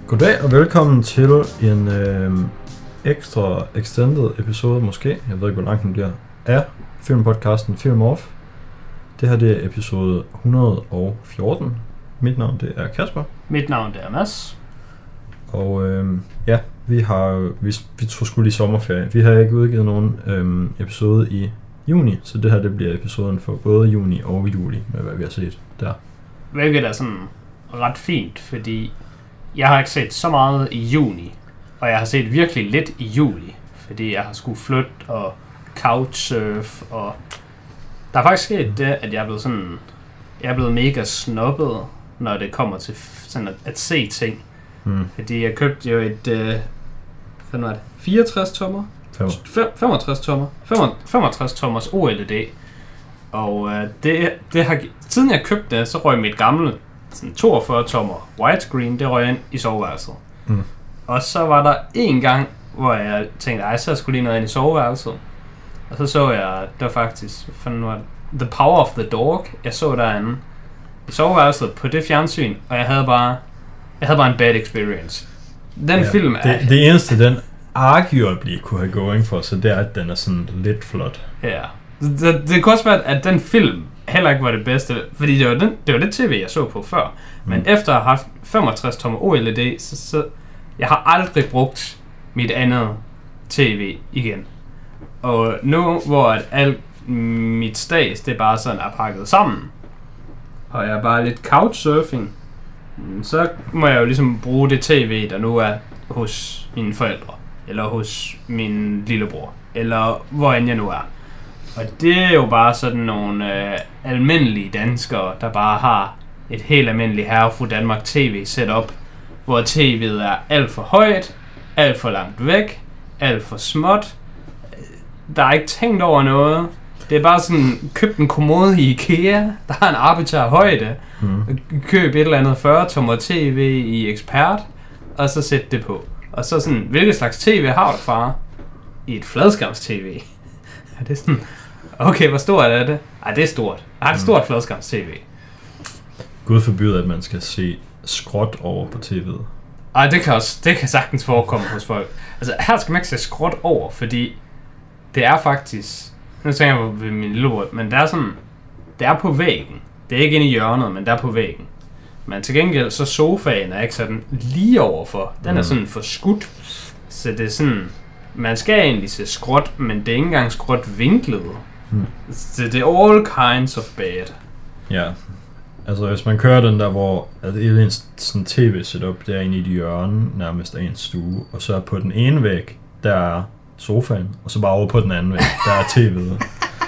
Goddag og velkommen til en ekstra extended episode måske, jeg ved ikke hvor lang den bliver, af filmpodcasten Film Off. Det her det er episode 114. Mit navn det er Kasper. Mit navn det er Mads. Og ja, vi tog sgu lige sommerferie. Vi har ikke udgivet nogen episode i juni, så det her det bliver episoden for både juni og juli med hvad vi har set der. Hvilket er sådan ret fint, fordi jeg har ikke set så meget i juni, og jeg har set virkelig lidt i juli, fordi jeg har skulle flytte og couchsurf, og der er faktisk sket det, at jeg er blevet mega snobbet, når det kommer til sådan at se ting. Fordi jeg købte jo et 64 tommer? 65 tommer. 65 tommers OLED. Og det har, siden jeg købte det, så røg mit gamle sådan 42 tommer widescreen, det røg ind i soveværelset. Og så var der en gang, hvor jeg tænkte, så skulle lige noget ind i soveværelset. Og så jeg, det var faktisk, The Power of the Dog, jeg så derinde i soveværelset på det fjernsyn, og jeg havde bare en bad experience. Den film er... Det eneste, den arguably kunne have going for, så det er, at den er sådan lidt flot. Ja. Det kunne også være, at den film heller ikke var det bedste, fordi det var det tv, jeg så på før. Men efter at have haft 65 tommer OLED, så jeg har aldrig brugt mit andet tv igen. Og nu, hvor at alt mit stads, det er bare sådan er pakket sammen, og jeg er bare lidt couchsurfing, så må jeg jo ligesom bruge det tv, der nu er hos mine forældre, eller hos min lillebror, eller hvor end jeg nu er. Og det er jo bare sådan nogle almindelige danskere, der bare har et helt almindeligt Herrefru Danmark tv setup, hvor tv'et er alt for højt, alt for langt væk, alt for småt. Der er ikke tænkt over noget. Det er bare sådan, køb en kommode i IKEA, der har en arbitrar højde, køb et eller andet 40 tommer tv i Expert, og så sæt det på. Og så sådan, hvilket slags tv har du, far? I et fladskærms tv. Det er sådan, okay, hvor stort er det? Ej, det er stort. Det er et stort fladskærms tv. Gud forbyder, at man skal se skråt over på tv'et. Ej, det kan sagtens forekomme hos folk. Altså, her skal man ikke se skråt over, fordi det er faktisk... Nu tænker jeg ved min lillebror, men det er sådan... Det er på væggen. Det er ikke inde i hjørnet, men det er på væggen. Men til gengæld, så sofaen er ikke sådan lige overfor. Den er sådan forskudt. Så det er sådan... Man skal egentlig se skråt, men det er ikke engang skråt vinklet. Så det er all kinds of bad. Ja. Altså hvis man kører den der, hvor hele sådan tv-setup, det er inde i et hjørne nærmest af en stue, og så på den ene væg, der er sofaen, og så bare over på den anden væg, der er tv'et.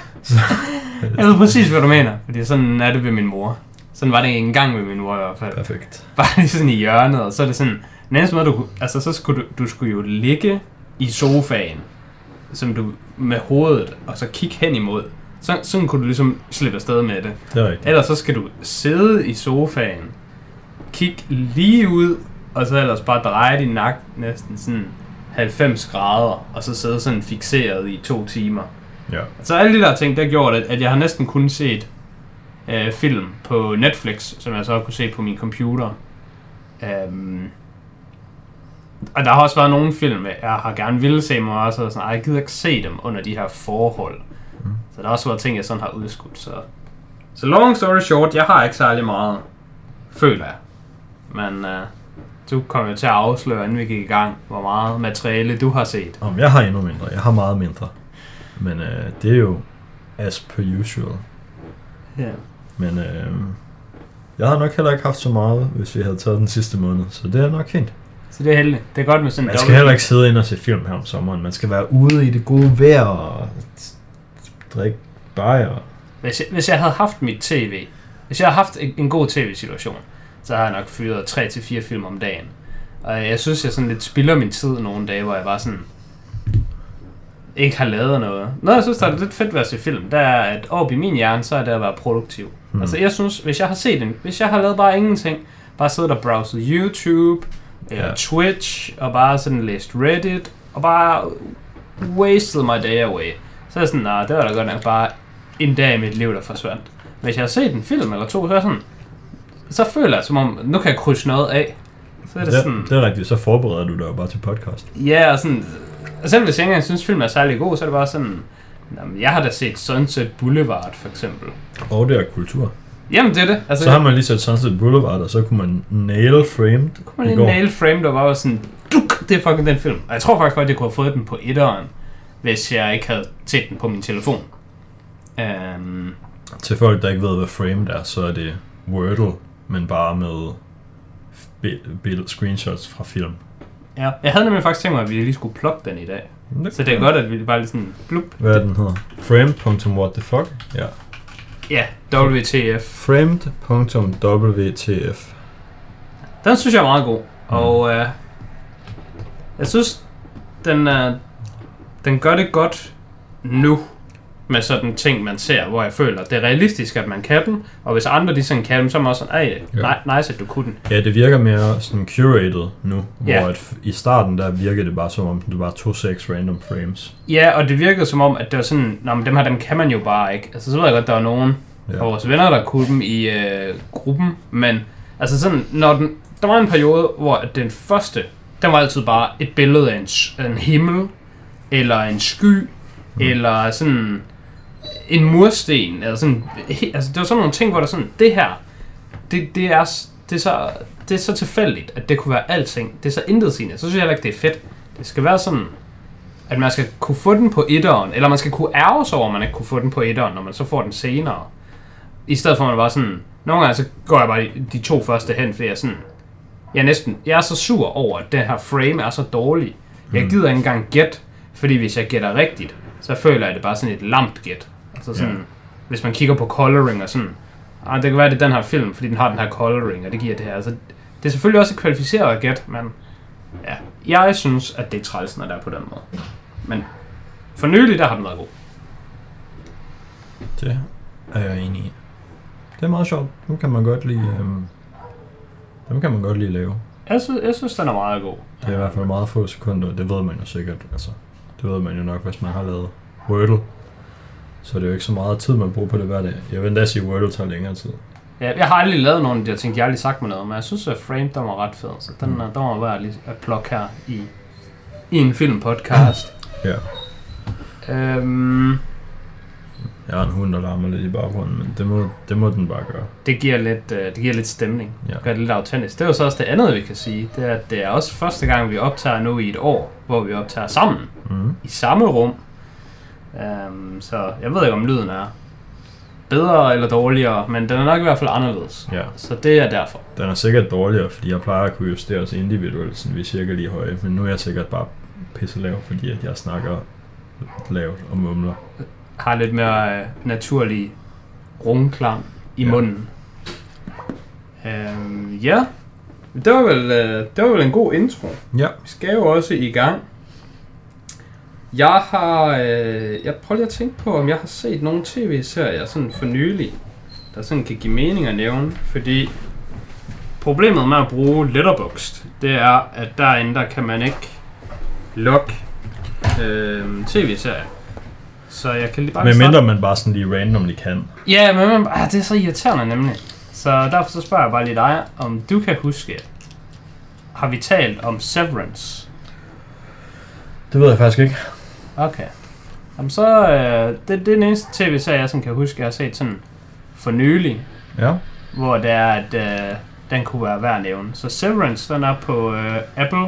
Jeg ved præcis, hvad du mener, fordi sådan er det ved min mor. Sådan var det ikke engang ved min mor i hvert fald. Perfekt. Bare lige sådan i hjørnet, og så er det sådan, den eneste måde, så skulle du skulle jo ligge i sofaen, som du med hovedet, og så kigge hen imod. Sådan kunne du ligesom slippe afsted med det. Det er rigtigt. Ellers så skal du sidde i sofaen, kigge lige ud, og så ellers bare dreje din nakke næsten sådan 90 grader, og så sidde sådan fikseret i 2 timer. Ja. Så alle de der ting, der gjorde det, at jeg har næsten kun set film på Netflix, som jeg så kunne se på min computer. Og der har også været nogle film, jeg har gerne ville se mig også, og sådan, jeg gider ikke se dem under de her forhold. Så der har også været ting, jeg sådan har udskudt. Så long story short, jeg har ikke særlig meget, føler jeg. Men du kommer jo til at afsløre, inden vi gik i gang, hvor meget materiale du har set. Jeg har endnu mindre. Jeg har meget mindre. Men det er jo as per usual. Ja. Men jeg har nok heller ikke haft så meget, hvis vi havde taget den sidste måned. Så det er nok fint. Så det er heldigt. Det er godt med sådan en Man skal heller ikke sidde inde og se film her om sommeren. Man skal være ude i det gode vejr og drikke bajer. Hvis jeg havde haft mit tv, hvis jeg havde haft en god tv-situation, så har jeg nok fyret 3-4 film om dagen. Og jeg synes, jeg sådan lidt spilder min tid nogle dage, hvor jeg bare sådan ikke har lavet noget. Noget, jeg synes, der er lidt fedt ved at se film, det er, at oppe i min hjerne, så er det at være produktiv. Altså, jeg synes, hvis jeg har lavet bare ingenting, bare siddet og browset YouTube, eller Twitch, og bare sådan læst Reddit, og bare wasted my day away, så er jeg sådan, det var da godt nok bare en dag i mit liv, der forsvandt. Hvis jeg har set en film eller to, så er sådan, så føler jeg som om, nu kan jeg krydse noget af. Så er det sådan... Det er rigtigt, så forbereder du dig jo bare til podcast. Ja, og sådan... Og selv hvis jeg ikke engang synes, filmen er særlig god, så er det bare sådan... Jamen, jeg har da set Sunset Boulevard, for eksempel. Og det er kultur. Jamen, det er det. Altså, så har man lige set Sunset Boulevard, og så kunne man nail Framed. Så kunne man lige nail Framed, og var sådan... Det er fucking den film. Og jeg tror faktisk godt, at jeg kunne have fået den på 1'eren, hvis jeg ikke havde set den på min telefon. Til folk, der ikke ved, hvad Framed er, så er det Wordle, men bare med screenshots fra film. Ja, jeg havde nemlig faktisk tænkt mig, at vi lige skulle plukke den i dag. Så det er godt, at vi bare lige sådan blup. Hvad er den hedder? Framed.whatthefuck? Ja. Ja, WTF. Framed.wtf. Den synes jeg er meget god. Og jeg synes, den gør det godt nu. Med sådan ting, man ser, hvor jeg føler, det er realistisk, at man kan den, og hvis andre de sådan kan dem, så er man også sådan, nice, at du kunne den. Ja, det virker mere sådan curated nu, hvor at i starten der virkede det bare som om, det var 2-6 random frames. Ja, og det virkede som om, at det var sådan, men dem kan man jo bare ikke. Altså, så ved jeg godt, der var nogen af vores venner, der kunne dem i gruppen, men altså sådan, der var en periode, hvor den første, den var altid bare et billede af en himmel, eller en sky, eller sådan en mursten, eller sådan, altså det var sådan nogle ting, hvor der sådan, det her, det er så tilfældigt, at det kunne være alting, det er så intetsigende, så synes jeg heller ikke, det er fedt. Det skal være sådan, at man skal kunne få den på 1'eren, eller man skal kunne ærge sig over, at man ikke kunne få den på 1'eren, når man så får den senere. I stedet for, at man bare sådan, nogle gange så går jeg bare de 2 første hen, fordi jeg er så sur over, at den her frame er så dårlig. Jeg gider ikke engang gætte, fordi hvis jeg gætter rigtigt, så føler jeg det bare sådan et lamt gæt. Altså sådan, hvis man kigger på coloring og sådan, det kan være, det er den her film, fordi den har den her coloring, og det giver det her. Altså, det er selvfølgelig også et kvalificeret gæt, men ja, jeg synes, at det er træls, når der er på den måde. Men for nylig, der har den været god. Det er jeg enig i. Det er meget sjovt. Dem kan man godt lige lave. Jeg synes, den er meget god. Det er i hvert fald meget få sekunder, det ved man jo sikkert. Altså, det ved man jo nok, hvis man har lavet Wordle. Så det er jo ikke så meget tid, man bruger på det hver dag. Jeg vil endda sige, at Wordle tager længere tid. Ja, jeg har aldrig lavet nogen af de her ting, jeg har aldrig sagt mig noget, men jeg synes, at Frame, der var ret fed. Så den var værd at plukke her i en filmpodcast. Ja. Jeg har en hund, der larmer lidt i baggrunden, men det må den bare gøre. Det giver lidt stemning. Ja. Det gør det lidt autentisk. Det er jo så også det andet, vi kan sige. Det er, at det er også første gang, vi optager nu i et år, hvor vi optager sammen. I samme rum. Så jeg ved ikke, om lyden er bedre eller dårligere, men den er nok i hvert fald anderledes. Ja. Så det er derfor. Den er sikkert dårligere, fordi jeg plejer at kunne justere os individuelt, så vi er cirka lige høje. Men nu er jeg sikkert bare pisse lav, fordi at jeg snakker lavt og mumler. Har lidt mere naturlig rungklang i munden. Ja, det var vel en god intro. Ja. Vi skal jo også i gang. Jeg prøver lige at tænke på, om jeg har set nogle tv-serier sådan for nylig, der sådan kan give mening at nævne, fordi problemet med at bruge Letterboxd, det er, at derinde der kan man ikke logge tv-serier. Så jeg kan lige bare... Men mindre man bare sådan lige randomly kan. Ja, men det er så irriterende nemlig. Så derfor så spørger jeg bare lige dig, om du kan huske, har vi talt om Severance? Det ved jeg faktisk ikke. Okay. Jamen så, det er den eneste tv-serie, jeg sådan kan huske, jeg har set sådan for nylig. Ja. Hvor det er, at den kunne være værd at nævne. Så Severance, den er på Apple.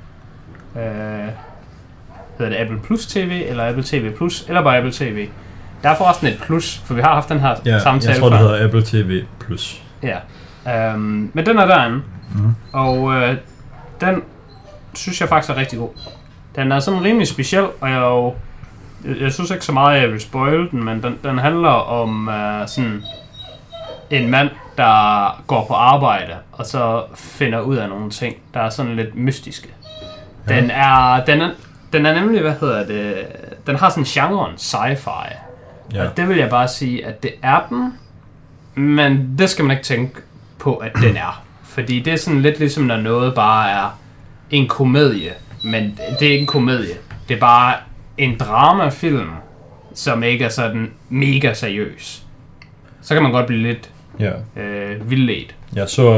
Hedder det Apple Plus TV, eller Apple TV Plus, eller bare Apple TV. Der er forresten et plus, for vi har haft den her samtale. Jeg tror, det hedder Apple TV Plus. Ja. Men den er derinde. Og den synes jeg faktisk er rigtig god. Den er sådan rimelig speciel, og jeg synes ikke så meget, at jeg vil spoil den, men den handler om sådan en mand, der går på arbejde, og så finder ud af nogle ting, der er sådan lidt mystiske. Ja. Den er nemlig, den har sådan genren sci-fi. Ja. Og det vil jeg bare sige, at det er den, men det skal man ikke tænke på, at den er. Fordi det er sådan lidt ligesom, når noget bare er en komedie, men det er ikke en komedie. Det er bare en dramafilm, som ikke er sådan mega seriøs. Så kan man godt blive lidt vildledt. Jeg så også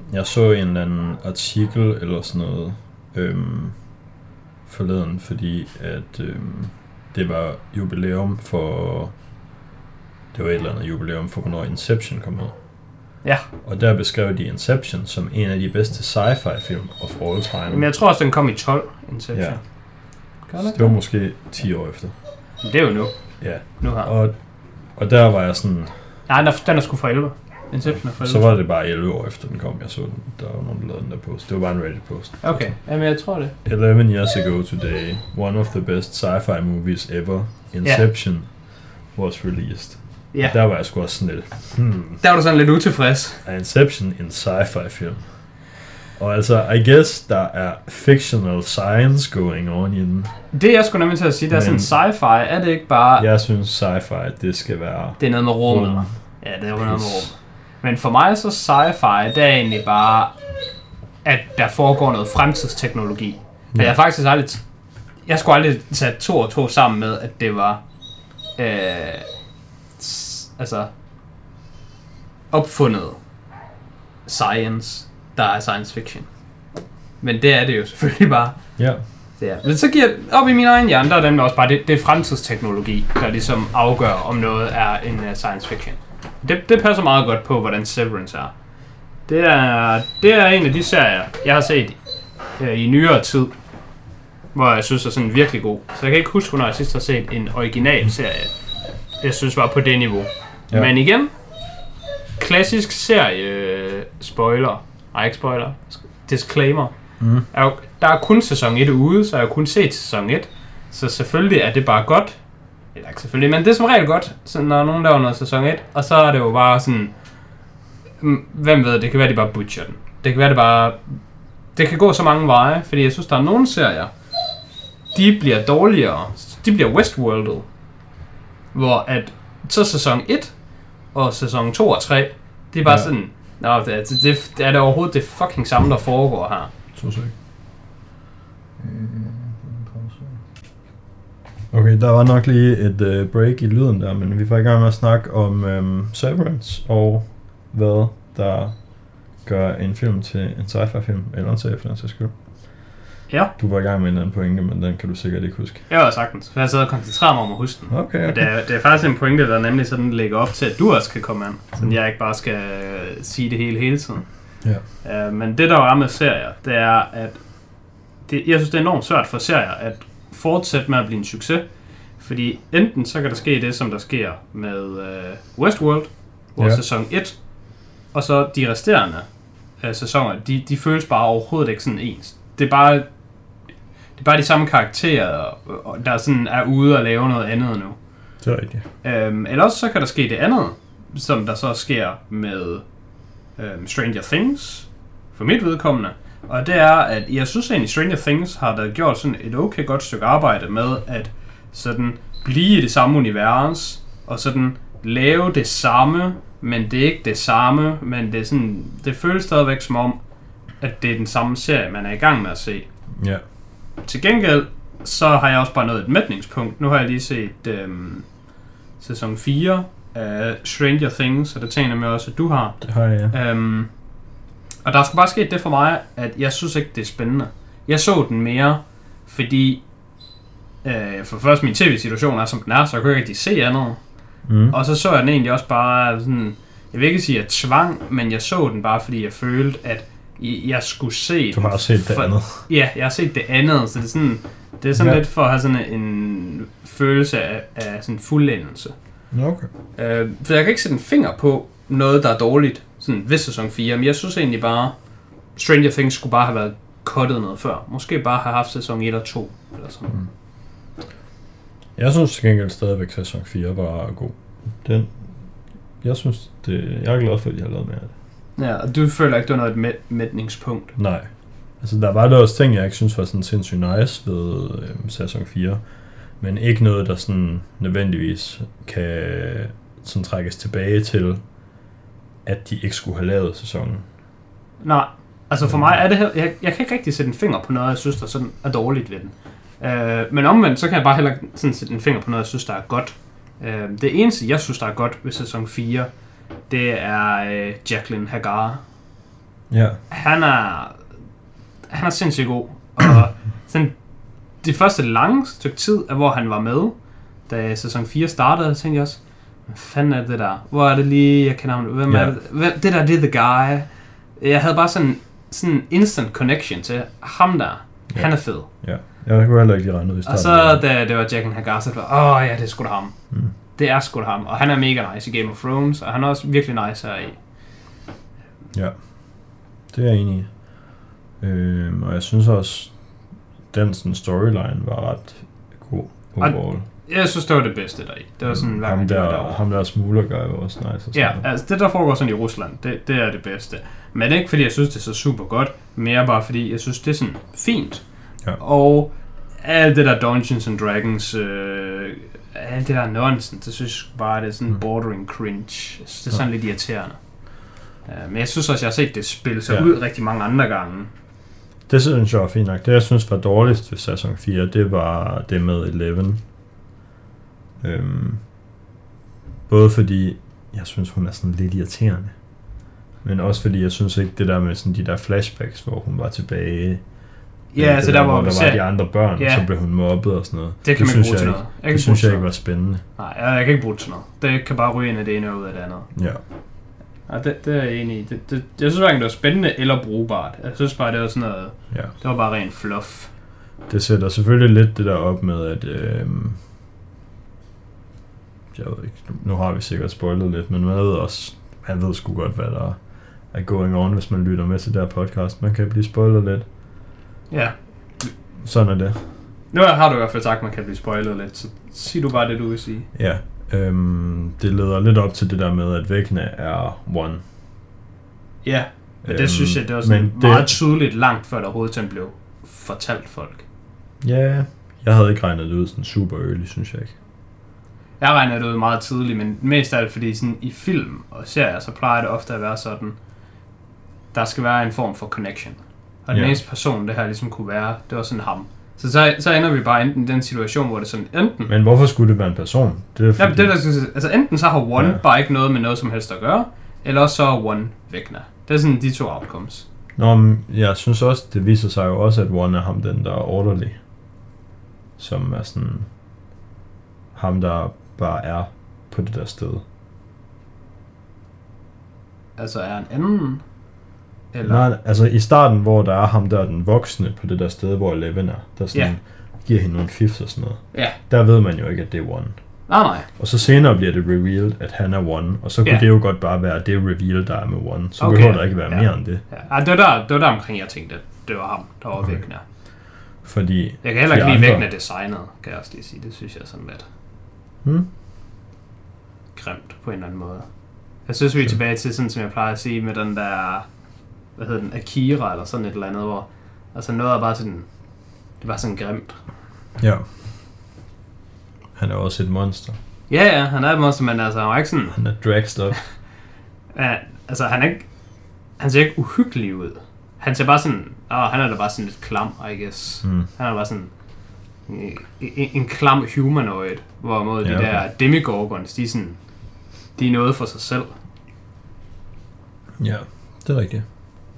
Jeg så en eller anden artikel eller sådan noget forleden, fordi at det var jubilæum for... Det var et eller andet jubilæum for, hvornår Inception kom ud. Ja. Og der beskrev de Inception som en af de bedste sci-fi film of all time. Men jeg tror også, den kom i 12, Inception. Ja. Det var måske 10 år efter. Men det er jo nu. Ja. Nu her. Og der var jeg sådan... Nej, den er sgu fra 11. Inception er fra 11. Så var det bare 11 år efter den kom, jeg så den. Der var nogen, der lavede den der post. Det var bare en Reddit-post. Okay, jamen jeg tror det. 11 years ago today, one of the best sci-fi movies ever, Inception, was released. Ja. Der var jeg sgu også sådan lidt... Der var du sådan lidt utilfreds. Er Inception en sci-fi film? Og altså, I guess, der er fictional science going on i den. Det jeg skulle nemlig til at sige, der er sådan sci-fi, er det ikke bare... Jeg synes sci-fi, det skal være... Det er noget med rummet. Ja, det er noget med rummet. Men for mig så sci-fi, det er egentlig bare, at der foregår noget fremtidsteknologi. Men jeg har faktisk aldrig... Jeg skulle aldrig sat 2 og 2 sammen med, at det var... opfundet science, der er science fiction. Men det er det jo selvfølgelig bare. Ja. Det er. Men så giver op i min egen hjerne, der er den også bare, det er fremtidsteknologi, der ligesom afgør, om noget er en science fiction. Det passer meget godt på, hvordan Severance er. Det er en af de serier, jeg har set i nyere tid, hvor jeg synes er sådan virkelig god. Så jeg kan ikke huske, når jeg sidst har set en original serie. Jeg synes var på det niveau. Ja. Men igen, klassisk serie spoiler. Nej, ikke spoiler. Disclaimer. Der er kun sæson 1 ude, så jeg har kun set sæson 1. Så selvfølgelig er det bare godt. Eller ikke selvfølgelig, men det er som regel godt, så når nogen laver noget sæson 1. Og så er det jo bare sådan... Hvem ved, det kan være, de bare butcher den. Det kan være, det bare... Det kan gå så mange veje, fordi jeg synes, der er nogle serier, de bliver dårligere. De bliver Westworldet. Hvor at så sæson 1 og sæson 2 og 3, det er bare sådan... Nå, det er det overhovedet det fucking samme, der foregår her. Okay, der var nok lige et break i lyden der, men vi var i gang med at snakke om Severance og hvad der gør en film til en sci-fi film, eller en serie for den sags skyld. Ja. Du var i gang med en anden pointe, men den kan du sikkert ikke huske. Jeg var sagtens, for jeg sad og koncentrerede mig om at huske den. Okay. Det er faktisk en pointe, der nemlig sådan lægger op til, at du også kan komme an, så jeg ikke bare skal sige det hele tiden. Ja. Men det der er med serier, det er, at jeg synes, det er enormt svært for serier at fortsætte med at blive en succes. Fordi enten så kan der ske det, som der sker med Westworld, hvor sæson 1, og så de resterende sæsoner, de føles bare overhovedet ikke sådan ens. Det er bare de samme karakterer, der sådan er ude og lave noget andet nu. Det er rigtigt. Eller også så kan der ske det andet, som der så sker med Stranger Things, for mit vedkommende. Og det er, at jeg synes egentlig, Stranger Things har der gjort sådan et okay godt stykke arbejde med at sådan blive i det samme univers, og sådan lave det samme, men det er ikke det samme, men det er sådan, det føles stadigvæk som om, at det er den samme serie, man er i gang med at se. Ja. Til gengæld, så har jeg også bare nået et mætningspunkt. Nu har jeg lige set sæson 4 af Stranger Things, og det tænker jeg med også, at du har. Det har jeg, ja. Og der skulle bare ske det for mig, at jeg synes ikke, det er spændende. Jeg så den mere, fordi for først min tv-situation er, som den er, så jeg kunne ikke rigtig se andet. Og så så jeg den egentlig også bare sådan, jeg vil ikke sige, at jeg tvang, men jeg så den bare, fordi jeg følte, at jeg skulle se... Du har set det andet. Ja, jeg har set det andet, så det er sådan lidt for at have sådan en følelse af sådan fuldendelse. Okay. For jeg kan ikke sætte en finger på noget, der er dårligt, sådan ved sæson 4, men jeg synes egentlig bare, Stranger Things skulle bare have været cuttet noget før. Måske bare have haft sæson 1 og 2, eller sådan. Jeg synes til gengæld stadigvæk, sæson 4 var god. Jeg synes, jeg er glad for, at de har lavet mere af det. Ja, og du føler ikke, det var noget mætningspunkt? Nej. Altså, der var der også ting, jeg ikke synes var sådan sindssygt nice ved sæson 4. Men ikke noget, der sådan nødvendigvis kan sådan trækkes tilbage til, at de ikke skulle have lavet sæsonen. Nej. Altså for mig er det her, jeg kan ikke rigtig sætte en finger på noget, jeg synes, der sådan er dårligt ved den. Men omvendt, så kan jeg bare heller sådan sætte en finger på noget, jeg synes, der er godt. Det eneste, jeg synes, der er godt ved sæson 4, det er Jacqueline Hagar. Ja. Han er sindssygt god. Og sådan, det første lange stykke tid, hvor han var med, da sæson 4 startede, tænkte jeg også, hvad fanden er det der? Hvor er det lige, jeg kender ham? Hvem er det? Det der, det er the guy. Jeg havde bare sådan instant connection til ham der. Ja. Han er fed. Ja, jeg kunne heller ikke lige regne ud i starten. Og så da det var Jaqen H'ghar, så var ja, det er sgu da ham. Det er sgu da ham. Og han er mega nice i Game of Thrones, og han er også virkelig nice her i. Ja, det er jeg enig i. Og jeg synes også, den sådan storyline var ret god overall. Jeg synes, det var det bedste deri. Det var sådan, hver gang ham der smuglerguy var også nice. Ja, altså det der foregår sådan i Rusland, det er det bedste. Men ikke fordi jeg synes, det er så super godt, mere bare fordi jeg synes, det er sådan fint. Ja. Og alt det der Dungeons and Dragons, alt det der nonsense, det synes jeg bare, det er sådan bordering cringe. Det er sådan lidt irriterende. Men jeg synes også, jeg har set det spille sig ud rigtig mange andre gange. Det synes jeg var fint nok. Det jeg synes var dårligst ved sæson 4, det var det med Eleven. Både fordi jeg synes hun er sådan lidt irriterende, men også fordi jeg synes ikke det der med sådan de der flashbacks, hvor hun var tilbage. Ja, så der var de andre børn, og så blev hun mobbet og sådan noget. Det kan man ikke bruge til noget. Det synes jeg ikke var spændende. Nej, jeg kan ikke bruge til noget. Det kan bare ryge ind af det ene og ud af det andet. Ja. Ja, det er jeg enig i. Jeg synes hverken det var spændende eller brugbart. Jeg synes bare det var sådan noget. Ja. Det var bare ren fluff. Det sætter selvfølgelig lidt det der op med at jeg ved ikke, nu har vi sikkert spoilet lidt, men man ved sgu godt, hvad der er going on, hvis man lytter med til der podcast. Man kan blive spoilet lidt. Ja. Sådan er det. Nu har du i hvert fald sagt, at man kan blive spoilet lidt, så sig du bare det, du vil sige. Ja, det leder lidt op til det der med, at væggene er one. Ja, men det synes jeg, det var sådan meget tydeligt langt før der overhovedet blev fortalt folk. Ja, jeg havde ikke regnet det ud sådan super early, synes jeg ikke. Jeg regner det ud meget tidligt, men mest af det, fordi sådan i film og serier, så plejer det ofte at være sådan, der skal være en form for connection. Og den eneste person, det her ligesom kunne være, det var sådan ham. Så ender vi bare enten i den situation, hvor det sådan enten... Men hvorfor skulle det være en person? Det er fordi... det der, altså enten så har One bare ikke noget med noget som helst at gøre, eller også så er One vægner. Det er sådan de to outcomes. Nå, men jeg synes også, det viser sig jo også, at One er ham, den der er orderly. Som er sådan... ham, der bare er på det der sted. Altså er en anden? Eller? Nej, altså i starten, hvor der er ham der, den voksne på det der sted, hvor Eleven er, der sådan giver hende nogle fifs og sådan noget. Ja. Der ved man jo ikke, at det er One. Nej. Og så senere bliver det revealed, at han er One, og så kunne det jo godt bare være det reveal, der er med One. Så behøver der ikke være mere end det. Ja, det var der omkring, jeg tænkte, at det var ham, der var væggene. Fordi jeg kan heller ikke lide væggene designet, kan jeg også lige sige. Det synes jeg er sådan lidt grimt på en eller anden måde. Jeg synes, vi er tilbage til sådan, som jeg plejer at sige, med den der, hvad hedder den, Akira eller sådan et eller andet, hvor altså noget er bare sådan, det var sådan grimt. Ja. Han er også et monster. Ja, han er et monster, men altså, han er ikke sådan... Han er dragged up. Ja, altså, han ser ikke uhyggelig ud. Han ser bare sådan, han er da bare sådan lidt klam, I guess. Han er bare sådan en klam humanoid, hvorimod de der demigorgons, de er noget for sig selv. Ja, det er rigtigt.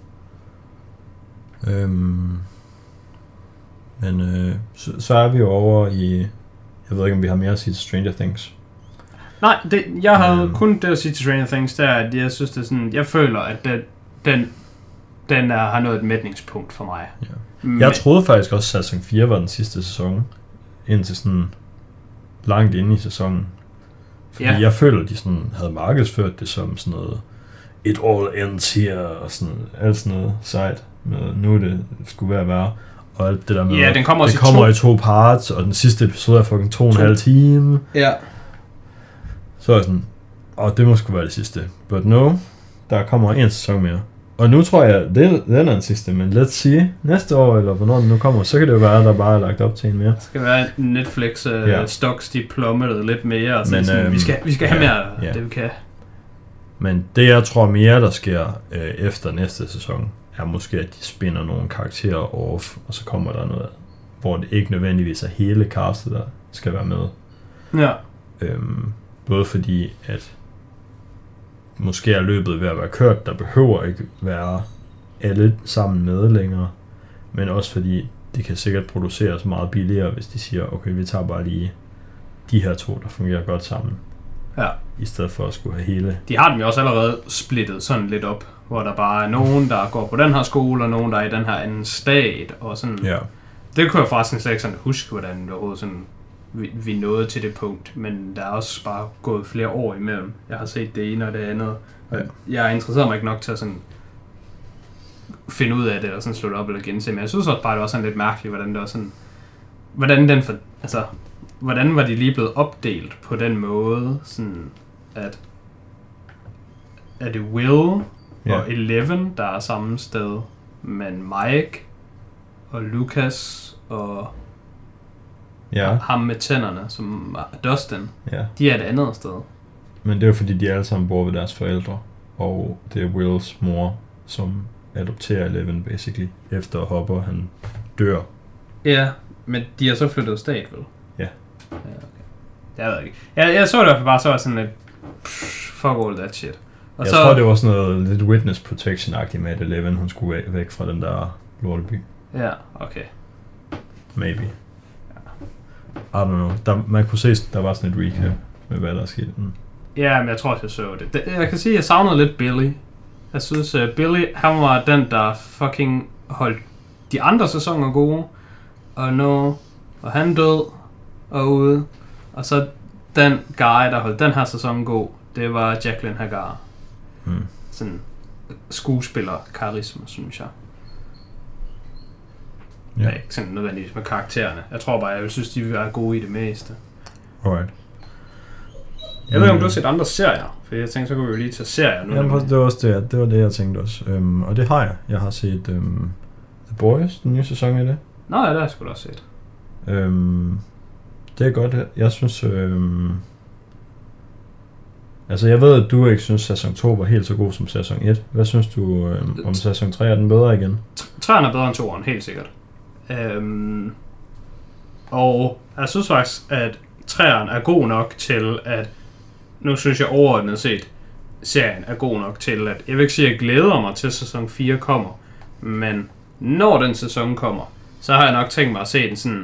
Men så er vi jo over i... Jeg ved ikke, om vi har mere at sige til Stranger Things. Nej, jeg havde kun det at sige til Stranger Things, der at jeg synes, det er sådan... Jeg føler, at den har nået et mætningspunkt for mig. Ja. Jeg troede faktisk også, at sæson 4 var den sidste sæson. Indtil sådan langt inde i sæsonen. Fordi jeg føler, at de sådan havde markedsført det som sådan noget... It all ends here, og sådan alt sådan noget sejt. Nu det skulle være. Og alt det der med, den kommer, i 2 parts, og den sidste episode er fucking 2,5 time. Ja. Så er jeg sådan, det må sgu være det sidste. But no, der kommer en sæson mere. Og nu tror jeg, den er den sidste, men let's see, næste år, eller hvornår den nu kommer, så kan det jo være, at der bare er lagt op til en mere. Det skal være Netflix stocks, de plummetede lidt mere, og sådan, vi skal have mere, det vi kan. Men det, jeg tror mere, der sker efter næste sæson, er måske, at de spinder nogle karakterer off, og så kommer der noget, hvor det ikke nødvendigvis er hele castet, der skal være med. Ja. Både fordi, at måske er løbet ved at være kørt, der behøver ikke være alle sammen med længere, men også fordi det kan sikkert produceres meget billigere, hvis de siger, okay, vi tager bare lige de her 2, der fungerer godt sammen. Ja. I stedet for at skulle have hele. De har dem jo også allerede splittet sådan lidt op, hvor der bare er nogen, der går på den her skole, og nogen, der er i den her anden stat, og sådan. Ja. Det kunne jeg forresten slet ikke sådan huske, hvordan det overhovedet sådan, vi nåede til det punkt, men der er også bare gået flere år imellem. Jeg har set det ene og det andet, og jeg interesserer mig ikke nok til at sådan finde ud af det, og sådan slå det op eller gense, men jeg synes også bare, det var sådan lidt mærkeligt, hvordan det var sådan, hvordan var de lige blevet opdelt på den måde, sådan at er det Will og Eleven, der er samme sted, men Mike og Lucas og ham med tænderne, som Dustin, de er et andet sted. Men det er jo fordi, de alle sammen bor ved deres forældre, og det er Wills mor, som adopterer Eleven, basically, efter Hopper, han dør. Ja, men de har så flyttet stat, vel? Ja. Ja, okay. Jeg ved ikke. Jeg så det i hvert fald bare så sådan lidt, fuck all that shit. Og jeg tror, det var sådan noget lidt witness protection-agtigt med, at Eleven, hun skulle væk fra den der lorteby. Ja, okay. Maybe. I don't know. Man kunne se, der var sådan et recap med, hvad der er sket. Ja, men jeg tror også, jeg så det. Jeg kan sige, at jeg savnede lidt Billy. Jeg synes, Billy, han var den, der fucking holdt de andre sæsoner gode. Og han død og ude. Og så den guy, der holdt den her sæson god, det var Jacqueline Hagar. Sådan skuespiller-karisma, synes jeg. Ja. Jeg er ikke sådan nødvendigvis med karaktererne. Jeg tror bare, jeg synes, de vil være gode i det meste. Alright. Jeg ved ikke, om du har set andre serier, for jeg tænkte, så kunne vi jo lige tage serier nu. Jamen, det var også det var det, jeg tænkte også. Og det har jeg. Jeg har set The Boys, den nye sæson af det. Nå ja, det har jeg sgu da også set. Det er godt. Jeg synes... altså, jeg ved, at du ikke synes, sæson 2 var helt så god som sæson 1. Hvad synes du om sæson 3? Er den bedre igen? 3'eren er bedre end 2'eren, helt sikkert. Og jeg synes faktisk, at 3'eren er god nok til, at... Nu synes jeg overordnet set, serien er god nok til, at... Jeg vil ikke sige, at jeg glæder mig til sæson 4 kommer. Men når den sæson kommer, så har jeg nok tænkt mig at se den sådan...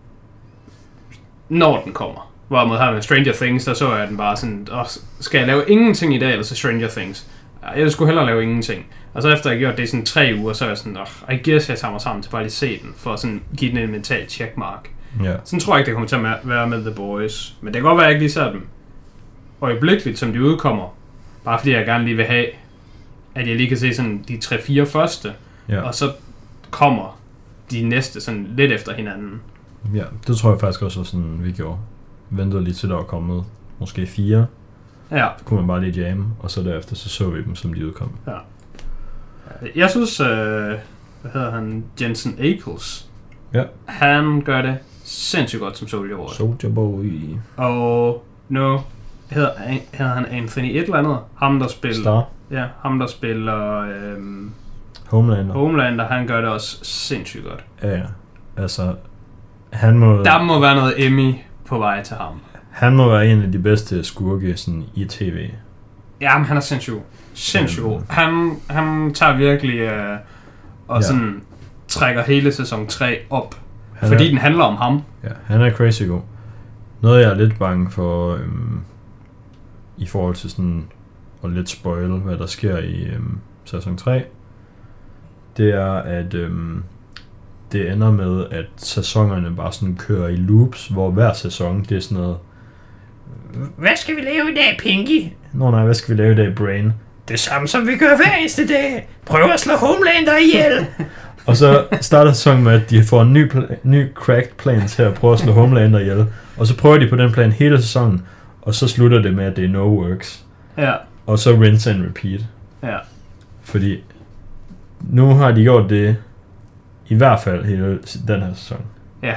Når den kommer. Hvorimod her med Stranger Things, der så jeg den bare sådan... Skal jeg lave ingenting i dag, eller så Stranger Things? Jeg vil sgu hellere lave ingenting. Og så efter jeg gjort det i sådan 3 uger, så er jeg sådan... I guess jeg tager mig sammen til bare lige se den, for at sådan give den en mental checkmark. Yeah. Sådan tror jeg ikke, det kommer til at være med The Boys. Men det kan godt være, at jeg ikke lige ser dem øjeblikkeligt, som de udkommer. Bare fordi jeg gerne lige vil have, at jeg lige kan se sådan de 3-4 første. Yeah. Og så kommer de næste sådan lidt efter hinanden. Ja, det tror jeg faktisk også sådan, vi gjorde. Ventede lige til der var kommet måske 4. Ja. Så kunne man bare lige jamme, og så derefter så vi dem, som de udkom. Ja. Jeg synes, hvad hedder han? Jensen Ackles. Ja. Han gør det sindssygt godt som Soldier Boy. Soldier Boy. Og nu hedder han Anthony et eller andet. Ham der spiller... Star. Ja, ham der spiller... Homelander, han gør det også sindssygt godt. Ja, altså... Der må være noget Emmy på vej til ham. Han må være en af de bedste skurke sådan, i tv. Ja, men han er sindssygt god. Han tager virkelig og sådan trækker hele sæson 3 op. Fordi den handler om ham. Ja, han er crazy god. Noget jeg er lidt bange for i forhold til sådan at lidt spoil, hvad der sker i sæson 3, det er at det ender med, at sæsonerne bare sådan kører i loops, hvor hver sæson, det er sådan noget... Hvad skal vi lave i dag, Pinky? Nej, hvad skal vi lave i dag, Brain? Det samme, som vi gør hver eneste dag. Prøv at slå Homelander ihjel. Og så starter sæsonen med, at de får en ny cracked plan til at prøve at slå Homelander ihjel. Og så prøver de på den plan hele sæsonen, og så slutter det med, at det er no works. Ja. Og så rinse and repeat. Ja. Fordi nu har de gjort det i hvert fald hele den her sæson. Ja.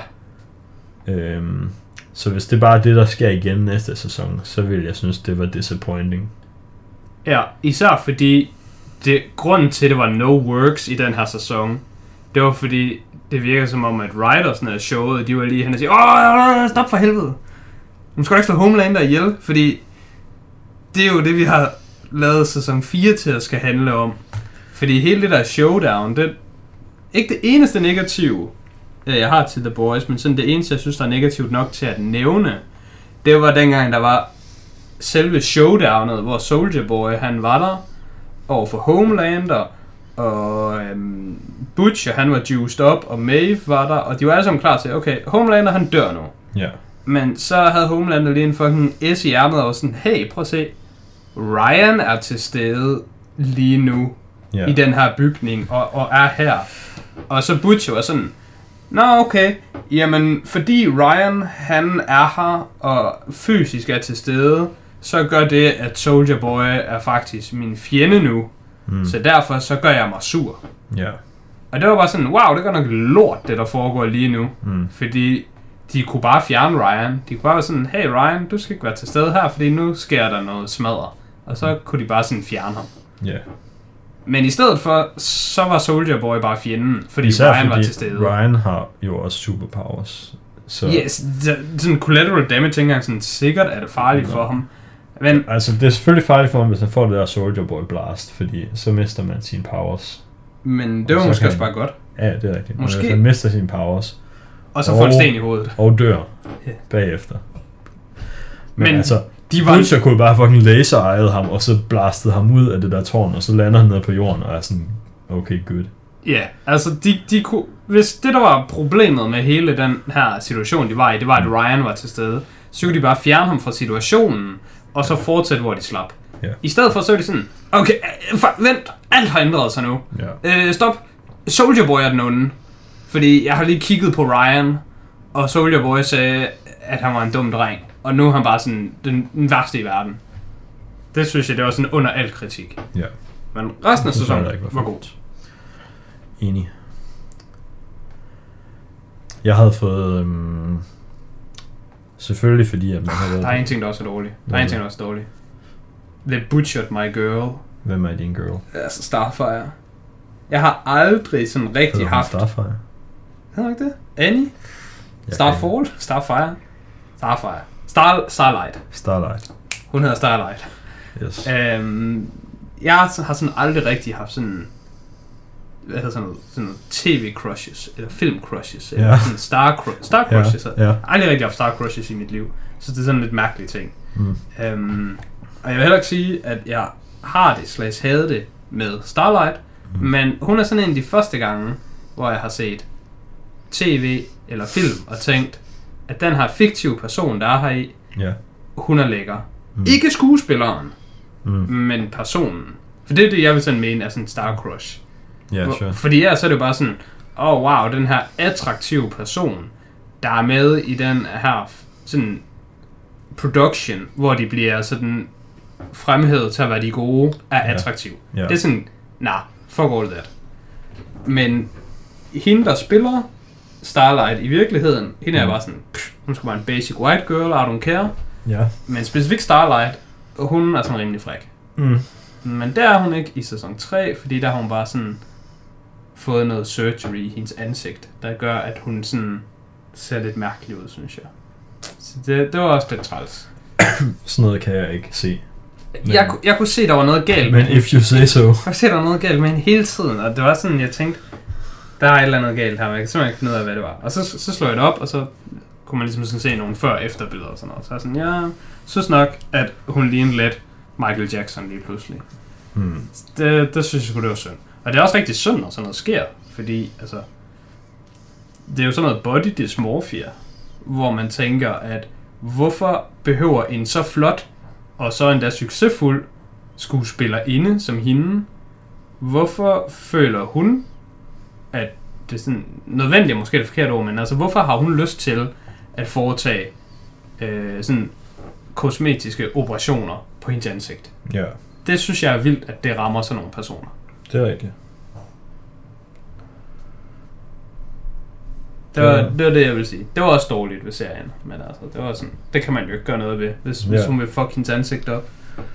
Så hvis det bare er det, der sker igen næste sæson, så vil jeg synes, det var disappointing. Ja, især fordi grunden til, det var no works i den her sæson, det var fordi, det virker som om, at writersne af showet, de var lige hen og sige, stop for helvede. Nu skal du ikke slå Homelander ihjel, fordi det er jo det, vi har lavet sæson 4 til at skal handle om. Fordi hele det der showdown, det ikke det eneste negative, jeg har til The Boys, men sådan det eneste, jeg synes, der er negativt nok til at nævne, det var dengang, der var selve showdownet, hvor Soldier Boy, han var der over for Homelander, og Butcher, han var juiced up, og Maeve var der, og de var alle sammen klar til, okay, Homelander, han dør nu. Ja. Men så havde Homelander lige en fucking S i ærmet, og var sådan, hey, prøv at se, Ryan er til stede lige nu, i den her bygning, og er her. Og så Butcher var sådan, nå okay, jamen fordi Ryan, han er her, og fysisk er til stede, så gør det, at Soldier Boy er faktisk min fjende nu. Så derfor så gør jeg mig sur. Ja. Og det var bare sådan, wow, det gør nok lort, det der foregår lige nu. Fordi de kunne bare fjerne Ryan. De kunne bare være sådan, hey Ryan, du skal ikke være til stede her, fordi nu sker der noget smadre. Og så kunne de bare sådan fjerne ham. Ja. Men i stedet for, så var Soldier Boy bare fjenden, fordi især Ryan fordi var til stede. Ryan har jo også superpowers. Så yes, sådan collateral damage ikke engang sådan sikkert er det farligt for ham. Men altså det er selvfølgelig farligt for ham, hvis han får det der Soldier Boy blast, fordi så mister man sine powers. Men det var måske også bare godt. Ja, det er rigtigt. Måske. Hvis han mister sine powers. Og så får en sten i hovedet. Og dør bagefter. Men altså, Butcher kunne bare fucking laser-ejede ham, og så blastede ham ud af det der tårn, og så lander han ned på jorden, og er sådan, okay, good. Ja, altså de kunne, hvis det der var problemet med hele den her situation, de var i, det var, at Ryan var til stede, så kunne de bare fjerne ham fra situationen, og så fortsætte, hvor de slap. Ja. I stedet for, så er de sådan, okay, vent, alt har ændret sig nu. Ja. Stop, Soldier Boy er den onde. Fordi jeg har lige kigget på Ryan, og Soldier Boy sagde, at han var en dum dreng. Og nu er han bare sådan den værste i verden. Det synes jeg, det var sådan under al kritik. Ja. Men resten af sæsonen var god. Enig. Jeg havde fået... selvfølgelig fordi, at man har været... Der er en ting, der også er dårlig. They butchered my girl. Hvem er din girl? Altså Starfire. Jeg har aldrig sådan rigtig haft... Starfire? Hedder ikke det? Annie? Starfall? Starfire? Starlight. Hun hedder Starlight. Yes. Jeg har sådan aldrig rigtig haft sådan... Hvad hedder sådan noget tv-crushes, eller film-crushes, eller sådan star-crushes. Jeg har aldrig rigtig haft star-crushes i mit liv. Så det er sådan en lidt mærkelig ting. Og jeg vil heller ikke sige, at jeg har det, havde det med Starlight, men hun er sådan en af de første gange, hvor jeg har set tv eller film og tænkt, at den her fiktive person, der er her i, hun er lækker. Ikke skuespilleren, men personen. For det er det, jeg vil sådan mene er sådan en star-crush. Sure. Fordi så er det jo bare sådan, wow, den her attraktive person, der er med i den her sådan production, hvor de bliver sådan fremhævet til at være de gode, er attraktiv. Det er sådan, fuck all that. Men hende, der spiller Starlight i virkeligheden, hende er bare sådan, hun skal være en basic white girl, I don't care. Men specifikt Starlight, hun er sådan rimelig fræk. Men der er hun ikke i sæson 3, fordi der har hun bare sådan fået noget surgery i hendes ansigt, der gør, at hun sådan ser lidt mærkelig ud, synes jeg. Så det var også lidt træls. Sådan noget kan jeg ikke se. Jeg kunne se, der var noget galt med hende. If you say so. Jeg kunne se, der var noget galt med hende hele tiden, og det var sådan, jeg tænkte, der er et eller andet galt her, men jeg kan simpelthen ikke finde ud af, hvad det var. Og så slår jeg det op, og så kunne man ligesom sådan se nogle før-efter-billeder og sådan noget. Så jeg sådan, jeg synes nok, at hun lignede lidt Michael Jackson lige pludselig. Det synes jeg sgu, det var synd. Og det er også rigtig synd, når sådan noget sker, fordi altså, det er jo sådan noget body dysmorphia, hvor man tænker, at hvorfor behøver en så flot og så endda succesfuld skuespillerinde som hende, hvorfor føler hun, at det er sådan nødvendigt, måske det forkerte ord, men altså hvorfor har hun lyst til at foretage sådan kosmetiske operationer på hendes ansigt? Det synes jeg er vildt, at det rammer sådan nogle personer. Det er rigtigt. Det var det, jeg vil sige. Det var også dårligt ved serien, men altså, det var sådan, det kan man jo ikke gøre noget ved, hvis hun vil fuck hendes ansigt op.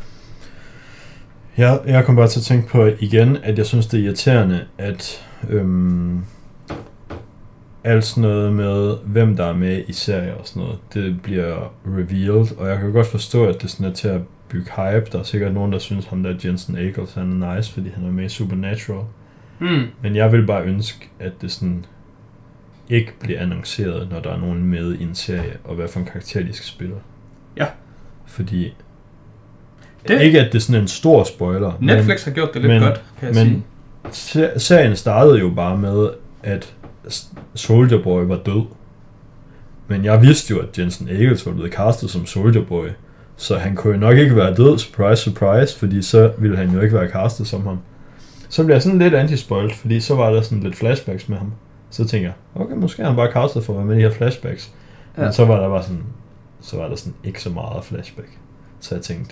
Jeg kom bare til at tænke på igen, at jeg synes, det er irriterende, at alt sådan noget med, hvem der er med i serier og sådan noget, det bliver revealed, og jeg kan godt forstå, at det sådan er til at bygge hype. Der er sikkert nogen, der synes, ham der Jensen Ackles, han er nice, fordi han er med i Supernatural. Men jeg vil bare ønske, at det sådan ikke bliver annonceret, når der er nogen med i en serie, og hvad for en karakter de skal spille. Ja. Fordi ikke at det er sådan en stor spoiler. Netflix har gjort det lidt godt, kan jeg sige. Serien startede jo bare med, at Soldier Boy var død. Men jeg vidste jo, at Jensen Ackles var blevet castet som Soldier Boy. Så han kunne jo nok ikke være død, surprise, surprise, fordi så ville han jo ikke være castet som ham. Så blev jeg sådan lidt anti-spoilt, fordi så var der sådan lidt flashbacks med ham. Så tænker jeg, okay, måske er han bare castet for at være med i de her flashbacks. Ja. Men så var der sådan ikke så meget flashback. Så jeg tænkte,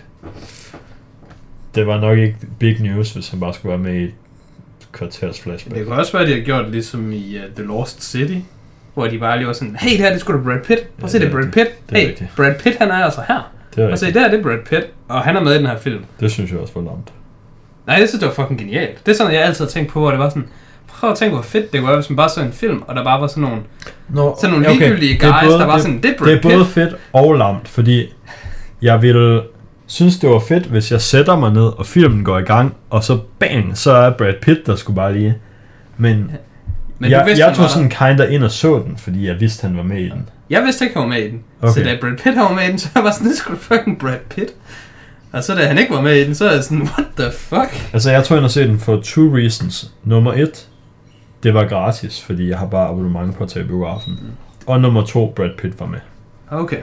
det var nok ikke big news, hvis han bare skulle være med i et kvarters flashback. Det kan også være, at de har gjort ligesom i The Lost City, hvor de bare lige var sådan, hey, det her det er sgu da Brad Pitt. Prøv at se, det er Brad Pitt. Hey, Brad Pitt, han er altså her. Og se, der er det Brad Pitt, og han er med i den her film. Det synes jeg også var lamt. Nej, det synes jeg var fucking genialt. Det er sådan, jeg altid har tænkt på, hvor det var sådan, prøv at tænke, hvor fedt det var, hvis man bare så en film, og der bare var sådan nogle ligegyldige guys, der var sådan, det er Brad Pitt. Det er både fedt og lamt, fordi jeg ville synes, det var fedt, hvis jeg sætter mig ned, og filmen går i gang, og så bang, så er Brad Pitt, der skulle bare lige. Men jeg tog sådan kinda ind og så den, fordi jeg vidste, han var med i den. Jeg vidste ikke, han var med i den. Okay. Så da Brad Pitt var med i den, så jeg var sådan, det skulle fucking Brad Pitt. Og så da han ikke var med i den, så er jeg sådan, what the fuck? Altså, jeg tog ind og se den for 2 reasons. Nummer 1, det var gratis, fordi jeg har bare abonnement på at tage i biografen. Og nummer 2, Brad Pitt var med. Okay.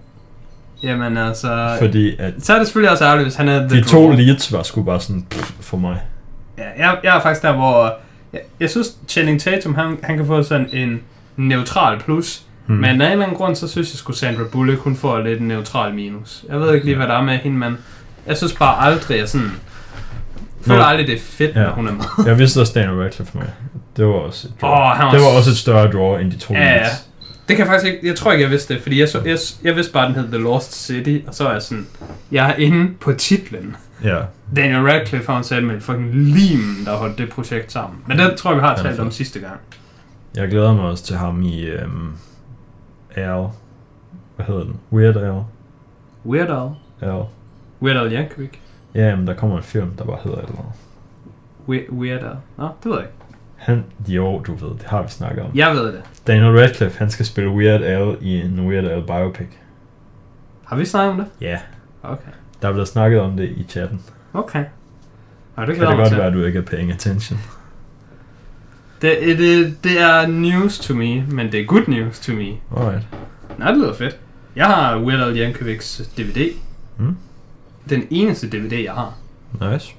Jamen altså... Fordi at... Så er det selvfølgelig også ærligt, hvis han er... De 2 leads var sgu bare sådan for mig. Ja, jeg er faktisk der, hvor... Jeg synes, Channing Tatum, han kan få sådan en neutral plus. Men af en eller anden grund, så synes jeg sgu Sandra Bullock, hun får lidt en neutral minus. Jeg ved ikke lige, hvad der er med hende, men... Jeg synes bare aldrig, jeg sådan... føler aldrig, det er fedt, når hun er med. Jeg vidste også Daniel Radcliffe med. Det var også et draw. Det var også et større draw end de 2 leads. Ja. Det kan jeg faktisk ikke... Jeg tror ikke, jeg vidste det, fordi jeg vidste bare, den hed The Lost City, og så er jeg sådan... Jeg er inde på titlen. Ja. Daniel Radcliffe har hun sat med en fucking lim, der holdt det projekt sammen. Men det tror jeg, vi har talt om sidste gang. Jeg glæder mig også til ham i... Al. Hvad hedder den? Weird Al. Weird Al? Al. Weird Al Yankovic? Ja, men der kommer en film, der bare hedder et eller andet. Weird Al? Nå, det ved jeg ikke. Jo, du ved, det har vi snakket om. Jeg ved det. Daniel Radcliffe, han skal spille Weird Al i en Weird Al biopic. Har vi snakket om det? Ja. Okay. Der er blevet snakket om det i chatten. Okay. Det kan godt være, at du ikke er paying attention. Det er news to me, men det er good news to me. Alright. Nej, det lyder fedt. Jeg har Weird Al Yankovics DVD. Den eneste DVD, jeg har. Nice.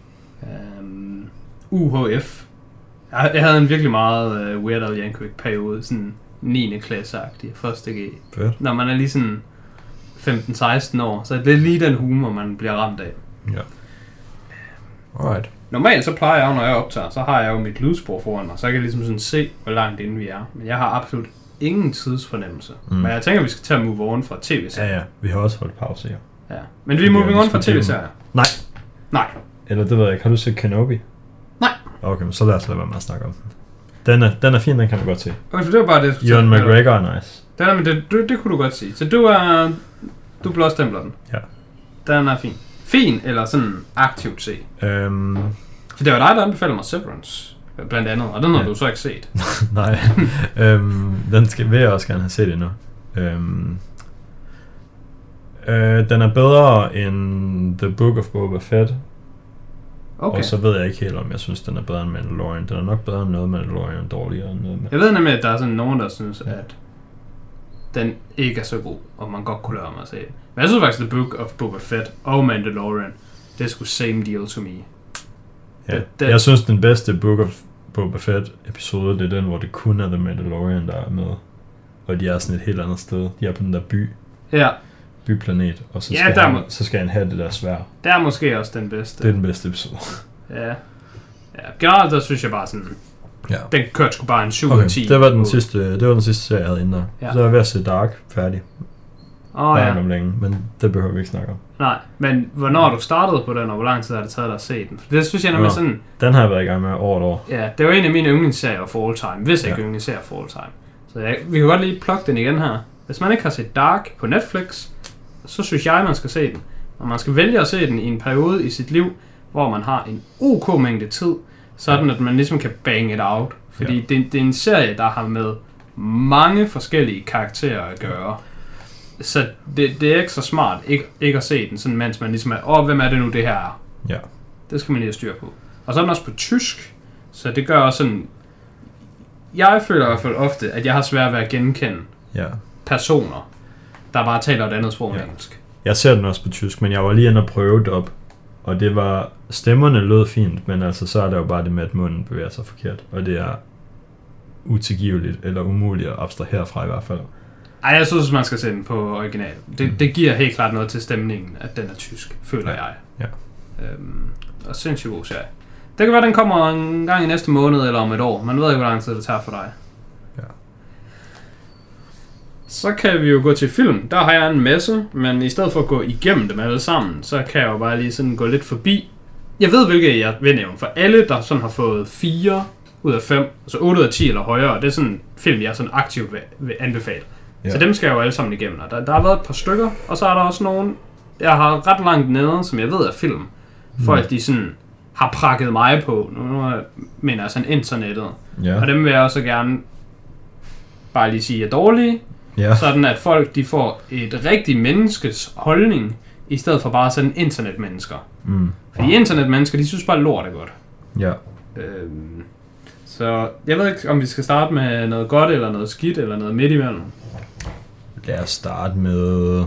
UHF. Jeg havde en virkelig meget Weird Al Yankovic-periode, sådan 9. klasse-agtig, første G. Fedt. Når man er lige sådan 15-16 år, så det er lige den humor, man bliver ramt af. Ja. Alright. Normalt så plejer jeg, når jeg optager, så har jeg jo mit lydspor foran mig, så jeg kan ligesom sådan se, hvor langt inde vi er. Men jeg har absolut ingen tidsfornemmelse. Men jeg tænker, vi skal tage move on fra tv-serier. Ja, vi har også holdt pause her. Ja. Men vi er moving on fra tv-serier. Nej. Eller det ved jeg ikke. Har du set Kenobi? Nej. Okay, men så lad os lade være med at snakke om den. Den er fin, den kan du godt se. Okay, for det var bare det. Ewan McGregor er nice. Det kunne du godt sige. Så du blåstempler den. Ja. Den er fin. Fin, eller sådan aktivt se? For det var dig, der anbefalede mig Severance, blandt andet, og den har du så ikke set. Nej, vil jeg også gerne have set endnu. Den er bedre end The Book of Boba Fett. Okay. Og så ved jeg ikke helt, om jeg synes, den er bedre end Mandalorian. Den er nok bedre end noget Mandalorian, dårligere end noget med. Jeg ved nemlig, at der er sådan nogen, der synes, at den ikke er så god, og man godt kunne lade mig at se. Men jeg synes faktisk, The Book of Boba Fett og Mandalorian, det er sgu same deal to me. Ja, jeg synes, den bedste Book of Boba Fett episode, det er den, hvor det kun er The Mandalorian, der er med. Og de er sådan et helt andet sted. De er på den der byplanet, og så skal han have det der sværd. Det er måske også den bedste. Det er den bedste episode. Ja. Generelt, der synes jeg bare sådan, den kørte sgu bare en 7 ud af 10. Det var den sidste serie, jeg havde inde der. Ja. Så er jeg ved at se Dark færdig. Om længe, men det behøver vi ikke snakke om. Nej, men hvornår du startede på den, og hvor lang tid har det taget dig at se den? For det synes jeg nemlig sådan... Den har jeg været i gang med over et år. Ja, det var en af mine yndlingsserier for all time, hvis ikke yndlingsserie for all time. Så vi kan godt lige plukke den igen her. Hvis man ikke har set Dark på Netflix, så synes jeg, man skal se den. Og man skal vælge at se den i en periode i sit liv, hvor man har en OK mængde tid, sådan at man ligesom kan bang it out. Fordi det er en serie, der har med mange forskellige karakterer at gøre. Så det er ikke så smart ikke at se den, sådan mens man ligesom er, hvem er det nu det her er? Ja. Det skal man lige have styr på. Og så er den også på tysk, så det gør også sådan... Jeg føler i hvert fald ofte, at jeg har svært ved at genkende personer, der bare taler et andet sprog end engelsk. Jeg ser den også på tysk, men jeg var lige inde og prøve det op, og det var... Stemmerne lød fint, men altså så er der jo bare det med, at munden bevæger sig forkert, og det er utilgiveligt, eller umuligt at abstrahere fra i hvert fald. Ej, jeg synes, man skal se den på original. Det giver helt klart noget til stemningen, at den er tysk, føler jeg. Ja. Og sindssygt god serie. Det kan være, den kommer en gang i næste måned eller om et år. Man ved ikke, hvor lang tid det tager for dig. Ja. Så kan vi jo gå til film. Der har jeg en masse, men i stedet for at gå igennem dem alle sammen, så kan jeg jo bare lige sådan gå lidt forbi. Jeg ved, hvilke jeg vil nævne, for alle, der sådan har fået 4 ud af 5, altså 8 ud af 10 eller højere, det er sådan film, jeg sådan aktivt vil anbefale. Ja. Så dem skal jeg jo alle sammen igennem. Og der har været et par stykker, og så er der også nogle, jeg har ret langt nede, som jeg ved er film. Folk, de sådan har prakket mig på, nu mener jeg sådan internettet. Ja. Og dem vil jeg også gerne bare lige sige er dårlige, sådan at folk, de får et rigtigt menneskes holdning, i stedet for bare sådan internetmennesker. Fordi internetmennesker, de synes bare lort er godt. Ja. Så jeg ved ikke, om vi skal starte med noget godt, eller noget skidt, eller noget midt imellem. Lad os starte med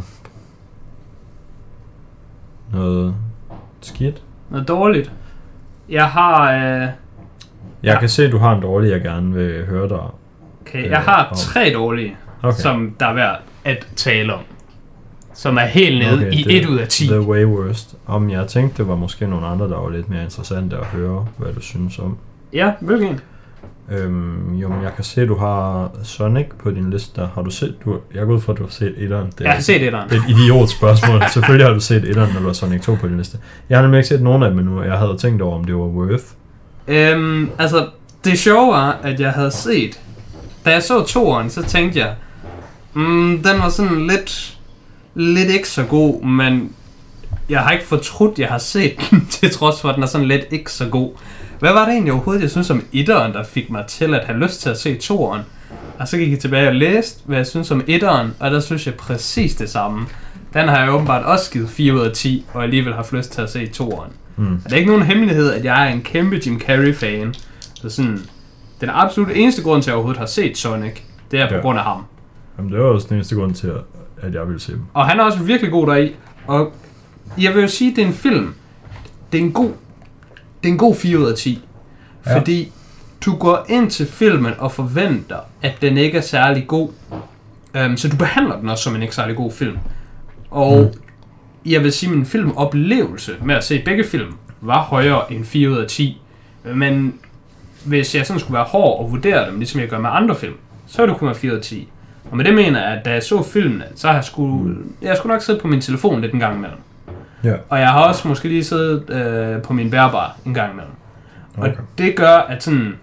noget skidt. Noget dårligt. Jeg har... jeg kan se, at du har en dårlig, jeg gerne vil høre dig. Okay, jeg har 3 dårlige, som der er værd at tale om. Som er helt nede i 1 ud af 10. The way worst. Jeg tænkte, det var måske nogle andre, der var lidt mere interessante at høre, hvad du synes om. Ja, hvilken? Men jeg kan se, at du har Sonic på din liste. Har du set... Jeg går ud fra, at du har set etteren. Jeg har set etteren. Det er et idiotspørgsmål. Selvfølgelig har du set etteren, når du har Sonic 2 på din liste. Jeg har nemlig ikke set nogen af dem endnu, og jeg havde tænkt over, om det var worth. Altså, det sjove var, at jeg havde set... Da jeg så toeren, så tænkte jeg... den var sådan lidt ikke så god, men... Jeg har ikke fortrudt, jeg har set den, til trods for, at den er sådan lidt ikke så god. Hvad var det egentlig overhovedet, jeg synes om etteren, der fik mig til at have lyst til at se toeren? Og så gik jeg tilbage og læste, hvad jeg synes om etteren, og der synes jeg præcis det samme. Den har jeg åbenbart også givet 4 ud af 10, og alligevel har lyst til at se toeren. Og det er ikke nogen hemmelighed, at jeg er en kæmpe Jim Carrey-fan. Så sådan, den absolut eneste grund til, at jeg overhovedet har set Sonic, det er på grund af ham. Jamen, det var også den eneste grund til, at jeg ville se dem. Og han er også virkelig god deri, og jeg vil jo sige, at det er en film. Det er en god 4 ud af 10. Ja. Fordi du går ind til filmen og forventer, at den ikke er særlig god. Så du behandler den også som en ikke særlig god film. Og jeg vil sige, at min filmoplevelse med at se begge film var højere end 4 ud af 10. Men hvis jeg sådan skulle være hård og vurdere dem, ligesom jeg gør med andre film, så er det kun være 4 ud af 10. Og med det mener jeg, at da jeg så filmen, så har jeg skulle nok sidde på min telefon lidt en gang imellem. Ja. Og jeg har også måske lige siddet på min bærbar en gang imellem. Okay. Og det gør, at sådan...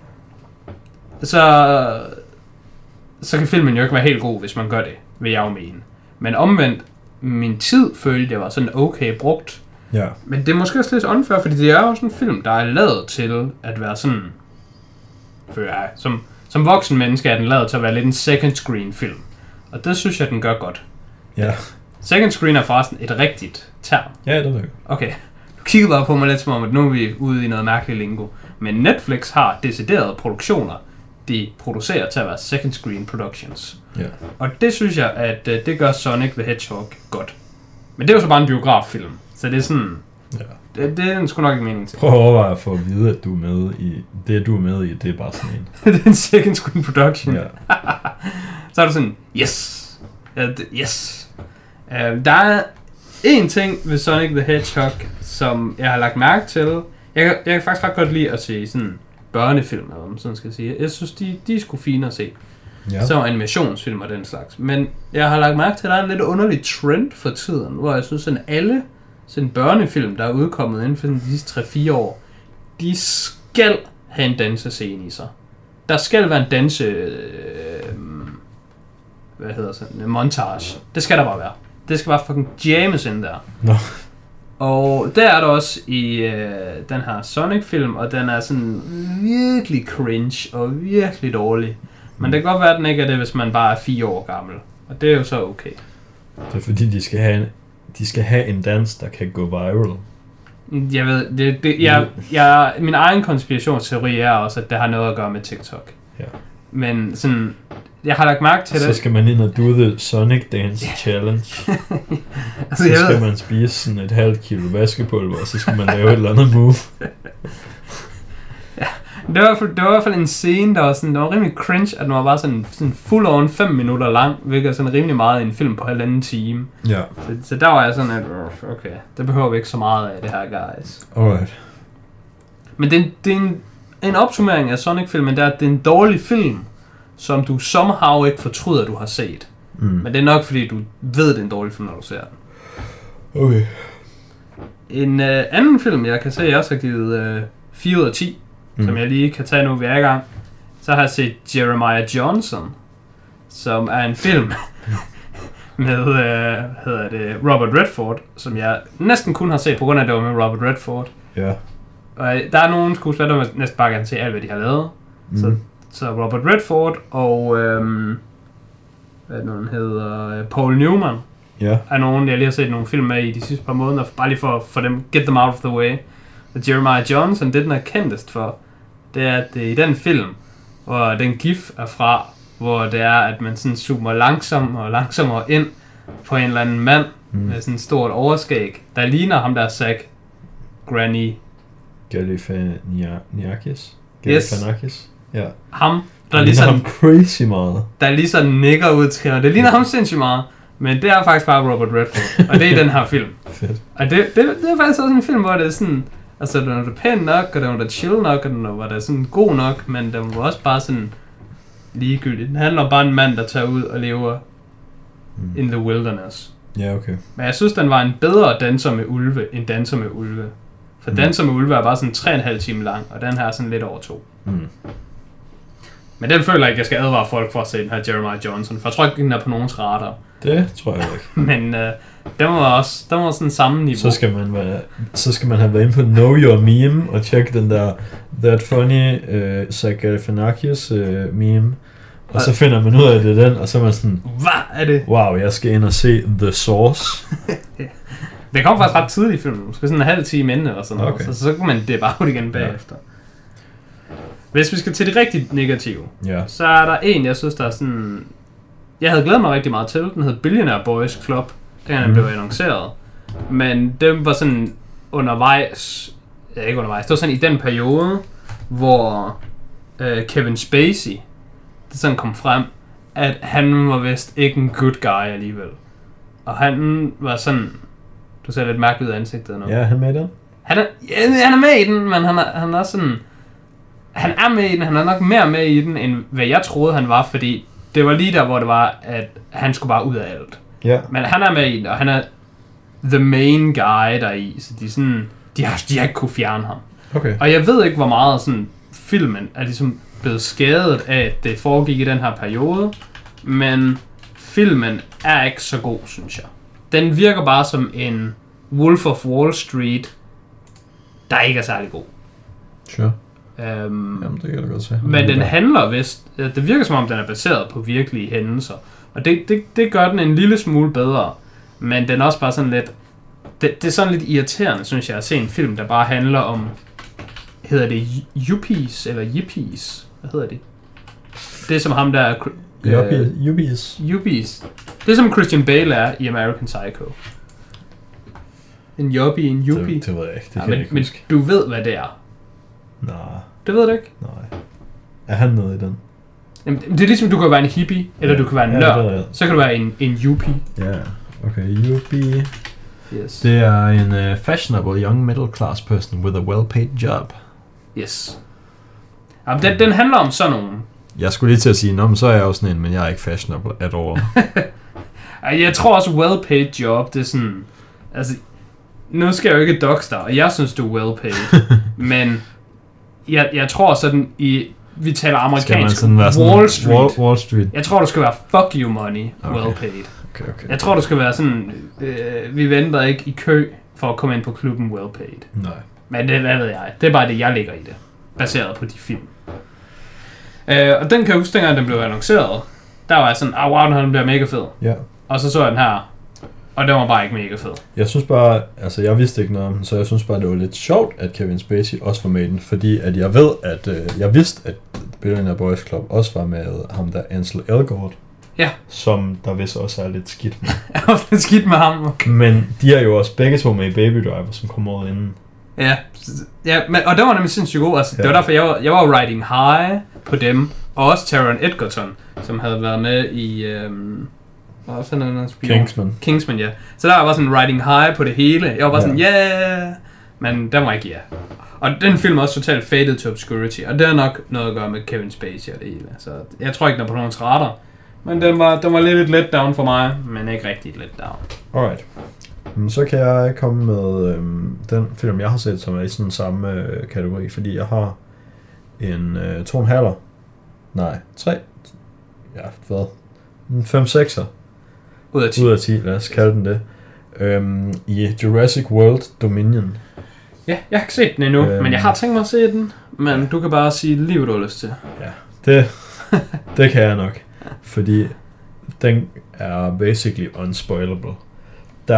Så kan filmen jo ikke være helt god, hvis man gør det, vil jeg jo mene. Men omvendt, min tid følte jeg var sådan okay brugt. Ja. Men det er måske også lidt unfair, fordi det er jo sådan en film, der er lavet til at være sådan... Føler jeg, som voksen menneske er den lavet til at være lidt en second screen film. Og det synes jeg, den gør godt. Ja. Second screen er forresten et rigtigt term. Ja, det ved jeg. Okay. Du kiggede bare på mig lidt som om, at nu er vi ude i noget mærkeligt lingo. Men Netflix har deciderede produktioner, de producerer til at være second screen productions. Ja. Og det synes jeg, at det gør Sonic the Hedgehog godt. Men det er jo så bare en biograffilm. Så det er sådan... Ja. Det er sgu nok ikke mening til. Prøv at overveje for at vide, at du er med i... Det, du er med i, det er bare sådan en. Det er en second screen production. Ja. Så er du sådan, yes. Yes. Der er en ting ved Sonic the Hedgehog, som jeg har lagt mærke til. Jeg kan faktisk ret godt lide at se sådan børnefilm, eller hvad man sådan skal sige. Jeg synes, de er sgu fine at se. Ja. Så animationsfilm og den slags. Men jeg har lagt mærke til, at der er en lidt underlig trend for tiden, hvor jeg synes, at alle sådan børnefilm, der er udkommet inden for de sidste 3-4 år, de skal have en dansescene i sig. Der skal være en montage. Det skal der bare være. Det skal bare fucking jammes ind der. Nå. Og der er der også i den her Sonic-film, og den er sådan virkelig cringe og virkelig dårlig. Men det kan godt være, at den ikke er det, hvis man bare er 4 år gammel. Og det er jo så okay. Det er fordi, de skal have en dans, der kan gå viral. Jeg ved, min egen konspirationsteori er også, at det har noget at gøre med TikTok. Ja. Men sådan, jeg har lagt mærke til det. Så skal man ind og do the Sonic Dance Challenge. Altså, så skal man spise sådan et halvt kilo vaskepulver, og så skal man lave et eller andet move. Ja, det var i hvert fald en scene, der var rimelig cringe, at den var bare sådan full on 5 minutter lang, hvilket er sådan rimelig meget i en film på 1,5 time. Ja. Så der var jeg sådan, at okay, det behøver vi ikke så meget af det her, guys. Alright. Men det er en opsummering af Sonic-filmen, det er en dårlig film, som du somehow ikke fortryder, du har set. Men det er nok, fordi du ved, det er en dårlig film, når du ser den. Okay. En anden film, jeg kan se, jeg også har givet 4 ud af 10, som jeg lige kan tage nu, vi er i gang. Så har jeg set Jeremiah Johnson, som er en film med Robert Redford, som jeg næsten kun har set på grund af, at det var med Robert Redford. Ja. Og der er nogle skuespillere, der næsten bare kan se alt, hvad de har lavet. Så Robert Redford og hvad den hedder, Paul Newman er nogen, jeg lige har set nogle film med i de sidste par måneder, bare lige for dem, get them out of the way. Og Jeremiah Johnson, det den er kendtest for, det er, at det er i den film, hvor den gif er fra, hvor det er, at man sådan zoomer langsommere ind på en eller anden mand med sådan et stort overskæg, der ligner ham der Zach Galifianakis. Ja. Ham, der ligner ham crazy meget. Der lige sådan nikker ud til, og det ligner ham sindssygt meget. Men det er faktisk bare Robert Redford, og det er i den her film. Fedt. Og det er faktisk også en film, hvor det er sådan, altså den var pæn nok, og den var chill nok, og den var sådan god nok, men den var også bare sådan ligegyldig. Den handler bare om en mand, der tager ud og lever in the wilderness. Ja, okay. Men jeg synes, den var en bedre Danser med Ulve, end Danser med Ulve. For Danser med Ulve er bare sådan 3,5 timer lang, og den her er sådan lidt over 2. Men den føler jeg ikke, jeg skal advare folk for at se den her Jeremiah Johnson, for jeg tror ikke, den er på nogens radar. Det tror jeg ikke. Men den var sådan samme niveau. Så skal man have været inde på Know Your Meme og tjekke den der That Funny Zach Galifianakis meme. Og så finder man ud af, det den, og så er man sådan, hvad er det? Wow, jeg skal ind og se The Source. Det kom faktisk ret tidligt i filmen, måske sådan en halv time inden eller sådan noget, så kunne man det bare ud igen bagefter. Hvis vi skal til det rigtig negative, så er der en, jeg synes, der er sådan... Jeg havde glædet mig rigtig meget til. Den hed Billionaire Boys Club. Den blev annonceret. Men den var sådan undervejs... Ja, ikke undervejs. Det var sådan i den periode, hvor Kevin Spacey, det sådan kom frem, at han var vist ikke en good guy alligevel. Og han var sådan... Du ser lidt mærkeligt ud af ansigtet nu. Ja, han er med i den? Han er med i den, men han er sådan... Han er med i den, han er nok mere med i den, end hvad jeg troede, han var, fordi det var lige der, hvor det var, at han skulle bare ud af alt. Ja. Men han er med i den, og han er the main guy deri, så de har ikke kunne fjerne ham. Okay. Og jeg ved ikke, hvor meget sådan filmen er ligesom blevet skadet af, at det foregik i den her periode, men filmen er ikke så god, synes jeg. Den virker bare som en Wolf of Wall Street, der ikke er særlig god. Sure. Jamen, det kan jeg godt se. Men den handler vist... Det virker som om, den er baseret på virkelige hændelser. Og det gør den en lille smule bedre. Men den er også bare sådan lidt... Det er sådan lidt irriterende, synes jeg, at se en film, der bare handler om... Hedder det Yuppies eller Yippies? Hvad hedder det? Det er som ham, der er... Yuppies. Det er som Christian Bale er i American Psycho. En yuppie, en yuppie. Det ved jeg ikke. Det kan jeg ikke huske. Men du ved, hvad det er. Nej. Det ved du ikke? Nej. Er han med i den? Jamen, det er ligesom, du kan være en hippie, eller du kan være en nørd. Så kan du være en yuppie. Ja, okay. Yuppie. Yes. Det er en fashionable young middle class person with a well-paid job. Yes. Jamen, den handler om sådan nogen. Jeg skulle lige til at sige, nå, men så er jeg også sådan en, men jeg er ikke fashionable at all. Jeg tror også, well-paid job, det er sådan... Altså, nu skal jeg jo ikke dox dig, og jeg synes, du er well-paid. Men jeg tror sådan, i vi taler amerikansk. Skal man sådan være sådan Wall Street. Wall Street. Jeg tror, du skal være fuck you money, well paid. Okay. Jeg tror, du skal være sådan, vi venter ikke i kø for at komme ind på klubben well paid. Nej. Men det, hvad ved jeg, det er bare det, jeg lægger i det, baseret på de film. Og den kan jeg huske, dengang den blev annonceret, der var jeg sådan, wow, den bliver mega fed. Ja. Og så jeg den her, og den var bare ikke mega fed. Jeg synes bare, altså jeg vidste ikke noget om den, så jeg synes bare, det var lidt sjovt, at Kevin Spacey også var med i den, fordi at jeg ved, at jeg vidste, at Billionaire Boys Club også var med ham der, Ansel Elgort. Ja. Som der vist også er lidt skidt med. Jeg er også lidt skidt med ham. Okay. Men de er jo også begge to med i Baby Driver, som kom året inden. Ja, men, og det var nemlig sindssygt god. Altså, det var derfor, jeg var riding high på dem. Og også Taron Egerton, som havde været med i... Kingsman, ja. Så der var sådan riding high på det hele. Jeg var bare sådan, yeah! Men den var ikke Og den film er også totalt faded to obscurity. Og det har nok noget at gøre med Kevin Spacey og det hele. Så jeg tror ikke, den er på nogens radar. Men den var lidt et letdown for mig, men ikke rigtig et letdown. Alright. Så kan jeg komme med den film, jeg har set, som er i sådan samme kategori, fordi jeg har en 2,5. Nej, 3. Ja, hvad? En 5-6'er. Ud af 10. Ud af 10, lad os kalde den det. I Jurassic World Dominion. Ja, jeg har ikke set den endnu, men jeg har tænkt mig at se den. Men du kan bare sige lige, hvad du har lyst til. Ja, det kan jeg nok. Fordi den er basically unspoilable. Der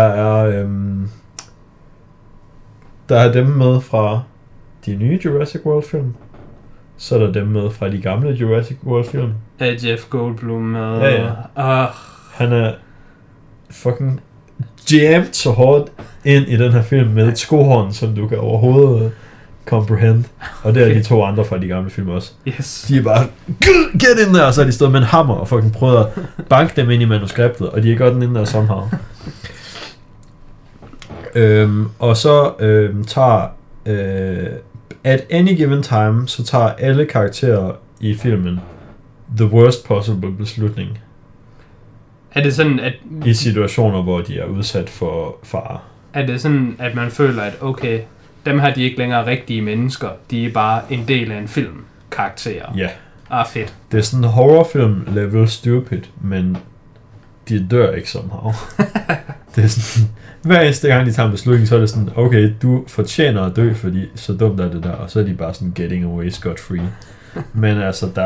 er dem med fra de nye Jurassic World film. Så er der dem med fra de gamle Jurassic World film. Jeff Goldblum med... Ja. Han er fucking jammed så hårdt ind i den her film med et skohorn, som du kan overhovedet comprehend. Og det er de to andre fra de gamle film også. Yes. De er bare, get in der, og så er de stået med en hammer og fucking prøvet at banke dem ind i manuskriptet, og de er godt ind der somehow. Og så tager at any given time, så tager alle karakterer i filmen the worst possible beslutning. Er det sådan, at... I situationer, hvor de er udsat for fare. Er det sådan, at man føler, at okay, dem her, de er ikke længere rigtige mennesker, de er bare en del af en film, karakterer. Ja. Fedt. Det er sådan en horrorfilm level stupid, men de dør ikke somehow. Det er sådan, hver eneste gang de tager en beslutning, så er det sådan, okay, du fortjener at dø, fordi så dumt er det der, og så er de bare sådan getting away scot-free. Men altså, der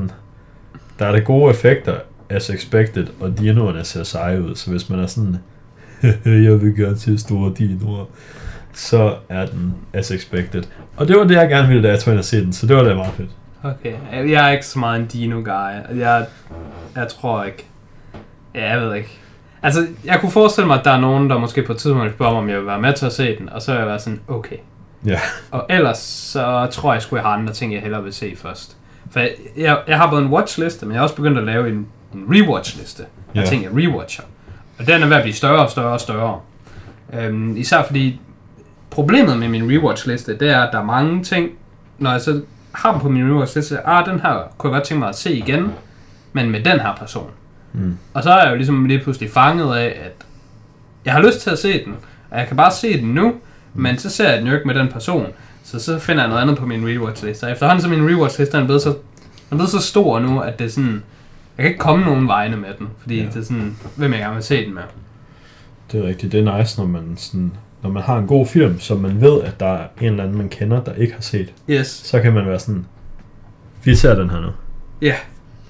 er der gode effekter, as expected, og dinoerne ser seje ud, så hvis man er sådan, jeg vil gerne se store dinoer, så er den as expected. Og det var det, jeg gerne ville, da jeg tog ind og se den, så det var da meget fedt. Okay, jeg er ikke så meget en dino-guy. Jeg tror ikke. Ja, jeg ved ikke. Altså, jeg kunne forestille mig, at der er nogen, der måske på et tidspunkt spørger mig, om jeg vil være med til at se den, og så vil jeg være sådan, okay. Ja. Og ellers, så tror jeg sgu, jeg har andre ting, jeg hellere vil se først. For jeg har både en watchliste, men jeg har også begyndt at lave en rewatch-liste af ting, jeg rewatcher. Og den er ved at blive større og større og større. Især fordi, problemet med min rewatch-liste, det er, at der er mange ting, når jeg så har dem på min rewatch-liste, den her kunne jeg godt tænke mig at se igen, men med den her person. Og så er jeg jo ligesom lige pludselig fanget af, at jeg har lyst til at se den, og jeg kan bare se den nu, men så ser jeg den jo ikke med den person, så finder jeg noget andet på min rewatch-liste. Og efterhånden så min rewatch-liste er blevet så stor nu, at det er sådan, jeg kan ikke komme nogen vegne med den, fordi det er sådan, hvem jeg gerne vil se den med. Det er rigtigt, det er nice, når man har en god film, som man ved, at der er en eller anden, man kender, der ikke har set. Yes. Så kan man være sådan, vi ser den her nu. Ja. Yeah.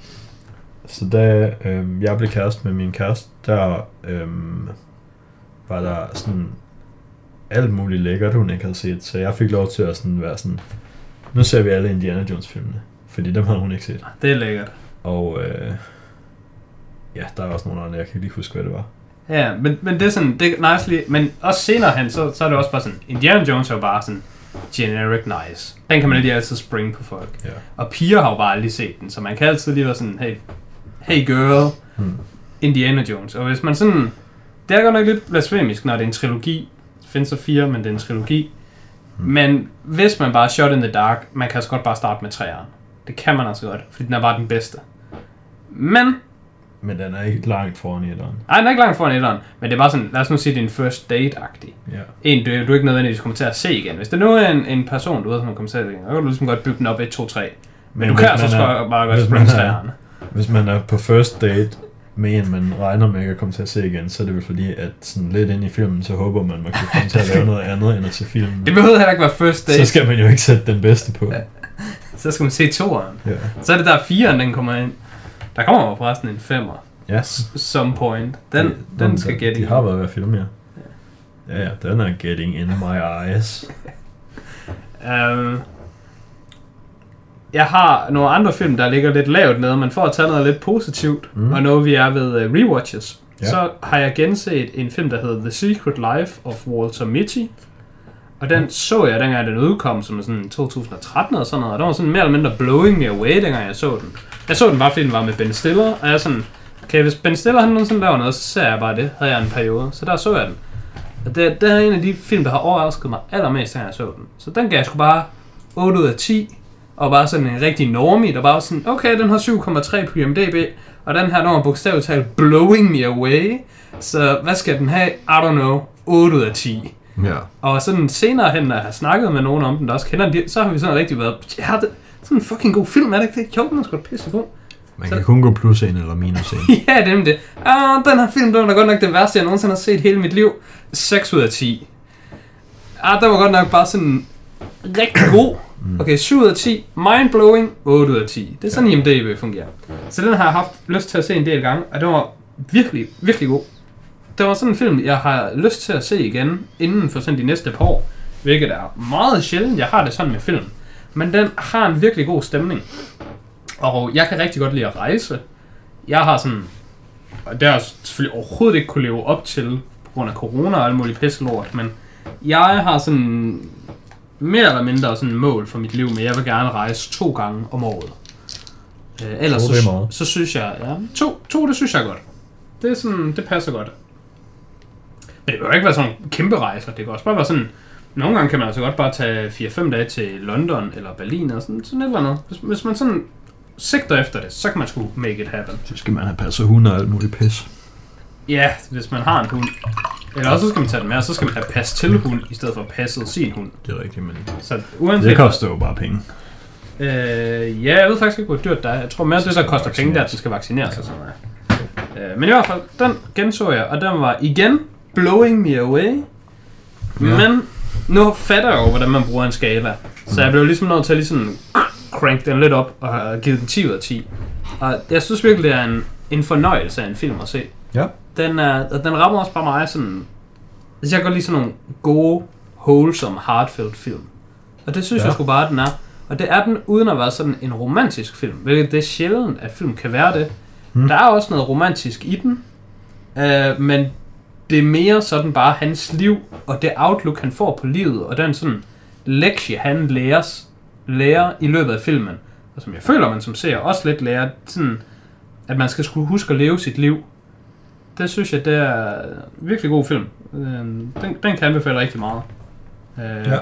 Så da jeg blev kæreste med min kæreste, der var der sådan alt muligt lækkert, hun ikke havde set. Så jeg fik lov til at sådan være sådan, nu ser vi alle Indiana Jones filmene, fordi dem havde hun ikke set. Det er lækkert. Og ja, der er også nogle andre, jeg kan ikke huske, hvad det var. Ja, men det er sådan, det er nicely, men også senere hen, så er det også bare sådan, Indiana Jones er jo bare sådan generic nice. Den kan man lige altid springe på folk. Ja. Og piger har jo bare aldrig set den, så man kan altid lige være sådan, hey girl, Indiana Jones. Og hvis man sådan, det er godt nok lidt blasfemisk, når det er en trilogi. Det findes så 4, men det er en trilogi. Men hvis man bare er shot in the dark, man kan altså godt bare starte med 3'eren. Det kan man altså godt, fordi den er bare den bedste. Men den er ikke langt foran 1'eren. Nej, den er ikke langt foran 1'eren, men det er bare sådan, lad os nu sige, det er en first date-agtig. Ja. En, du ikke nødvendigvis kommer til at se igen. Hvis det nu er en person, du ved, som man kommer til at se igen, så kan du ligesom godt bygge den op 1, 2, 3. Men du kan altså også bare godt springe stjerne. Hvis man er på first date med en, man regner med at komme til at se igen, så er det vel fordi, at sådan lidt ind i filmen, så håber man kan komme til at lave noget andet, end at se filmen. Det behøver heller ikke være first date. Så skal man jo ikke sætte den bedste på. Ja. Så skal man se toeren. Ja. Så er det der 4'eren, den kommer ind. Der kommer jo forresten en 5'er. Yes. Some point. Den skal gætte. De har været ved at filme, ja. Ja, den er getting in my eyes. Jeg har nogle andre film, der ligger lidt lavt nede, men for at tage noget lidt positivt, og noget vi er ved rewatches, så har jeg genset en film, der hedder The Secret Life of Walter Mitty. Og den så jeg, dengang den udkom, som sådan 2013 og sådan noget, og den var sådan mere eller mindre blowing me away, dengang jeg så den. Jeg så den bare, fordi den var med Ben Stiller, og jeg sådan, okay, hvis Ben Stiller han nogensinde laver noget, så ser jeg bare det, havde jeg en periode, så der så jeg den. Og det er en af de film, der har overrasket mig allermest, da jeg så den. Så den gav jeg sgu bare 8 ud af 10, og bare sådan en rigtig normie, der bare sådan, okay, den har 7,3 på IMDb, og den her, der var bogstaveligt talt blowing me away, så hvad skal den have? I don't know, 8 ud af 10. Ja. Og sådan senere hen, når jeg har snakket med nogen om den, der også kender den, så har vi sådan rigtig været, ja, det sådan en fucking god film, er det ikke det? Jo, den er sgu da pisse god. Man kan kun gå plus 1 eller minus 1. Ja, det er det. Den her film, den var godt nok det værste, jeg nogensinde har set hele mit liv. 6 ud af 10. Den var godt nok bare sådan rigtig god. Okay, 7 ud af 10. Mindblowing. 8 ud af 10. Det er sådan, IMDb fungerer. Så den har jeg haft lyst til at se en del gange, og den var virkelig, virkelig god. Det var sådan en film, jeg har lyst til at se igen, inden for sådan de næste par år. Hvilket er meget sjældent, jeg har det sådan med film. Men den har en virkelig god stemning. Og jeg kan rigtig godt lide at rejse. Jeg har sådan, og det har jeg selvfølgelig overhovedet ikke kunne leve op til, på grund af corona og alle mulige pisselort, men jeg har sådan mere eller mindre sådan mål for mit liv, men jeg vil gerne rejse 2 gange om året. Ellers så synes jeg, ja, 2 det synes jeg er godt. Det er sådan, det passer godt. Men det behøver ikke være sådan kæmpe rejser, det kan også bare være sådan, nogle gange kan man altså godt bare tage 4-5 dage til London eller Berlin eller sådan et eller andet. Hvis man sådan sigter efter det, så kan man sgu make it happen. Så skal man have passet hund og alt muligt pis. Ja, hvis man har en hund. Eller også skal man tage den med, og så skal man have pas til hund, i stedet for passet sin hund. Det er rigtigt, men så, uanset, det koster jo bare penge. Ja, jeg ved faktisk ikke, hvor dyrt det er. Jeg tror mere, det der koster penge, der at den skal vaccineres og sådan noget. Men i hvert fald, den genså jeg, og den var igen blowing me away. Ja. Men nu fatter jeg jo, hvordan man bruger en skala. Så jeg blev ligesom nødt til at ligesom crank den lidt op og have givet den 10 ud af 10. Og jeg synes virkelig, det er en fornøjelse af en film at se. Ja. Den rammer også bare mig sådan. Jeg kan godt lide sådan nogle gode, wholesome, heartfelt film. Og det synes jeg sgu bare, den er. Og det er den uden at være sådan en romantisk film. Hvilket det er sjældent, at film kan være det. Der er også noget romantisk i den. Men det er mere sådan bare hans liv, og det outlook, han får på livet, og den sådan lektie, han lærer i løbet af filmen. Og som jeg føler, man som ser også lidt lærer, sådan, at man skal skulle huske at leve sit liv. Det synes jeg, det er en virkelig god film. Den kan anbefale rigtig meget. Ja.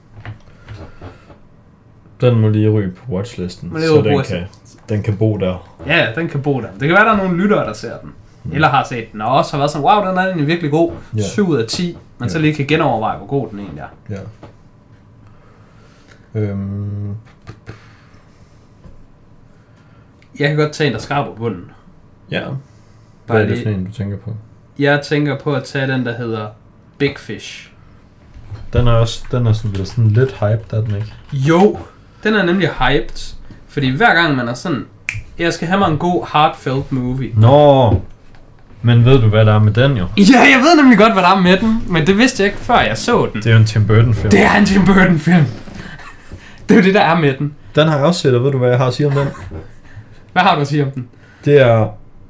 Den må lige ryge på watchlisten, så den kan bo der. Ja, den kan bo der. Det kan være, der er nogle lyttere, der ser den. Eller har set den, og også har været sådan, wow, den er egentlig virkelig god. 7 ud af 10. Man så lige kan genoverveje, hvor god den egentlig er. Ja. Jeg kan godt tage en, der skraber bunden. Ja. Hvad er det for en, du tænker på? Jeg tænker på at tage den, der hedder Big Fish. Den er sådan lidt hyped, er den ikke? Jo, den er nemlig hyped. Fordi hver gang man er sådan, jeg skal have mig en god heartfelt movie. Nå, men ved du, hvad der er med den jo? Ja, jeg ved nemlig godt, hvad der er med den, men det vidste jeg ikke, før jeg så den. Det er jo en Tim Burton film. Det er en Tim Burton film. Det er jo det, der er med den. Den har jeg også set, og ved du, hvad jeg har at sige om den? Hvad har du at sige om den? Det er...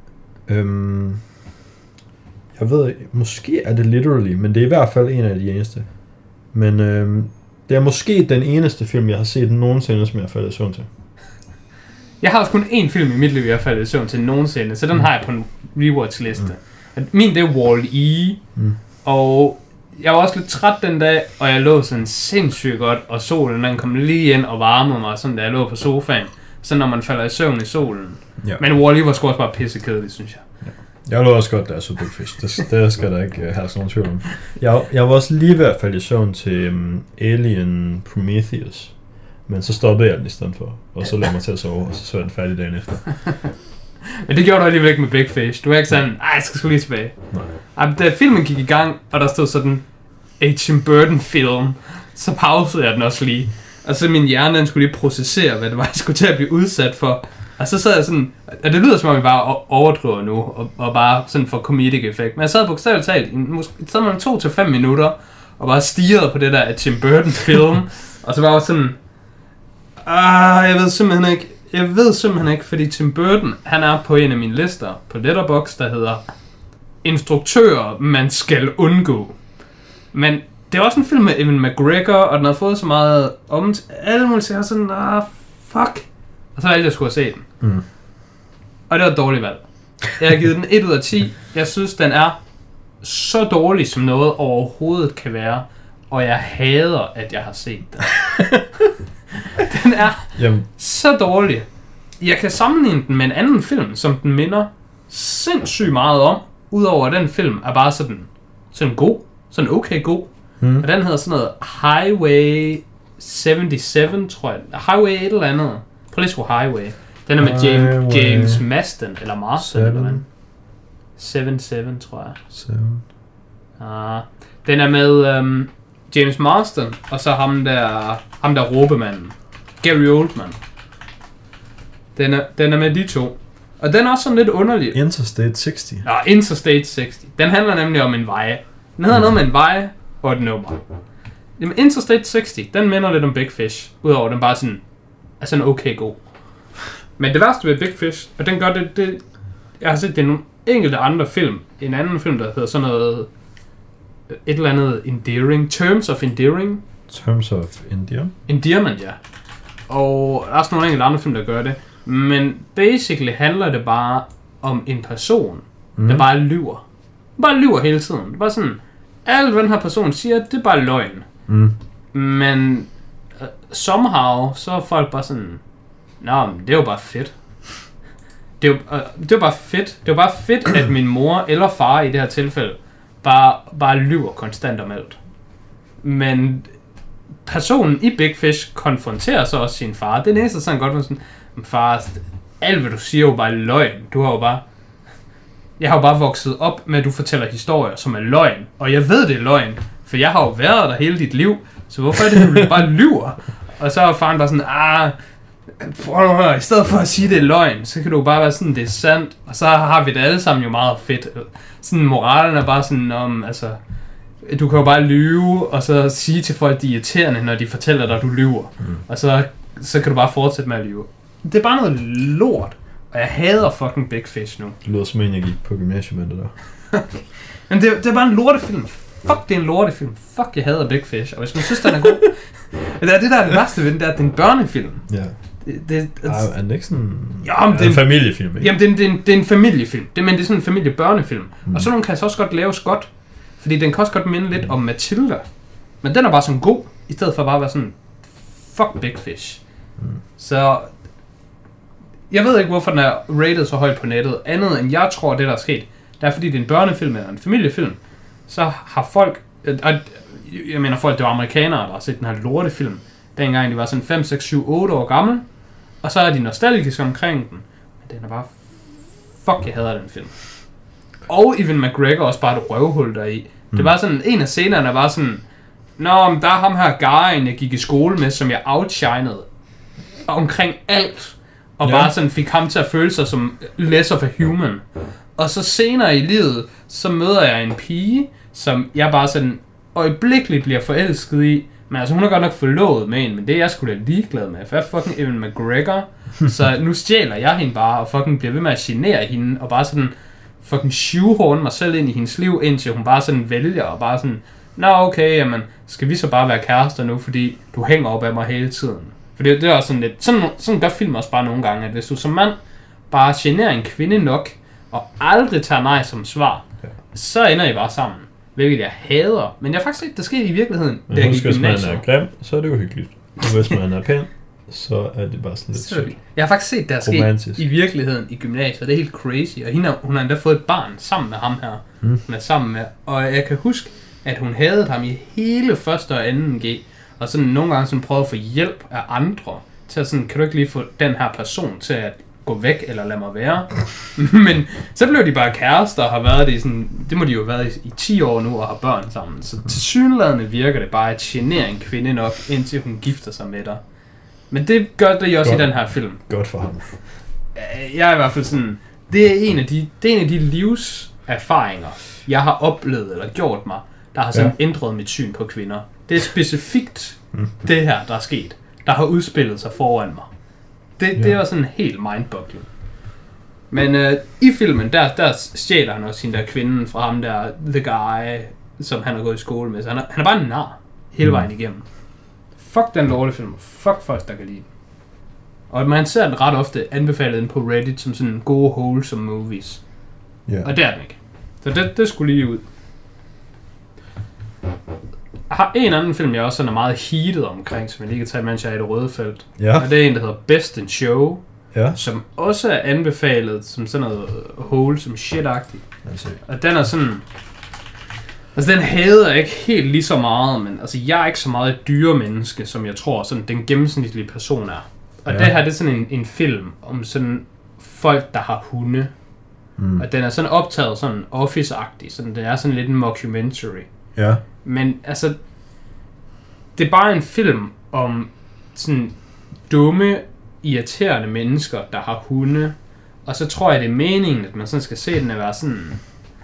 jeg ved ikke, måske er det literally, men det er i hvert fald en af de eneste. Men det er måske den eneste film, jeg har set nogensinde, som jeg har faldet i søvn til. Jeg har også kun én film i mit liv, jeg har faldet i søvn til nogensinde, så den har jeg på en rewatch-liste. Min, det er Wall-E, og jeg var også lidt træt den dag, og jeg lå sådan sindssygt godt, og solen den kom lige ind og varmede mig, sådan da jeg lå på sofaen, så når man falder i søvn i solen. Ja. Men Wall-E var sgu også bare pissekedeligt, synes jeg. Ja. Jeg lå også godt, da jeg så Big Fish. Det skal der ikke have sådan nogen tvivl om. Jeg var også lige ved at falde i søvn til Alien Prometheus. Men så stoppede jeg den i stedet for, og så lagde mig til at sove, og så så jeg den færdig dagen efter. Men det gjorde du alligevel ikke med Big Fish. Du er ikke sådan, jeg skal sgu lige tilbage. Nej. Da filmen gik i gang, og der stod sådan, Tim Burton film, så pausede jeg den også lige. Og så min hjerne, den skulle lige processere, hvad det var, jeg skulle til at blive udsat for. Og så sad jeg sådan, og det lyder som om jeg bare overdriver nu, og bare sådan for comedic effekt. Men jeg sad bogstaveligt talt, sådan mellem 2 til 5 minutter, og bare stirrede på det der Tim Burton film. Og så var jeg sådan, jeg ved simpelthen ikke, fordi Tim Burton, han er på en af mine lister på Letterboxd, der hedder instruktører, man skal undgå. Men det er også en film med Ewan McGregor, og den har fået så meget alle mulige siger sådan, fuck. Og så valgte jeg skulle se den. Mm. Og det var et dårligt valg. Jeg har givet den 1 ud af 10. Jeg synes, den er så dårlig, som noget overhovedet kan være. Og jeg hader, at jeg har set den. Den er så dårlig. Jeg kan sammenligne den med en anden film, som den minder sindssygt meget om. Udover at den film er bare sådan god. Sådan okay god. Og den hedder sådan noget Highway 77, tror jeg. Highway et eller andet. Prøv lige at Highway. Den er med James Marsden, eller Marsden, eller hvad? 7, tror jeg. 7. Den er med James Marsden, og så ham der råbemanden. Gary Oldman. Den er med de to. Og den er også sådan lidt underlig. Interstate 60. Ja, Interstate 60. Den handler nemlig om en vej. Den hedder noget med en vej og et nummer. Jamen, Interstate 60, den minder lidt om Big Fish. Udover den bare sådan, er sådan okay god. Men det værste ved Big Fish, og den gør det jeg har set det i nogle enkelte andre film. En anden film, der hedder sådan noget, et eller andet endearing. Terms of Endearing. Terms of Endearment? Endearment, ja. Og der er også nogle enkelte andre film, der gør det. Men basically handler det bare om en person, der bare lyver. Bare lyver hele tiden. Det er bare sådan, alt hvad den her person siger, det er bare løgn. Men somehow, så er folk bare sådan, nå, men det er jo bare fedt. Det er bare fedt. Det er bare fedt, at min mor eller far i det her tilfælde bare lyver konstant om alt. Men personen i Big Fish konfronterer så også sin far. Det næste sådan godt, sådan, far, alt hvad du siger er jo bare løgn. Jeg har jo bare vokset op med, at du fortæller historier, som er løgn. Og jeg ved, det er løgn, for jeg har jo været der hele dit liv. Så hvorfor er det, du bare lyver? Og så er faren bare sådan, prøv at høre, i stedet for at sige, det er løgn, så kan du bare være sådan, det er sandt. Og så har vi det alle sammen jo meget fedt. Sådan moralen er bare sådan, altså, du kan jo bare lyve, og så sige til folk, de er irriterende, når de fortæller dig, at du lyver. Og så kan du bare fortsætte med at lyve. Det er bare noget lort. Og jeg hader fucking Big Fish nu. Det lyder som en, jeg gik på gymnasium med det der. Men det er bare en lortefilm. Fuck, det er en lortefilm. Fuck, jeg hader Big Fish. Og hvis man synes, den er god... det der er det værste ved den, det er, at det er en børnefilm. Ja. Er det ikke sådan... Ja, det er en familiefilm, ikke? Jamen, det er en familiefilm. Men det er sådan en familiebørnefilm. Og sådan nogle kan så også godt laves godt. Fordi den kan også godt minde lidt om Matilda. Men den er bare sådan god, i stedet for bare at være sådan... Fuck Big Fish. Så... Jeg ved ikke, hvorfor den er rated så højt på nettet. Andet end jeg tror, det der er sket. Det er fordi, det er en børnefilm eller en familiefilm. Så har folk... Jeg mener folk, det var amerikanere, der har set den her lortefilm. Dengang de var sådan 5, 6, 7, 8 år gammel. Og så er de nostalgiske omkring den. Men den er bare... Fuck, jeg hader den film. Og Ewan McGregor også bare et røvhul deri. Det var sådan... En af scenerne var sådan... Nå, men der er ham her guyen, jeg gik i skole med, som jeg outshinede. Omkring alt. Og bare sådan fik ham til at føle sig som less of a human. Og så senere i livet, så møder jeg en pige, som jeg bare sådan øjeblikkeligt bliver forelsket i. Men altså hun har godt nok forlovet med en, men det er jeg sgu da ligeglad med. For jeg er fucking Ewan McGregor. Så nu stjæler jeg hende bare, og fucking bliver ved med at genere hende. Og bare sådan fucking shoehorn mig selv ind i hendes liv, indtil hun bare sådan vælger. Og bare sådan, nå okay, jamen skal vi så bare være kærester nu, fordi du hænger op af mig hele tiden. For det er også sådan lidt, sådan gør film også bare nogle gange, at hvis du som mand bare generer en kvinde nok, og aldrig tager nej som svar, så ender I bare sammen. Hvilket jeg hader. Men jeg har faktisk ikke, det sker i virkeligheden. Men husk, hvis man er grim, så er det jo hyggeligt. Og hvis man er pæn, så er det bare sådan lidt sødt. Jeg har faktisk set, det er sket i virkeligheden i gymnasiet. Det er helt crazy. Og hun har endda fået et barn sammen med ham her. Hun er sammen med. Og jeg kan huske, at hun hadede ham i hele 1. og 2. G. og sådan nogle gange sådan prøvet at få hjælp af andre, til at sådan, kan du ikke lige få den her person til at gå væk, eller lade mig være. Men så blev de bare kærester, og har været det i sådan, det må de jo have været i 10 år nu, og har børn sammen. Så tilsyneladende virker det bare at genere en kvinde nok, indtil hun gifter sig med dig. Men det gør det jo også godt, i den her film. Godt for ham. Jeg er i hvert fald sådan, det er en af de livserfaringer, jeg har oplevet eller gjort mig, der har sådan ændret mit syn på kvinder. Det er specifikt det her, der er sket, der har udspillet sig foran mig. Det var sådan helt mindboggling. Men i filmen, der stjæler han også hende der kvinden fra ham der, the guy, som han har gået i skole med. Så han er bare en nar hele vejen igennem. Fuck den lorte film. Fuck folk, der kan lide den. Og man ser den ret ofte anbefalet ind på Reddit som sådan gode, wholesome movies. Yeah. Og det er den ikke. Så det skulle lige ud. Jeg har en anden film, jeg også sådan er meget heated omkring, som jeg lige kan tage, mens jeg er i det røde felt. Ja. Og det er en, der hedder Best in Show. Ja. Som også er anbefalet som sådan noget wholesome shit-agtigt. Og den er sådan... Altså den hader jeg ikke helt lige så meget, men altså jeg er ikke så meget et dyremenneske, som jeg tror sådan den gennemsnitlige person er. Og det her, det er sådan en film om sådan folk, der har hunde. Og den er sådan optaget sådan office-agtig, sådan det er sådan lidt en mockumentary. Ja. Men altså, det er bare en film om sådan dumme, irriterende mennesker, der har hunde. Og så tror jeg, det er meningen, at man sådan skal se den at være sådan...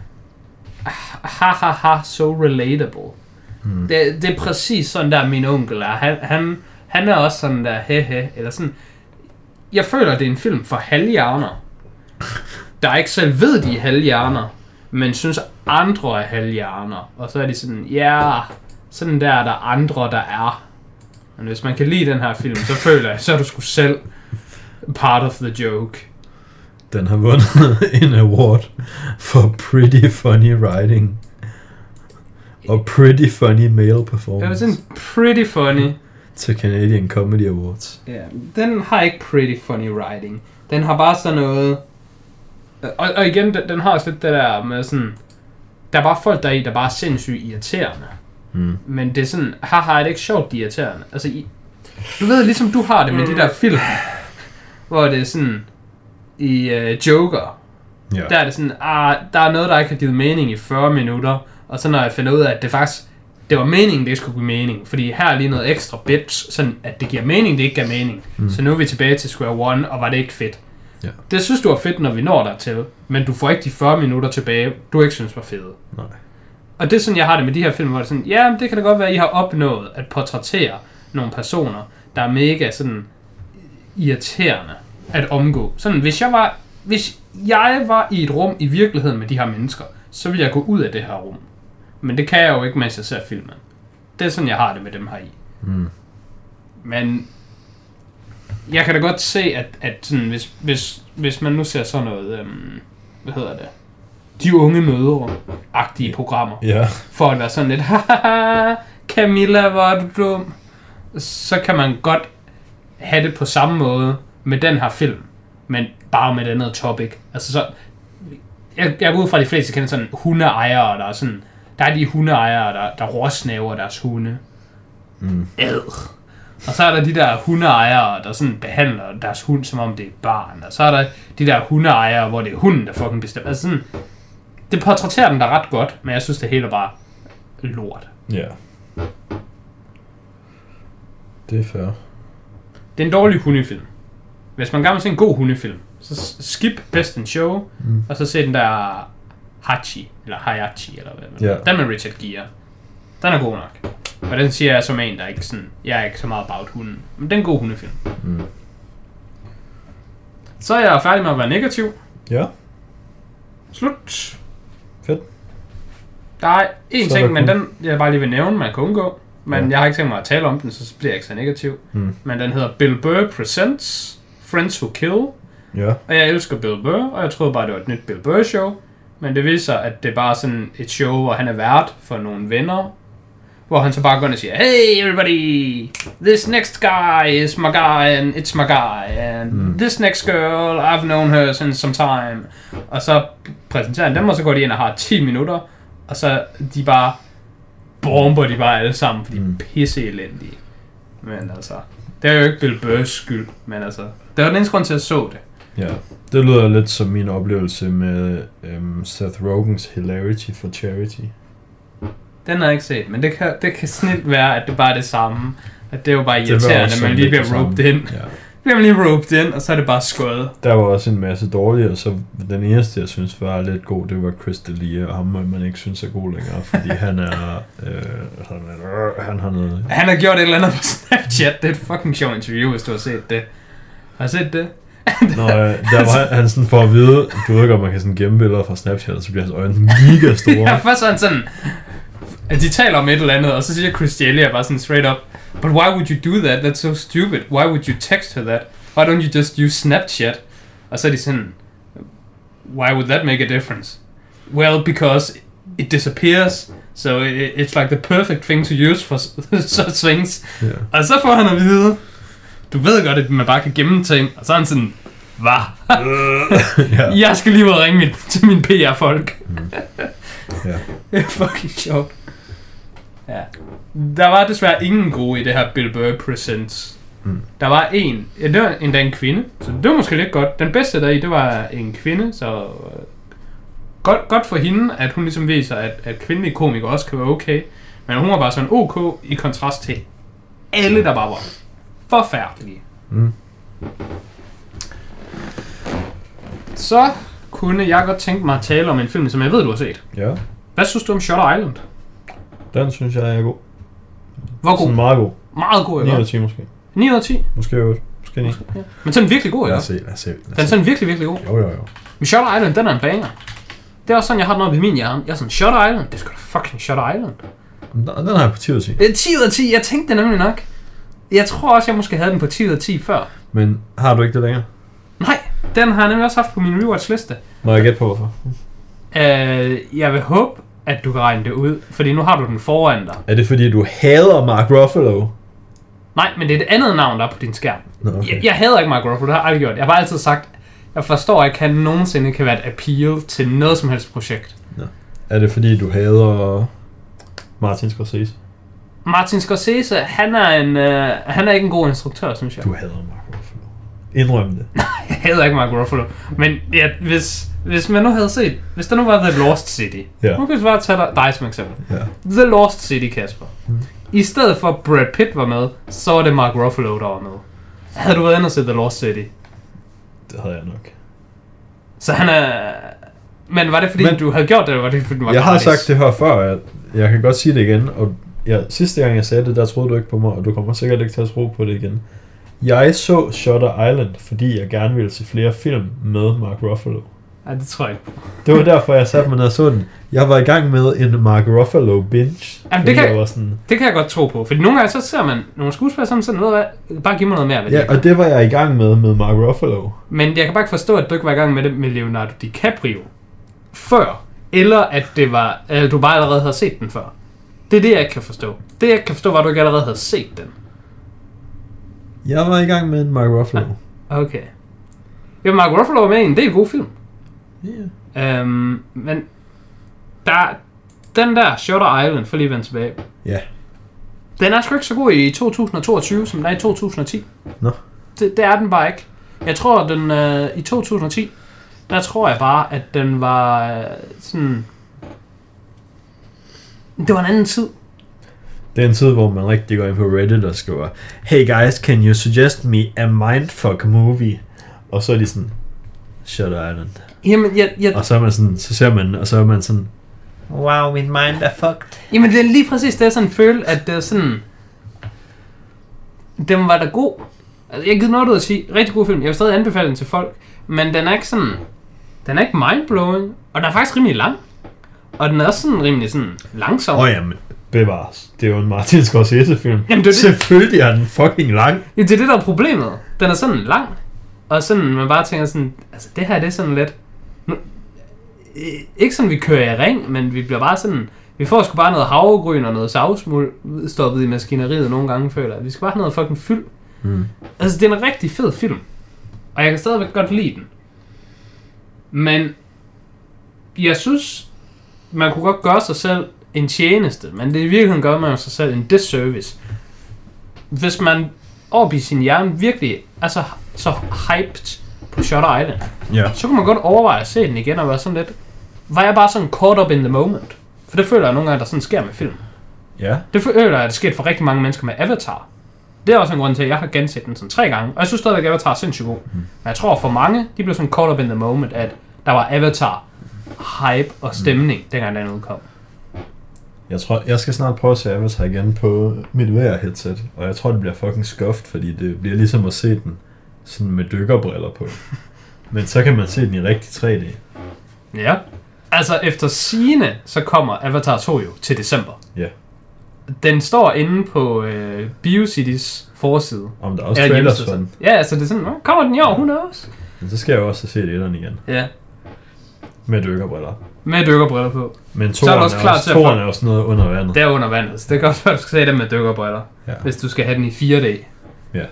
Ha, so relatable. Det er præcis sådan der, min onkel er. Han er også sådan der, eller sådan... Jeg føler, det er en film for halvhjerner. Der ikke selv ved, de er halvhjerner, men synes andre er halvhjerner. Og så er de sådan, sådan der er der andre, der er. Men hvis man kan lide den her film, så føler jeg, så er du sgu selv part of the joke. Den har vundet en award for Pretty Funny Writing og Pretty Funny Male Performance. Det er sådan Pretty Funny til Canadian Comedy Awards. Ja, den har ikke Pretty Funny Writing. Den har bare sådan noget... Og igen, den har også lidt det der med sådan... Der er bare folk der er bare sindssygt irriterende. Men det er sådan... Er det ikke sjovt, de irriterende? Altså, du ved, ligesom du har det med de der film, hvor det er sådan... I Joker, der er det sådan, der er noget, der ikke har givet mening i 40 minutter, og så når jeg finder ud af, at det faktisk, det var meningen, det ikke skulle give mening, fordi her er lige noget ekstra bits, sådan at det giver mening, det ikke giver mening. Så nu er vi tilbage til square one, og var det ikke fedt. Det synes du er fedt, når vi når dertil, men du får ikke de 40 minutter tilbage, du ikke synes var fede. Nej. Og det er sådan, jeg har det med de her film, hvor det er sådan, det kan da godt være, at I har opnået at portrættere nogle personer, der er mega sådan irriterende at omgå. Sådan, hvis jeg var i et rum i virkeligheden med de her mennesker, så ville jeg gå ud af det her rum. Men det kan jeg jo ikke, mens jeg ser filmen. Det er sådan, jeg har det med dem her i. Men jeg kan da godt se, at sådan, hvis man nu ser sådan noget, hvad hedder det? De unge mødre-agtige programmer. For at være sådan lidt, haha, Camilla, hvor er du dum? Så kan man godt have det på samme måde med den her film, men bare med et andet topic. Altså så, jeg går ud fra, at de fleste kender sådan hundeejere, der er sådan, der er de hundeejere, der råsnæver deres hunde. Og så er der de der hundeejere, der sådan behandler deres hund, som om det er et barn. Og så er der de der hundeejere, hvor det er hunden, der fucking bestemmer. Altså sådan, det portrætterer den der ret godt, men jeg synes, det hele er bare lort. Ja. Det er fair. Det er en dårlig hundefilm. Hvis man gerne vil se en god hundefilm, så skip Best in Show, og så se den der Hachi, eller Hayachi, eller hvad. Den med Richard Gere. Den er god nok. Og den siger jeg som en, der ikke sådan, jeg er ikke så meget about hunden. Men den er en god hundefilm. Så er jeg færdig med at være negativ. Ja. Slut. Fedt. Der er en ting, men den jeg bare lige vil nævne, man kan undgå. Men jeg har ikke tænkt mig at tale om den, så bliver jeg ikke så negativ. Men den hedder Bill Burr Presents Friends Who Kill. Og jeg elsker Bill Burr, og jeg troede bare, det var et nyt Bill Burr show. Men det viser, at det er bare sådan et show, hvor han er vært for nogle venner. Hvor han så bare går og siger, hey everybody, this next guy is my guy, and it's my guy. And this next girl, I've known her since some time. Og så præsenterer han dem, og så går de ind og har 10 minutter. Og så de bare bomber de bare alle sammen, fordi de er pisse elendige. Men altså, det er jo ikke Bill Burrs skyld, men altså, det var den eneste grund til, at jeg så det. Ja, det lyder lidt som min oplevelse med Seth Rogans Hilarity for Charity. Den har jeg ikke set, men det kan snilt være, at det bare er det samme. At det er jo bare irriterende, at man lige bliver roped ind. Ja. Bliver man lige roped ind, og så er det bare skøjet. Der var også en masse dårlige, og så den eneste, jeg synes var lidt god, det var Chris D'Elia, og ham må man ikke synes er god længere, fordi han er... han har noget... Han har gjort et eller andet på Snapchat. Det er et fucking sjovt interview, hvis du har set det. Har du set det? Nå, der var han sådan for at vide, du ved ikke, om man kan sådan gemme billeder fra Snapchat, og så bliver hans øjne mega store. Ja, først er han sådan... At de taler om et eller andet, og så siger Chris D'Elia bare sådan straight up, but why would you do that? That's so stupid. Why would you text her that? Why don't you just use Snapchat? Og så er de sådan, why would that make a difference? Well, because it disappears, so it's like the perfect thing to use for such things. Yeah. Og så får han at vide, du ved godt, at man bare kan gemme ting, og så er han sådan, hvad? Yeah. Jeg skal lige ud og ringe til mine PR-folk. Yeah. Det er fucking sjovt. Ja. Der var desværre ingen gode i det her Bill Burr Presents. Der var en, ja, det var endda en kvinde, så det var måske lidt godt. Den bedste deri, det var en kvinde, så godt for hende, at hun ligesom viser, at kvindelige komikere også kan være okay. Men hun var bare sådan ok i kontrast til alle, der bare var forfærdelige. Så kunne jeg godt tænke mig at tale om en film, som jeg ved, du har set. Ja. Hvad synes du om Shutter Island? Den synes jeg er god. Hvor god? Sådan meget god. Meget god, ikke? 9 ud af 10 måske. 9 ud af 10? Måske 8. Måske 9. Ja. Men så er den virkelig god, ikke? Lad os se. Den er sådan virkelig, virkelig god. Jo. Men Shutter Island, den er en banger. Det er også sådan, jeg har den oppe i min hjerne. Jeg er sådan, Shutter Island? Det er sgu da fucking Shutter Island. Den har jeg på 10 ud af 10. Det er 10 ud af 10, jeg tænkte det nemlig nok. Jeg tror også, jeg måske havde den på 10 ud af 10 før. Men har du ikke det længere? Nej, den har jeg nemlig også haft på min rewatch-liste. Må jeg gætte på, hvorfor? Jeg vil håbe, at du kan regne det ud, fordi nu har du den foran dig. Er det fordi, du hader Mark Ruffalo? Nej, men det er et andet navn, der er på din skærm. Nå, okay. Jeg hader ikke Mark Ruffalo, det har jeg aldrig gjort. Jeg har bare altid sagt, jeg forstår ikke, at han nogensinde kan være et appeal til noget som helst projekt. Nå. Er det fordi, du hader Martin Scorsese? Martin Scorsese, han er ikke en god instruktør, synes jeg. Du hader Mark Ruffalo. Indrøm det. Nej, jeg hader ikke Mark Ruffalo. Men ja, hvis man nu havde set, hvis der nu var The Lost City, nu kan vi bare tage dig som eksempel. The Lost City, Kasper. I stedet for Brad Pitt var med, så var det Mark Ruffalo, der var med. Havde du været inde og set The Lost City? Det havde jeg nok. Så han er... Men var det fordi, du havde gjort det, eller var det fordi, du var gratis? Jeg har sagt det her før, at jeg kan godt sige det igen, og sidste gang jeg sagde det, der troede du ikke på mig, og du kommer sikkert ikke til at tro på det igen. Jeg så Shutter Island, fordi jeg gerne ville se flere film med Mark Ruffalo. Nej, det tror jeg ikke. Det var derfor, jeg satte mig ned og så den. Jeg var i gang med en Mark Ruffalo binge. Jamen, det kan jeg godt tro på. Fordi nogle gange så ser man nogle skuespillere sådan, ved hvad, bare giv mig noget mere. Ja, og det var jeg i gang med Mark Ruffalo. Men jeg kan bare ikke forstå, at du ikke var i gang med det med Leonardo DiCaprio før. Eller at det var, at du bare allerede havde set den før. Det er det, jeg ikke kan forstå. Det, jeg kan forstå, var, at du ikke allerede havde set den. Jeg var i gang med en Mark Ruffalo. Okay. Ja, Mark Ruffalo var med i en del gode film. Yeah. Men den der Shutter Island, for lige at vende tilbage. Ja. Yeah. Den er sgu ikke så god i 2022, som den er i 2010. Nå. Det er den bare ikke. Jeg tror, den i 2010, der tror jeg bare, at den var sådan... Det var en anden tid. Det er en tid, hvor man rigtig går ind på Reddit og skriver, hey guys, can you suggest me a mindfuck movie? Og så er de sådan, Shutter Island. Jamen, og så er man sådan, så ser man, og så er man sådan, wow, min mind er fucked. Jamen, det er lige præcis det, jeg sådan følte, at det er sådan, den var da god. Altså, jeg gider noget ud at sige, rigtig god film. Jeg vil stadig anbefale den til folk, men den er ikke sådan, den er ikke mindblowing, og den er faktisk rimelig lang. Og den er også sådan rimelig sådan langsom. Jamen, bevares. Det er jo en Martin Scorsese-film. Jamen, det selvfølgelig er den fucking lang. Ja, det er det, der er problemet. Den er sådan lang. Og sådan, man bare tænker sådan, altså det her, det er sådan lidt... Ikke sådan, vi kører i ring, men vi bliver bare sådan... Vi får sgu bare noget havregryn og noget savsmuld stoppet i maskineriet nogle gange, føler jeg. Vi skal bare have noget fucking fyld. Altså, det er en rigtig fed film. Og jeg kan stadigvæk godt lide den. Men... Jeg synes... Man kunne godt gøre sig selv en tjeneste, men det i virkeligheden gør man jo sig selv en disservice. hvis man op i sin hjerne virkelig er så hyped på Shutter Island, så kunne man godt overveje at se den igen og være sådan lidt, var jeg bare sådan caught up in the moment? For det føler jeg nogle gange, der sådan sker med film. Ja. Det føler jeg, at det sker for rigtig mange mennesker med Avatar. Det er også en grund til, at jeg har genset den sådan 3 gange. Og jeg synes stadigvæk, at Avatar er sindssygt god. Men jeg tror, for mange, de blev sådan caught up in the moment, at der var Avatar, hype og stemning, dengang den udkom. Jeg tror, jeg skal snart prøve at se Avatar igen på mit VR-headset. Og jeg tror, det bliver fucking skuffet, fordi det bliver ligesom at se den sådan med dykkerbriller på. Men så kan man se den i rigtig 3D. Ja. Altså, efter sigende, så kommer Avatar 2 jo til december. Ja. Den står inde på BioCities forside. Om der er også trailers for den. Ja, altså det er sådan, kommer den i år, hun er også. Men så skal jeg også se det igen. Ja. Med dykkerbriller. Med dykkerbriller på. Men toren er også noget under vandet. Det er under vandet, så det kan også være, at du skal se det med dykkerbriller. Ja. Hvis du skal have den i 4D. Ja.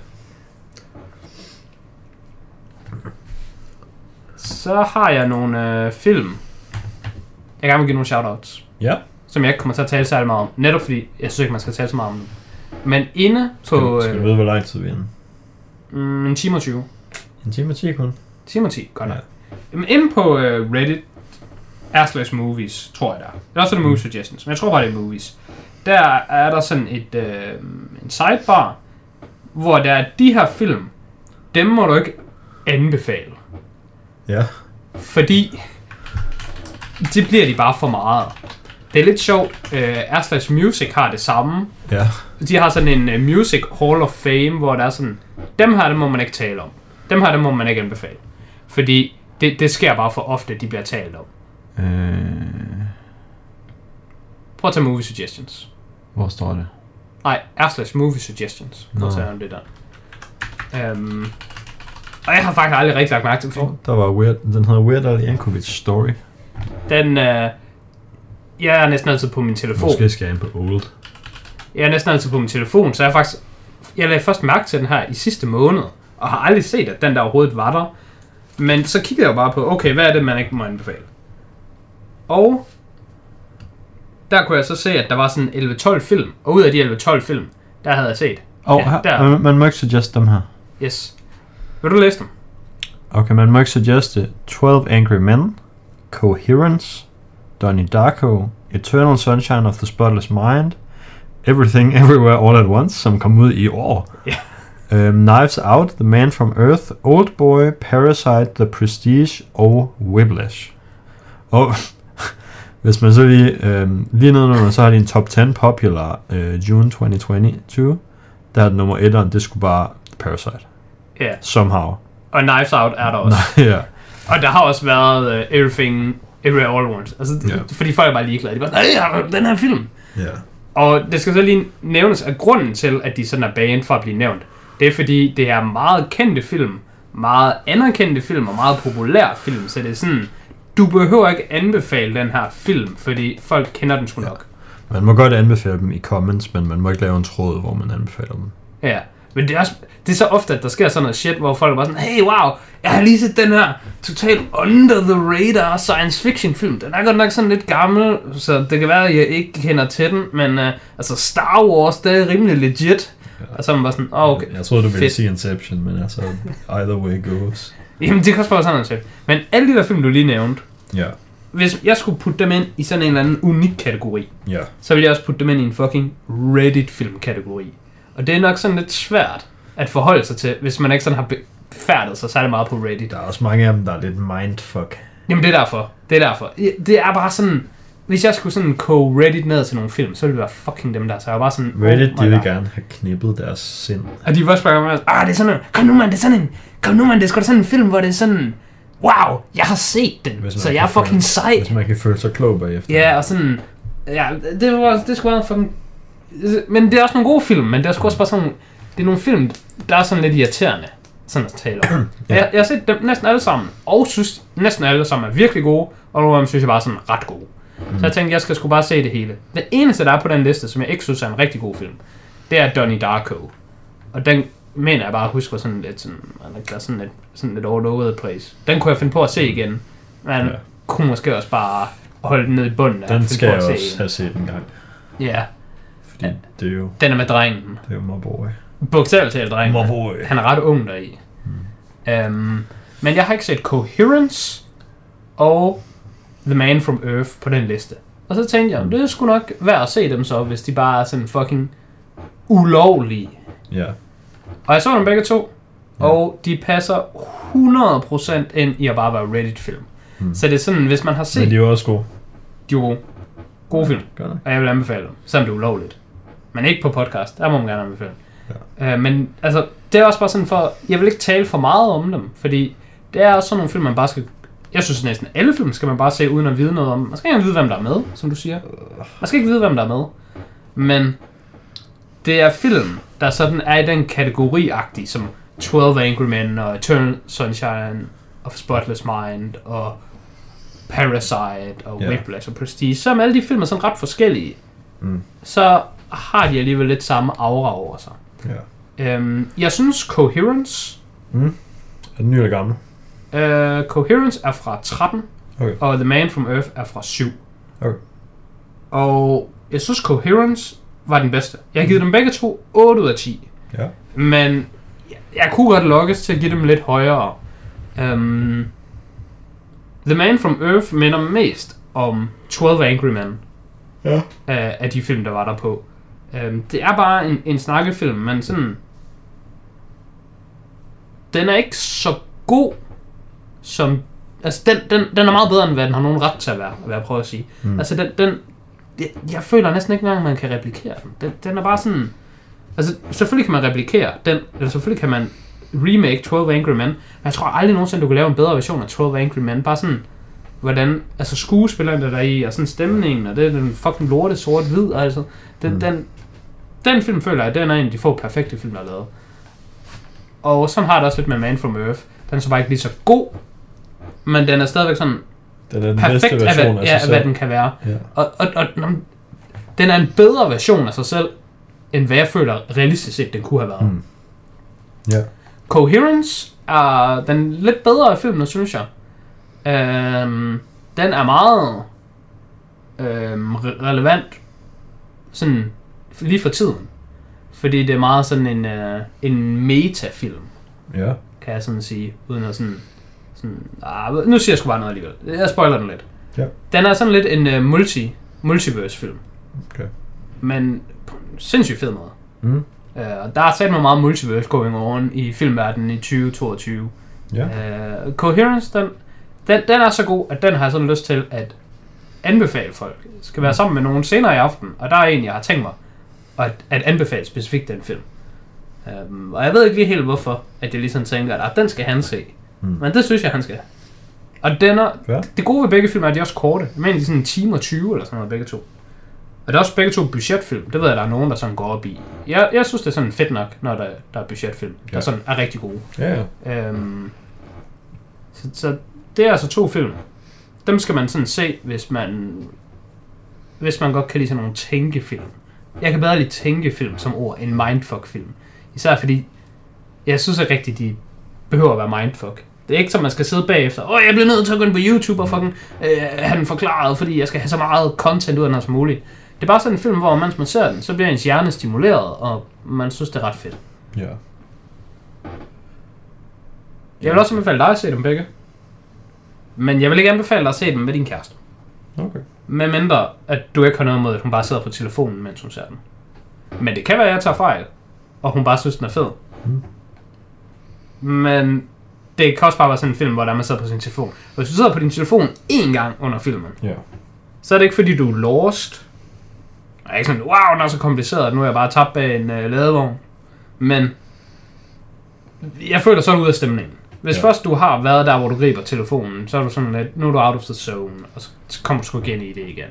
Så har jeg nogle film. Jeg kan gerne give nogle shoutouts. Ja. Som jeg ikke kommer til at tale særlig meget om. Netop fordi, jeg synes ikke, man skal tale så meget om dem. Men inde på... Skal du vide, hvor lang tid vi er inde? 1 time og 20. 1 time og 10 kun? 1 time og 10, godt nok. Men inde på Reddit, /movies, tror jeg der. Det er også movie suggestions, men jeg tror bare, det er movies. Der er der sådan en sidebar, hvor der er de her film, dem må du ikke anbefale. Ja. Fordi det bliver de bare for meget. Det er lidt sjovt. /music har det samme. Ja. De har sådan en Music Hall of Fame, hvor der er sådan, dem her, dem må man ikke tale om. Dem her, dem må man ikke anbefale. Fordi det sker bare for ofte, de bliver talt om. Prøv at tage movie suggestions. Hvor står det? Nej, /movie suggestions. Prøv at tage om det der. Og jeg har faktisk aldrig rigtig lagt mærke til film. Der var Weird, den hedder Weird Al Yankovic Story. Den, jeg er næsten altid på min telefon. Måske skal jeg ind på Old. Jeg er næsten altid på min telefon, så jeg lagde først mærke til den her i sidste måned, og har aldrig set, at den der overhovedet var der. Men så kiggede jeg jo bare på, okay, hvad er det, man ikke må anbefale? Og der kunne jeg så se, at der var sådan 11-12 film, og ud af de 11-12 film, der havde jeg set. Man må ikke suggest dem her. Yes. Vil du læse dem? Okay, man må ikke suggeste 12 Angry Men, Coherence, Donnie Darko, Eternal Sunshine of the Spotless Mind, Everything Everywhere All at Once, som kom ud i år. Yeah. Knives Out, The Man from Earth, Oldboy, Parasite, The Prestige og Whiplash. Og hvis man så lige nedenunder, så har de en top 10 popular June 2022. Der er nummer 1'eren, det skulle bare Parasite. Ja. Yeah. Somehow. Og Knives Out er der også. Ja. Og der har også været Everything Everywhere All at Once. Altså, fordi folk er bare ligeglade. De bare, nej, har du den her film? Ja. Og det skal så lige nævnes, at grunden til, at de sådan er banet for at blive nævnt, det er fordi, det er meget kendte film, meget anerkendte film og meget populære film. Så det er sådan, du behøver ikke anbefale den her film, fordi folk kender den sgu nok. Man må godt anbefale dem i comments, men man må ikke lave en tråd, hvor man anbefaler dem. Ja, men det er så ofte, at der sker sådan noget shit, hvor folk er bare sådan, hey, wow, jeg har lige set den her totalt under the radar science fiction film. Den er godt nok sådan lidt gammel, så det kan være, at jeg ikke kender til den, men altså Star Wars, det er rimelig legit. Ja. Og så er man bare sådan, okay, jeg troede, du ville sige Inception, men altså, either way goes. Jamen, det kan også være sådan noget shit. Men alle de der film, du lige nævnte, ja. Hvis jeg skulle putte dem ind i sådan en eller anden unik kategori, ja. Så ville jeg også putte dem ind i en fucking Reddit-film-kategori. Og det er nok sådan lidt svært at forholde sig til, hvis man ikke sådan har færdet sig særlig meget på Reddit. Der er også mange af dem, der er lidt mindfuck. Jamen det er derfor. Det er bare sådan, hvis jeg skulle sådan koge Reddit ned til nogle film, så ville det være fucking dem der. Så jeg var bare sådan, Reddit, de vil gerne have knippet deres sind. Og de vil også bare det er sådan, kom nu man, det er sgu da sådan en film, hvor det er sådan, wow, jeg har set den, så jeg er fucking sej. Hvis man kan føle sig klog bagefter. Ja, og sådan, ja, det skulle være fucking, men det er også nogle gode film, men det er sgu også bare sådan, det er nogle film, der er sådan lidt irriterende, sådan at tale om. Ja. Jeg har set dem næsten alle sammen, og synes næsten alle sammen er virkelig gode, og nogle af dem synes jeg bare er sådan ret gode. Så jeg tænkte, jeg skal sgu bare se det hele. Den eneste, der er på den liste, som jeg ikke synes er en rigtig god film, det er Donnie Darko. Og den mener jeg bare husker sådan lidt sådan lidt all over the place. Den kunne jeg finde på at se igen, men kunne måske også bare holde den ned i bunden. Den skal jeg også have set en gang. Ja. Fordi det er jo... Den er med drengen. Det er jo Mauboy. Bogstaveligt talt drengen. Mauboy. Han er ret ung deri. Men jeg har ikke set Coherence og The Man from Earth på den liste. Og så tænkte jeg, det er sgu nok værd at se dem så, hvis de bare er sådan fucking ulovlige. Ja. Og jeg så dem begge to, og de passer 100% ind i at bare være Reddit-film. Så det er sådan, hvis man har set... Men de er jo også gode. De er jo gode film, Godt. og jeg vil anbefale dem, selvom det er ulovligt. Men ikke på podcast, der må man gerne anbefale. Ja. Men altså, det er også bare sådan for... Jeg vil ikke tale for meget om dem, fordi det er også sådan nogle film, man bare skal... Jeg synes næsten alle film skal man bare se uden at vide noget om. Man skal ikke vide, hvem der er med, som du siger. Man skal ikke vide, hvem der er med. Men det er film, der sådan er i den kategori-agtige, som 12 Angry Men og Eternal Sunshine of a Spotless Mind og Parasite og Whiplash og Prestige. Som alle de film er sådan ret forskellige. Så har de alligevel lidt samme aura over sig. Ja. Jeg synes Coherence... Er den ny eller gammel? Coherence er fra 13, og The Man from Earth er fra 7. Okay. Og jeg synes Coherence var den bedste. Jeg har givet dem begge to 8 ud af 10. Ja. Men jeg kunne godt lokkes til at give dem lidt højere. The Man from Earth minder mest om 12 Angry Men. Ja. Af de film, der var der på. Det er bare en snakkefilm, men sådan... Den er ikke så god som... Altså, den er meget bedre, end hvad den har nogen ret til at være, hvad jeg prøver at sige. Altså, jeg føler næsten ikke engang, man kan replikere den. Den er bare sådan... Altså, selvfølgelig kan man replikere den, eller selvfølgelig kan man remake 12 Angry Men, men jeg tror aldrig nogensinde, du kan lave en bedre version af 12 Angry Men. Bare sådan, hvordan... Altså, skuespillerne der i, og sådan stemningen, og det er den fucking lorte sort-hvid, altså. Den film føler jeg, den er en af de få perfekte film, der er lavet. Og sådan har det også lidt med Man from Earth. Den er så bare ikke lige så god, men den er stadigvæk sådan den er den perfekt af hvad den kan være. Ja. Og den er en bedre version af sig selv, end hvad jeg føler realistisk set, den kunne have været. Ja. Coherence er den lidt bedre af filmen, synes jeg. Den er meget relevant sådan lige for tiden. Fordi det er meget sådan en metafilm. Ja. Kan jeg sådan sige, uden at sådan nu siger jeg sgu bare noget alligevel. Jeg spoiler den lidt. Ja. Den er sådan lidt en multiverse film. Okay. Men på en sindssygt fed måde. Der er sat meget multiverse going on i filmverdenen i 2022. Ja. Coherence, den er så god, at den har jeg sådan lyst til at anbefale folk. Skal være sammen med nogen senere i aften, og der er en, jeg har tænkt mig at anbefale specifikt den film. Og jeg ved ikke lige helt hvorfor, at jeg lige sådan tænker, at den skal han se. Men det synes jeg, han skal. Og det gode ved begge film er, at de er også korte. Jeg mener, de er sådan en time og 20 eller sådan noget, begge to. Og det er også begge to budgetfilm. Det ved jeg, der er nogen, der sådan går op i. Jeg synes, det er sådan fedt nok, når der er budgetfilm, der sådan er rigtig gode. Ja. Så det er altså 2 film. Dem skal man sådan se, hvis man godt kan lide sådan nogle tænkefilm. Jeg kan bedre lide tænkefilm som ord end mindfuck-film. Især fordi, jeg synes ikke rigtigt, de behøver at være mindfuck. Det er ikke som, man skal sidde bagefter. Jeg bliver nødt til at gå ind på YouTube og fucking have den forklaret, fordi jeg skal have så meget content ud af den som muligt. Det er bare sådan en film, hvor mens man ser den, så bliver ens hjerne stimuleret, og man synes, det er ret fedt. Ja. Jeg vil også anbefale dig at se dem begge. Men jeg vil ikke anbefale dig at se dem med din kæreste. Okay. Med mindre, at du ikke har noget mod, at hun bare sidder på telefonen, mens hun ser den. Men det kan være, at jeg tager fejl, og hun bare synes, den er fed. Men det kan også bare være sådan en film, hvor der man sidder på sin telefon. Og hvis du sidder på din telefon én gang under filmen, så er det ikke fordi, du er lost. Det er ikke sådan, wow, den er så kompliceret, at nu er jeg bare tabt bag en ladevogn. Men jeg føler så ud af stemningen. Hvis først du har været der, hvor du griber telefonen, så er du sådan lidt, nu er du out of the zone, og så kommer du sgu igen i det igen.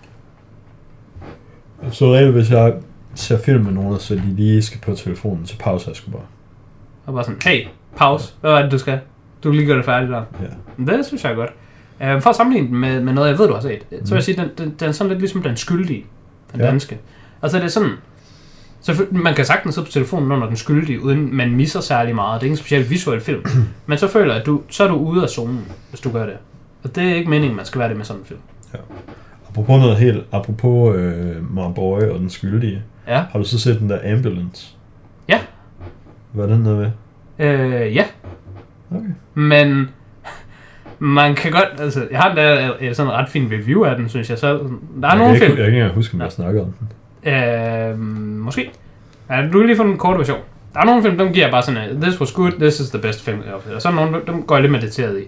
Så reelt, hvis jeg ser film med nogen, så de lige skal på telefonen, så pauser jeg sgu bare. Og bare sådan, hey, pause, hvad er det, du skal? Du kan lige gøre det færdigt der. Ja. Det synes jeg er godt. For at sammenligne den med noget, jeg ved, du har set, så vil jeg sige, den er sådan lidt ligesom den skyldige, den danske. Altså det er sådan, så man kan sagtens sidde på telefonen under den skyldige, uden man misser særlig meget. Det er ikke en specielt visuel film. Men så føler jeg, at så er du ude af zonen, hvis du gør det. Og det er ikke meningen, man skal være det med sådan en film. Ja. Apropos noget helt, apropos Marboy og den skyldige. Ja. Har du så set den der Ambulance? Ja. Hvad er den der ved? Ja. Okay. Men man kan godt, altså, jeg har sådan en ret fin review af den, synes jeg selv. Der er nogle film. Jeg kan ikke engang huske, om jeg snakker om den. Måske. Ja, du kan lige få den korte version. Der er nogle film, dem giver jeg bare sådan, this was good, this is the best film. Og så er nogle, dem går jeg lidt mediteret i.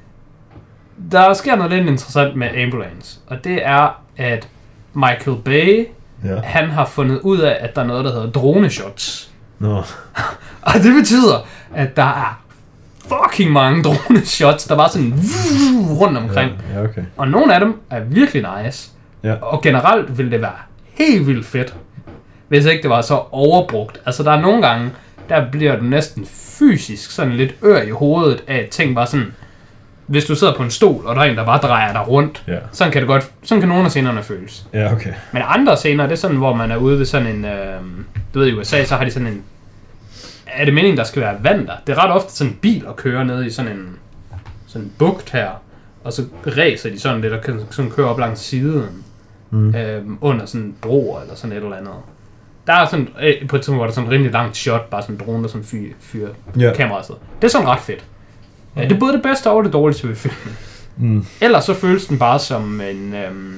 Der sker noget lidt interessant med Ambulance, og det er, at Michael Bay, han har fundet ud af, at der er noget, der hedder droneshots. Nå. Og det betyder, at der er fucking mange droneshots, der bare sådan rundt omkring. Ja, okay. Og nogle af dem er virkelig nice. Ja. Og generelt ville det være helt vildt fedt, hvis ikke det var så overbrugt. Altså der er nogle gange, der bliver du næsten fysisk sådan lidt ør i hovedet af ting bare sådan, hvis du sidder på en stol, og der er en, der bare drejer dig rundt, sådan kan nogle af scenerne føles. Ja, okay. Men andre scener, det er sådan, hvor man er ude ved sådan en, du ved i USA, så har de sådan en, er det meningen, der skal være vand der? Det er ret ofte sådan en bil at køre ned i sådan en bugt her, og så ræser de sådan lidt, og kan sådan køre op langs siden, under sådan en bro eller sådan et eller andet. Der er sådan, på et tidspunkt, hvor der er sådan en rimelig langt shot, bare sådan en drone, der sådan fyrer kameraet. Det er sådan ret fedt. Det er både det bedste og det dårligste ved filmen. Ellers så føles den bare som en,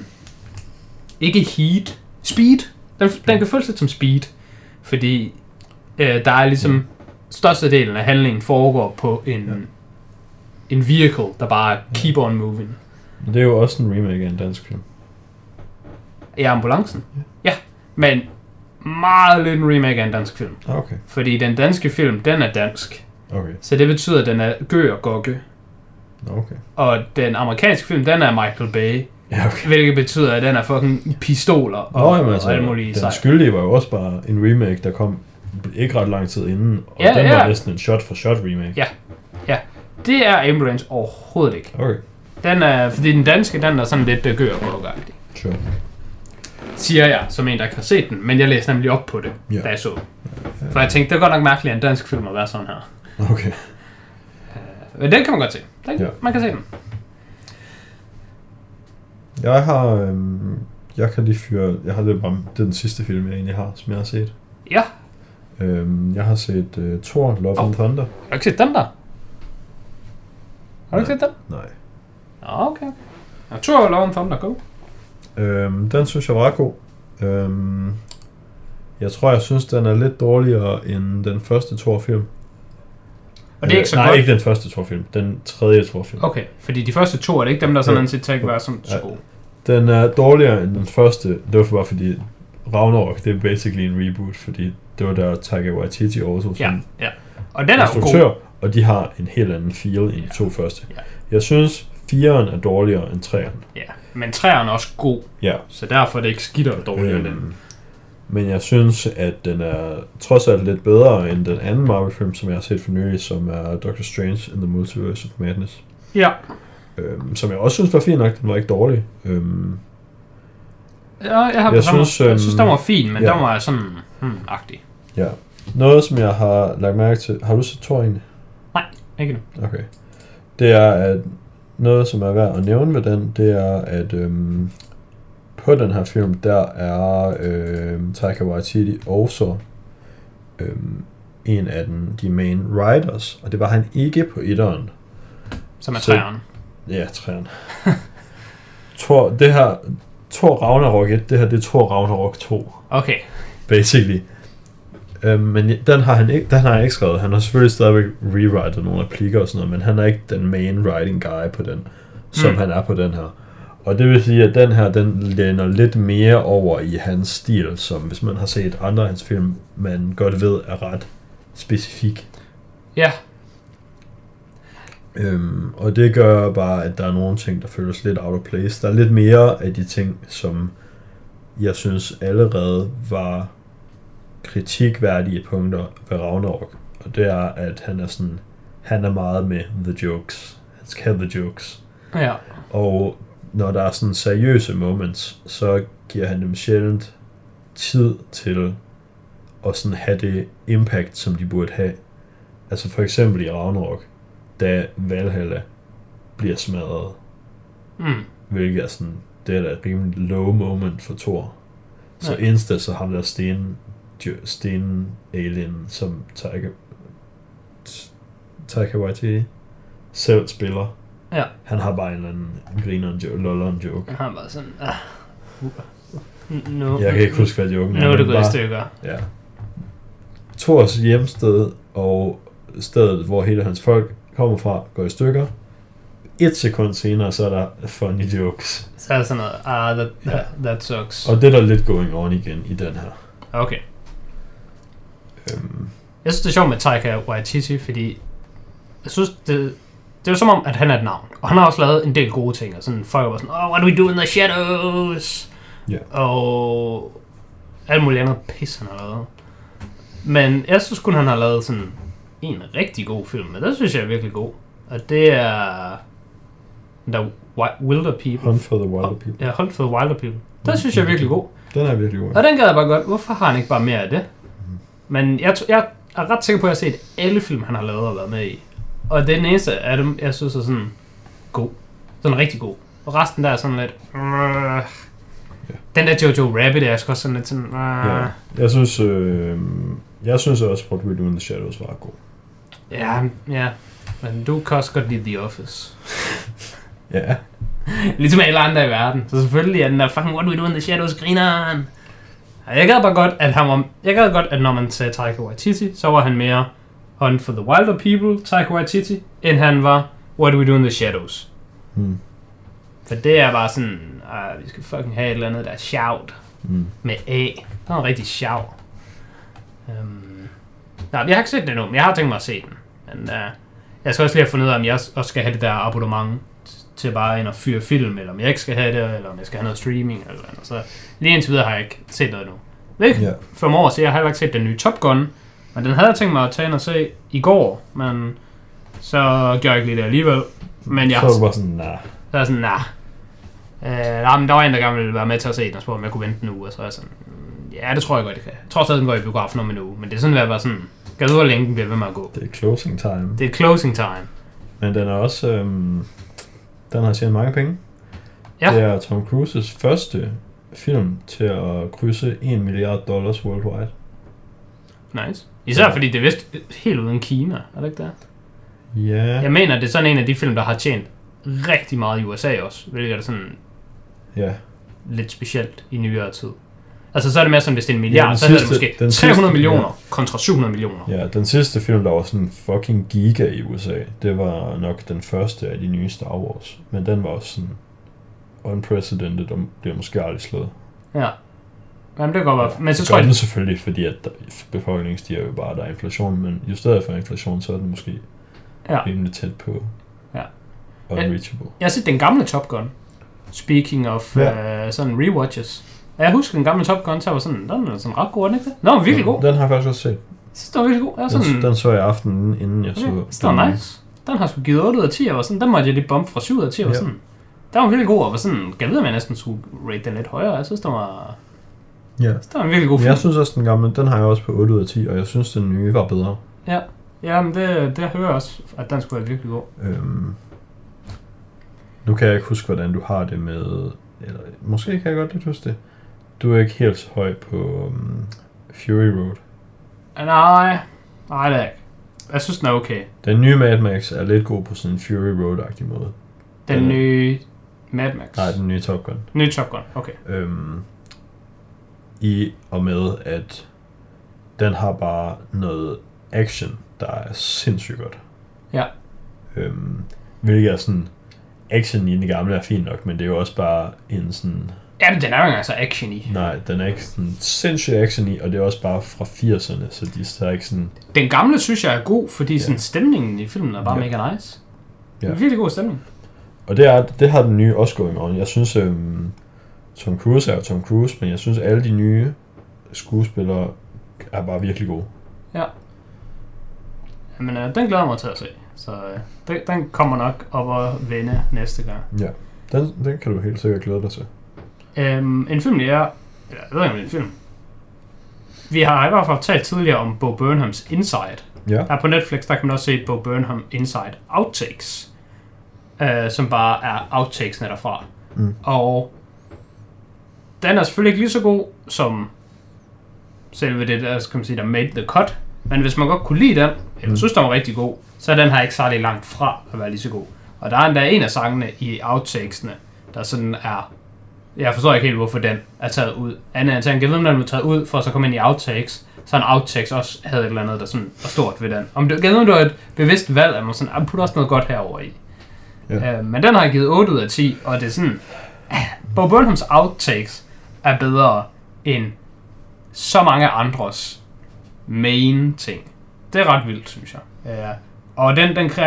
ikke Heat, Speed. Den kan føles lidt som Speed, fordi der er ligesom størstedelen af handlingen foregår på en vehicle, der bare keep on moving. Det er jo også en remake af en dansk film. Ja, Ambulancen. Ja, men meget lidt en remake af en dansk film. Okay. Fordi den danske film, den er dansk. Okay. Så det betyder, at den er Gø og Gogge. Okay. Og den amerikanske film, den er Michael Bay. Ja, okay. Hvilket betyder, at den er fucking pistoler og alt muligt. Den skyldige var jo også bare en remake, der kom ikke ret lang tid inden. Og den var næsten en shot-for-shot remake. Ja. Det er Ambulance overhovedet ikke. Okay. Den er, fordi den danske, den er sådan lidt Gø og Gogge-agtig. Sure. Siger jeg, som en, der kan se den. Men jeg læste nemlig op på det, da jeg så. For jeg tænkte, det er godt nok mærkeligt, at en dansk film at være sådan her. Okay. Men den kan man godt se. Man kan se den. Jeg kan lige fyre... Jeg har det er den sidste film, jeg egentlig har, som jeg har set. Ja. Jeg har set Thor, Love and Thunder. Har du ikke set den der? Har du ikke set den? Nej. Okay. Thor, Love and Thunder, go. Den synes jeg var ret god. Jeg synes, den er lidt dårligere end den første Thor-film. Og det er ikke så godt? Nej, ikke den første Thor-film. Den tredje Thor-film. Okay, fordi de første to er det ikke dem, der sådan set ikke var som så gode. Den er dårligere end den første. Det var bare fordi Ragnarok, det er basically en reboot, fordi det var der Taika Waititi overtog som og den er instruktør, god. og de har en helt anden feel end de to første. Ja. Jeg synes, 4'eren er dårligere end 3'eren. Ja, men 3'eren er også god, så derfor er det ikke skidt og dårligere end den. Men jeg synes, at den er trods alt lidt bedre end den anden Marvel-film, som jeg har set for nylig, som er Doctor Strange in the Multiverse of Madness. Ja. Som jeg også synes var fint nok, den var ikke dårlig. Jeg synes, den var fin, men den var sådan agtig. Ja. Noget, som jeg har lagt mærke til... Har du set Thor egentlig? Nej, ikke nu. Okay. Det er, at noget, som er værd at nævne med den, det er, at på den her film, der er Taika Waititi også en af de main writers, og det var han ikke på etteren. Som er 3'eren. Ja, 3'eren. Thor Ragnarok 1, det her det er Thor Ragnarok 2. Okay. Basically. Men den har han ikke skrevet. Han har selvfølgelig stadigvæk rewritet nogle replikker og sådan noget, men han er ikke den main writing guy på den, som han er på den her. Og det vil sige, at den her, den læner lidt mere over i hans stil, som hvis man har set andre af hans film, man godt ved er ret specifik. Ja. Og det gør bare, at der er nogle ting, der føles lidt out of place. Der er lidt mere af de ting, som jeg synes allerede var kritikværdige punkter ved Ragnarok. Og det er, at han er meget med the jokes. Han skal have the jokes. Ja. Og når der er sådan seriøse moments, så giver han dem sjældent tid til at sådan have det impact, som de burde have. Altså for eksempel i Ragnarok, da Valhalla bliver smadret. Hvilket er sådan det er da et rimelig low moment for Thor. Så insta så ham der sten alien, som Taika Waititi selv spiller. Ja. Han har bare en eller anden grineren lolleren joke. Han har bare sådan, jeg kan ikke huske, hvad joken er. Nu er det gået i stykker. Ja. Thors hjemsted og stedet, hvor hele hans folk kommer fra, går i stykker. 1 sekund senere, så er der funny jokes. Så er der sådan noget, that sucks. Og det er der lidt going on igen i den her. Okay. Jeg synes, det er sjovt med Taika Waititi, fordi jeg synes, det er jo som om, at han er et navn. Og han har også lavet en del gode ting, og sådan folk var sådan, what do we do in the shadows? Yeah. Og alt muligt andet pis, han har lavet. Men jeg synes kun, han har lavet sådan en rigtig god film, og det synes jeg er virkelig god. Og det er The Wilder People. Hunt for the Wilder People. Ja, Hunt for the Wilder People. Det synes jeg er virkelig god. Den er virkelig god. Og den gad jeg bare godt. Hvorfor har han ikke bare mere af det? Men jeg er ret sikker på, at jeg har set alle film, han har lavet og været med i. Og det eneste af dem, jeg synes er sådan god. Sådan rigtig god. Og resten der er sådan lidt... Den der Jojo Rabbit er også sådan lidt sådan... Ja. Jeg synes også, What We Do in the Shadows var god. Ja. Men du kan også godt lide The Office. Ja. Ligesom alle andre i verden. Så selvfølgelig er den der fucking What We Do in the Shadows grineren. Jeg gad godt, at når man sagde Taika Waititi, så var han mere Hunt for the Wilder People, Taika Waititi, end han var What Do We Do in the Shadows. For det er bare sådan, vi skal fucking have et eller andet, der er shout med A. Det er en rigtig shout. Jeg har ikke set det endnu, men jeg har tænkt mig at se den. Men jeg skal også lige have fundet ud af, om jeg også skal have det der abonnement til bare ind og fyre film, eller om jeg ikke skal have det, eller om jeg skal have noget streaming, eller noget. Så lige indtil videre har jeg ikke set noget endnu. For mig så jeg har heller ikke set den nye Top Gun, men den havde jeg tænkt mig at tage ind og se i går, men så gjorde jeg ikke lige det alligevel. Men jeg så var du bare sådan, nah. Så er jeg sådan, men der var en, der gerne ville være med til at se den, og spurgte, om jeg kunne vente en uge, og så er jeg sådan, ja, det tror jeg godt, jeg kan. Jeg tror stadig, den går i biografen om en uge, men det er sådan, at jeg var sådan, kan du hvor længe den bliver ved med at gå? Det er closing time. Det er closing time. Men den er også, den har tjent mange penge. Ja. Det er Tom Cruises første film til at krydse $1 milliard worldwide. Nice. Især fordi det er vist helt uden Kina, er det ikke det? Ja. Jeg mener, det er sådan en af de film, der har tjent rigtig meget i USA også, hvilket er sådan lidt specielt i nyere tid. Altså så er det mere sådan, hvis det er 1 milliard, så er det måske 300 millioner kontra 700 millioner. Ja, den sidste film, der var sådan fucking giga i USA, det var nok den første af de nye Star Wars. Men den var også sådan unprecedented, og bliver måske aldrig slået. Ja. Jamen det går bare. Men så tror jeg... Det selvfølgelig, fordi at befolkningen stiger jo bare, der er inflation, men jo stedet for inflation, så er den måske rimelig tæt på unreachable. Jeg har set den gamle Top Gun. Speaking of sådan rewatches. Jeg husker den gamle Top Gun, så var sådan, den er sådan ret god, ikke det? Nå, den var virkelig god. Den har jeg faktisk også set. Jeg synes, den var virkelig god. Sådan... Den så jeg aftenen, inden jeg så... Den var nice. Den har sgu givet 8 ud af 10, og sådan, den måtte jeg lige bumpe fra 7 ud af 10, og sådan. Den var virkelig god, og var sådan, jeg ved, om jeg næsten skulle rate den lidt højere. Jeg synes, den var... Ja. Det var en virkelig god film. Jeg synes også, den gamle, den har jeg også på 8 ud af 10, og jeg synes, den nye var bedre. Ja. Ja, men det hører også, at den skulle være virkelig god. Nu kan jeg ikke huske, hvordan du har det med... Eller, måske kan jeg godt lidt huske det. Du er ikke helt så høj på Fury Road. Nej, det er ikke. Jeg synes, den er okay. Den nye Mad Max er lidt god på sådan en Fury Road-agtig måde. Den nye Mad Max? Nej, den nye Top Gun. Nye Top Gun, okay. I og med, at den har bare noget action, der er sindssygt godt. Ja. Hvilket er sådan... Action i den gamle er fint nok, men det er jo også bare en sådan... Ja, men den er jo ikke engang så action i. Nej, den er ikke sådan sindssygt action i, og det er også bare fra 80'erne, så de er ikke sådan... Den gamle synes jeg er god, fordi sådan stemningen i filmen er bare mega nice. Det er en virkelig god stemning. Og det har den nye også going on. Jeg synes, Tom Cruise er jo Tom Cruise, men jeg synes, alle de nye skuespillere er bare virkelig gode. Ja. Men den glæder mig til at se. Så den kommer nok op og vende næste gang. Ja, den kan du helt sikkert glæde dig til. En film, jeg ved ikke om det er en film. Vi har i hvert fald talt tidligere om Bo Burnhams Inside. Ja. Der på Netflix, der kan man også se Bo Burnham Inside Outtakes. Som bare er outtakesne derfra. Og den er selvfølgelig ikke lige så god som selve det, der made the cut. Men hvis man godt kunne lide den, eller synes, den var rigtig god, så er den her ikke særlig langt fra at være lige så god. Og der er endda en af sangene i outtakesene, der sådan er... Jeg forstår ikke helt, hvorfor den er taget ud. Anden ting, jeg ved, om den blev taget ud, for at så komme ind i outtakes. Så en outtakes også havde et eller andet, der sådan var stort ved den. Om det var et bevidst valg, at man sådan, putter også noget godt herover i. Ja. Men den har jeg givet 8 ud af 10, og det er sådan... Bo Burnhams outtakes er bedre end så mange andres main ting. Det er ret vildt, synes jeg. Og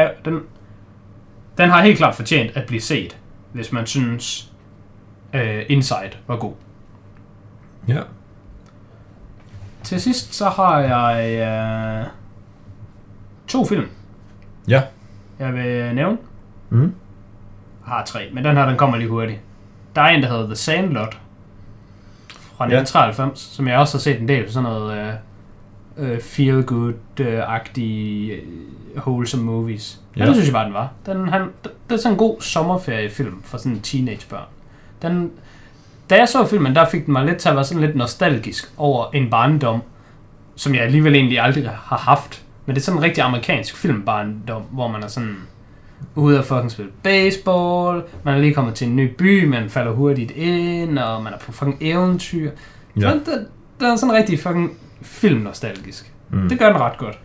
den har helt klart fortjent at blive set, hvis man synes Inside var god. Ja. Til sidst så har jeg 2 film. Ja. Jeg vil nævne. Jeg har 3, men den kommer lige hurtigt. Der er en, der hedder The Sandlot fra 1993, som jeg også har set en del på sådan noget feel-good-agtige wholesome movies. Ja. Det synes jeg bare, den var. Det er sådan en god sommerferiefilm for sådan teenagebørn. Da jeg så filmen, der fik den mig lidt til at være sådan lidt nostalgisk over en barndom, som jeg alligevel egentlig aldrig har haft. Men det er sådan en rigtig amerikansk filmbarndom, hvor man er sådan ude at fucking spille baseball, man er lige kommet til en ny by, man falder hurtigt ind, og man er på fucking eventyr. Ja. Det er sådan rigtig fucking filmnostalgisk. Det gør den ret godt.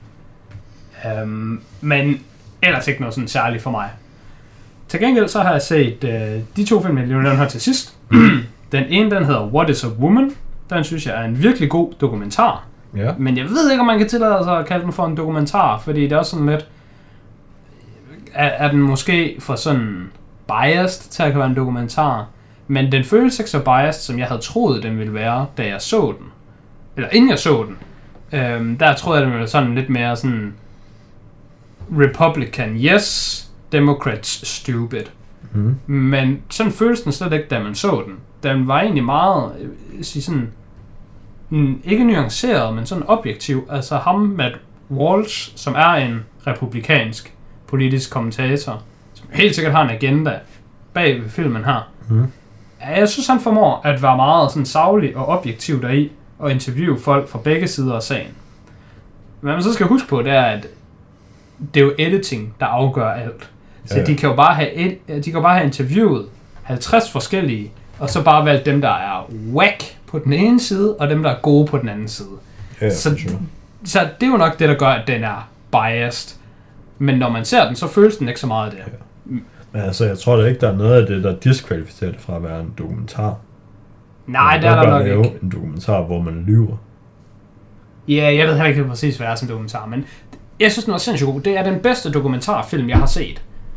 Men ellers ikke noget sådan særligt for mig. Til gengæld så har jeg set de 2 film, jeg lige nævnte her til sidst. Den ene, den hedder What is a Woman? Den synes jeg er en virkelig god dokumentar. Ja. Men jeg ved ikke, om man kan tillade sig at kalde den for en dokumentar, fordi det er også sådan lidt... Er den måske for sådan biased til at kan være en dokumentar, men den føles ikke så biased, som jeg havde troet, den ville være, da jeg så den. Eller inden jeg så den. Der troede jeg, den ville være sådan lidt mere sådan Republican, yes, Democrats, stupid. Men sådan føles den slet ikke, da man så den. Den var egentlig meget, sådan, ikke nuanceret, men sådan objektiv. Altså ham, Matt Walsh, som er en republikansk politisk kommentator, som helt sikkert har en agenda bag ved filmen her. Jeg synes, han formår at være meget sådan saglig og objektiv deri, og interviewe folk fra begge sider af sagen. Hvad man så skal huske på, det er, at det er jo editing, der afgør alt. Så de kan jo bare have interviewet 50 forskellige, og så bare valgt dem, der er whack på den ene side, og dem, der er gode på den anden side. Så det er jo nok det, der gør, at den er biased. Men når man ser den, så føles den ikke så meget af det. Men altså, jeg tror da ikke, der er noget af det, der diskvalificerer det fra at være en dokumentar. Nej, det er der nok ikke. En dokumentar, hvor man lyver. Ja, jeg ved heller ikke præcis, hvad er som dokumentar, men jeg synes, den var sindssygt god. Det er den bedste dokumentarfilm, jeg har set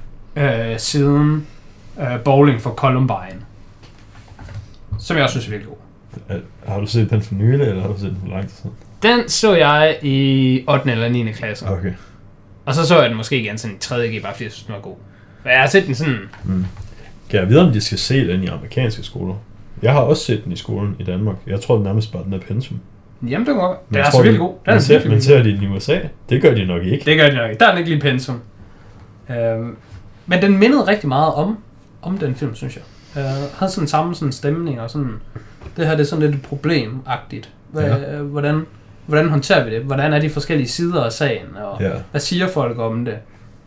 siden Bowling for Columbine. Som jeg også synes er virkelig god. Har du set den for nylig, eller har du set den for lang tid siden? Den så jeg i 8. eller 9. klasse. Okay. Og så jeg den måske igen sådan i 3.G, bare fordi jeg synes, den var god. Men jeg har set den sådan... Kan jeg vide, om de skal se den i amerikanske skoler? Jeg har også set den i skolen i Danmark. Jeg tror nærmest bare, den er pensum. Jamen, det var godt. Den er så virkelig god. Men ser de den i USA? Det gør de nok ikke. Det gør de nok ikke. Der er den ikke lige pensum. Men den mindede rigtig meget om den film, synes jeg. Havde sådan samme sådan stemning og sådan... Det her det er sådan lidt et problem-agtigt. Hvordan håndterer vi det? Hvordan er de forskellige sider af sagen? Og hvad siger folk om det?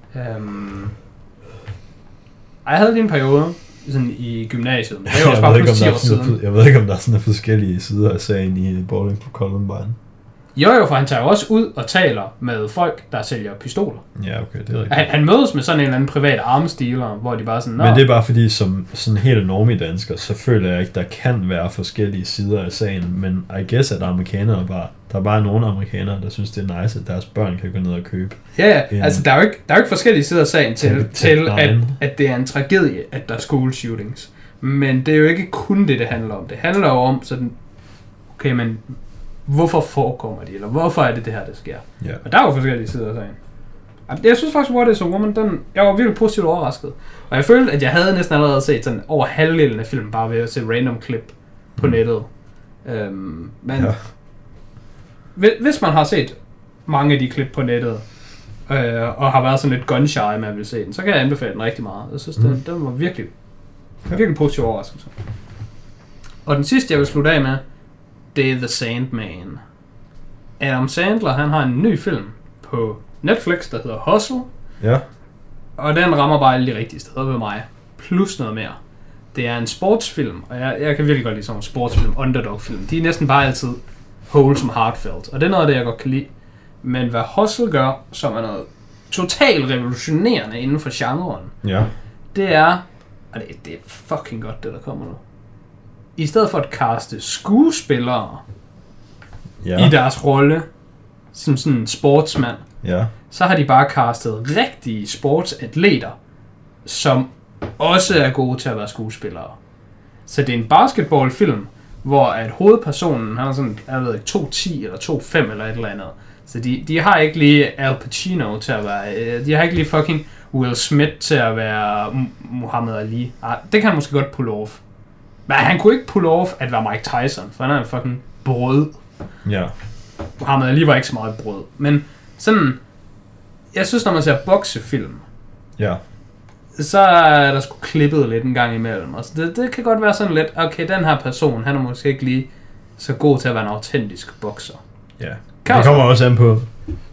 Jeg havde lige en periode sådan i gymnasiet, men det var også bare plus 10 år siden. Jeg ved ikke, om der er sådan forskellige sider af sagen i Bowling for Columbine. Jo, for han tager jo også ud og taler med folk, der sælger pistoler. Ja, okay, det er rigtigt. Han mødes med sådan en eller anden privat armsdealer, hvor de bare sådan... Men det er bare fordi, som sådan helt normie dansker, så føler jeg ikke, der kan være forskellige sider af sagen. Men I guess, at amerikanere bare... Der er bare nogle amerikanere, der synes, det er nice, at deres børn kan gå ned og købe. Ja, altså der er jo ikke forskellige sider af sagen til at det er en tragedie, at der er school shootings. Men det er jo ikke kun det handler om. Det handler jo om sådan... Okay, men... Hvorfor forekommer de, eller hvorfor er det her, der sker? Yeah. Og der er jo forskellige sider af sagen. Jeg synes faktisk, What is a Woman, jeg var virkelig positivt overrasket. Og jeg følte, at jeg havde næsten allerede set sådan over halvdelen af filmen, bare ved at se random klip på nettet. Men hvis man har set mange af de klip på nettet, og har været sådan lidt gun-shy med at vil se den, så kan jeg anbefale den rigtig meget. Jeg synes, den var virkelig positiv overraskelse. Og den sidste, jeg vil slutte af med, det er The Sandman. Adam Sandler, han har en ny film på Netflix, der hedder Hustle. Ja. Og den rammer bare alle de rigtige steder ved mig. Plus noget mere. Det er en sportsfilm, og jeg kan virkelig godt lide sådan en sportsfilm, underdog-film. De er næsten bare altid wholesome heartfelt, og det er noget af det, jeg godt kan lide. Men hvad Hustle gør, som er noget totalt revolutionerende inden for genren, Ja. det er, og det er fucking godt, det der kommer nu. I stedet for at kaste skuespillere i deres rolle som sådan en sportsmand, så har de bare castet rigtige sportsatleter, som også er gode til at være skuespillere. Så det er en basketballfilm, hvor at hovedpersonen, han er sådan, jeg ved ikke, 2.10 eller 2.5 eller et eller andet. Så de har ikke lige Al Pacino til at være, de har ikke lige fucking Will Smith til at være Muhammad Ali. Det kan han måske godt pull off. Men han kunne ikke pull off at være Mike Tyson, for han er en fucking brød. Ja. Muhammad Ali var ikke så meget brød. Men sådan, jeg synes, når man ser boksefilm, så er der sgu klippet lidt en gang imellem. Altså det kan godt være sådan lidt, okay, den her person, han er måske ikke lige så god til at være en autentisk bokser. Ja. Det kommer også an på,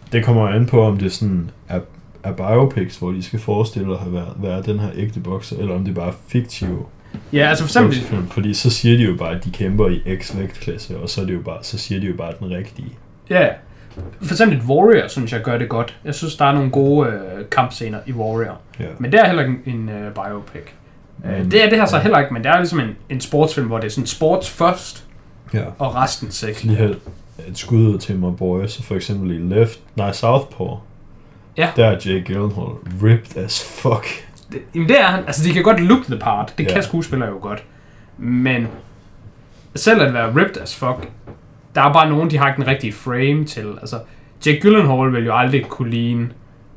om det sådan er biopics, hvor de skal forestille at være den her ægte bokser, eller om det bare er fiktive. Ja, altså for eksempel, fordi så siger de jo bare, at de kæmper i X-vægtklasse, og så siger de jo bare den rigtige. Ja. For eksempel Warrior, synes jeg gør det godt. Jeg synes, der er nogle gode kampscener i Warrior. Ja. Men det er heller ikke en biopic. Det er det her så heller ikke, men det er ligesom en sportsfilm, hvor det er sådan sports først, og resten sex. Lige her et skud til mig, boy, så for eksempel i Southpaw, der er Jake Gyllenhaal ripped as fuck. Jamen det er han. Altså de kan godt look the part. Det kan skuespillere jo godt. Men selv at være ripped as fuck, der er bare nogen, de har ikke den rigtige frame til. Altså Jake Gyllenhaal vil jo aldrig kunne ligne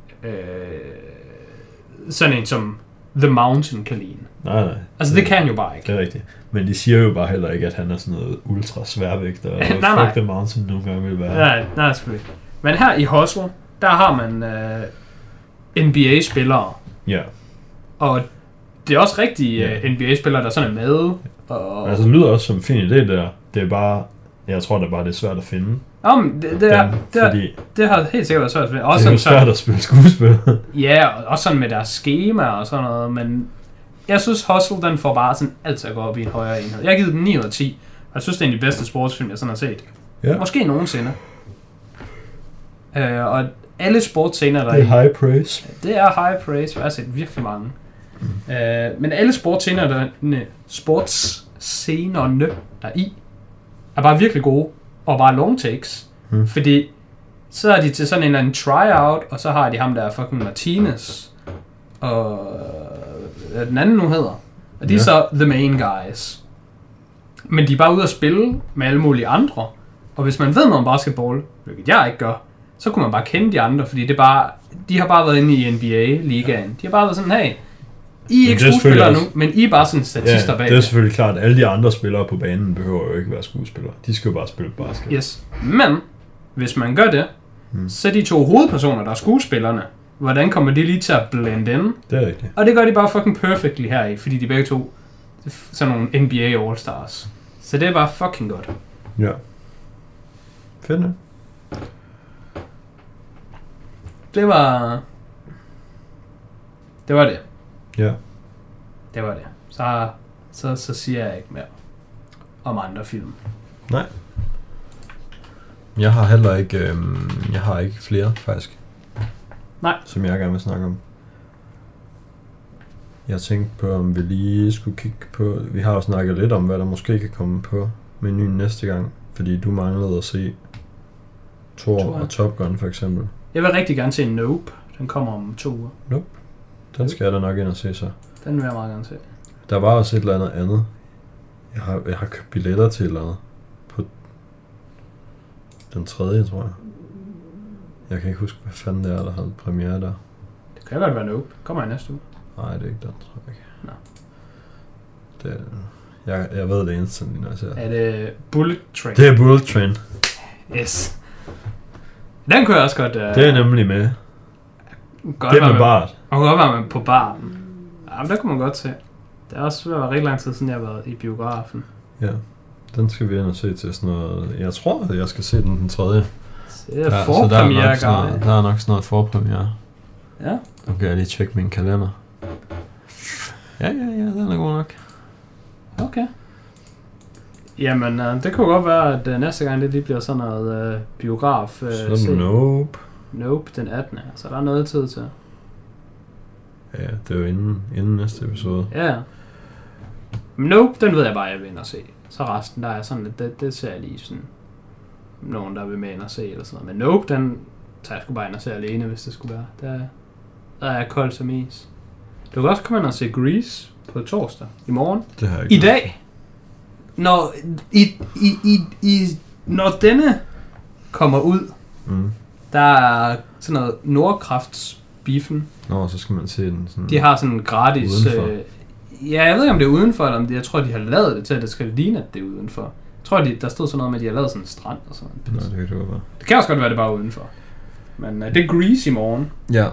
sådan en som The Mountain kan ligne. Nej. Altså det kan han jo bare ikke. Det er rigtigt. Men de siger jo bare heller ikke, at han er sådan noget ultra sværvægt, og fuck The Mountain nogle gange vil være. Nej, selvfølgelig. Men her i Hustle, der har man NBA-spillere. Ja. Og det er også rigtige NBA-spillere, der sådan er med. Og altså det lyder også som en fin idé der. Det er bare, jeg tror da bare, det er svært at finde. Det har helt sikkert været svært at finde. Også det er svært at spille skuespil. Ja, og også sådan med deres schema og sådan noget, men jeg synes Hustle, den får bare sådan altid at gå op i en højere enhed. Jeg har givet den 9 ud af 10, og jeg synes, det er en af de bedste sportsfilm, jeg sådan har set. Ja. Måske nogensinde. Og alle sportsscener, der det er high praise. Det er high praise, jeg har set virkelig mange. Men alle sportsscenerne, der i, er bare virkelig gode, og bare long takes. Fordi så er de til sådan en eller anden tryout, og så har de ham der fucking Martinez, og den anden nu hedder. Og de er så the main guys. Men de er bare ude at spille med alle mulige andre. Og hvis man ved noget om basketball, hvilket jeg ikke gør, så kunne man bare kende de andre, fordi det bare, de har bare været inde i NBA-ligaen. De har bare været sådan, hey, I er ikke skuespillere nu, men I er bare sådan statister bag. Det er selvfølgelig klart, at alle de andre spillere på banen behøver jo ikke være skuespillere. De skal jo bare spille basket. Yes, men hvis man gør det, så er de to hovedpersoner, der er skuespillerne, hvordan kommer de lige til at blende ind? Det er rigtigt. Og det gør de bare fucking perfectly her i, fordi de begge to er sådan nogle NBA All-Stars. Så det er bare fucking godt. Ja. Fedt, ne? Det var det. Ja. Det var det. Så siger jeg ikke mere om andre film. Nej. Jeg har heller ikke, jeg har ikke flere, faktisk. Nej. Som jeg gerne vil snakke om. Jeg tænkte på, om vi lige skulle kigge på, vi har jo snakket lidt om, hvad der måske kan komme på menuen næste gang, fordi du manglede at se Thor og Top Gun for eksempel. Jeg vil rigtig gerne se Nope. Den kommer om 2 uger. Nope. Den skal jeg da nok ind og se så. Den vil jeg meget gerne se. Der var også et eller andet. Jeg har købt billetter til et eller andet. På den 3. tror jeg. Jeg kan ikke huske, hvad fanden det er, der havde premiere der. Det kan godt være Nope. Kommer i næste uge. Nej, det er ikke den, tror jeg ikke. Nå. Jeg ved det eneste, når jeg ser. Er det Bullet Train? Det er Bullet Train. Yes. Den kunne jeg også godt... Det er nemlig med. Godt det er med Bart. Man kunne godt være med på Barten. Jamen, der kunne man godt se. Det er også været rigtig lang tid siden, jeg har været i biografen. Ja, den skal vi ind og se til sådan noget. Jeg tror, at jeg skal se den 3. Det er forpremiere, der er nok sådan noget forpremiere. Ja. Okay, jeg lige tjekke min kalender. Ja, den er god nok. Okay. Jamen, det kunne godt være, at næste gang det lige bliver sådan noget biograf. Så Nope. Nope, den 18. Så der er noget tid til. Ja, det er jo inden næste episode. Ja. Nope, den ved jeg bare, jeg vil ind og se. Så resten, der er sådan lidt, det ser jeg lige sådan, nogen der vil med ind og se, eller sådan noget. Men Nope, den tager jeg sgu bare ind og se alene, hvis det skulle være. Der er koldt som is. Du kan også komme ind og se Grease på torsdag i morgen. Det har jeg ikke. I dag. Når denne kommer ud, der er sådan noget Nordkraftsbiffen. Nå, så skal man se den sådan. De har sådan en gratis. Ja, jeg ved ikke om det er udenfor, eller om det, jeg tror de har lavet det til at det skal ligne at det er udenfor. Jeg tror der stod sådan noget med at de har lavet sådan en strand og sådan. Nej, det kan det godt være. Det kan også godt være det bare udenfor. Men det er Grease i morgen. Ja.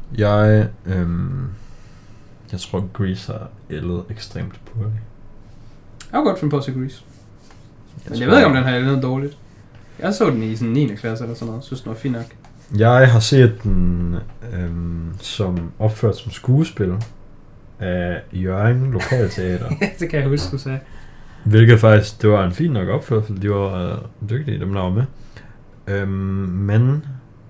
Jeg tror Grease har ældet ekstremt poorly. Jeg har godt finde på at se Grease. Men jeg ved ikke om den har ældet dårligt. Jeg så den i sådan 9. klasse eller sådan noget. Synes den var fint nok. Jeg har set den som opført som skuespil af Hjørring Lokalteater. Ja, det kan jeg huske, du sagde. Hvilket faktisk, det var en fin nok opførsel. De var dygtige, dem der var med. Men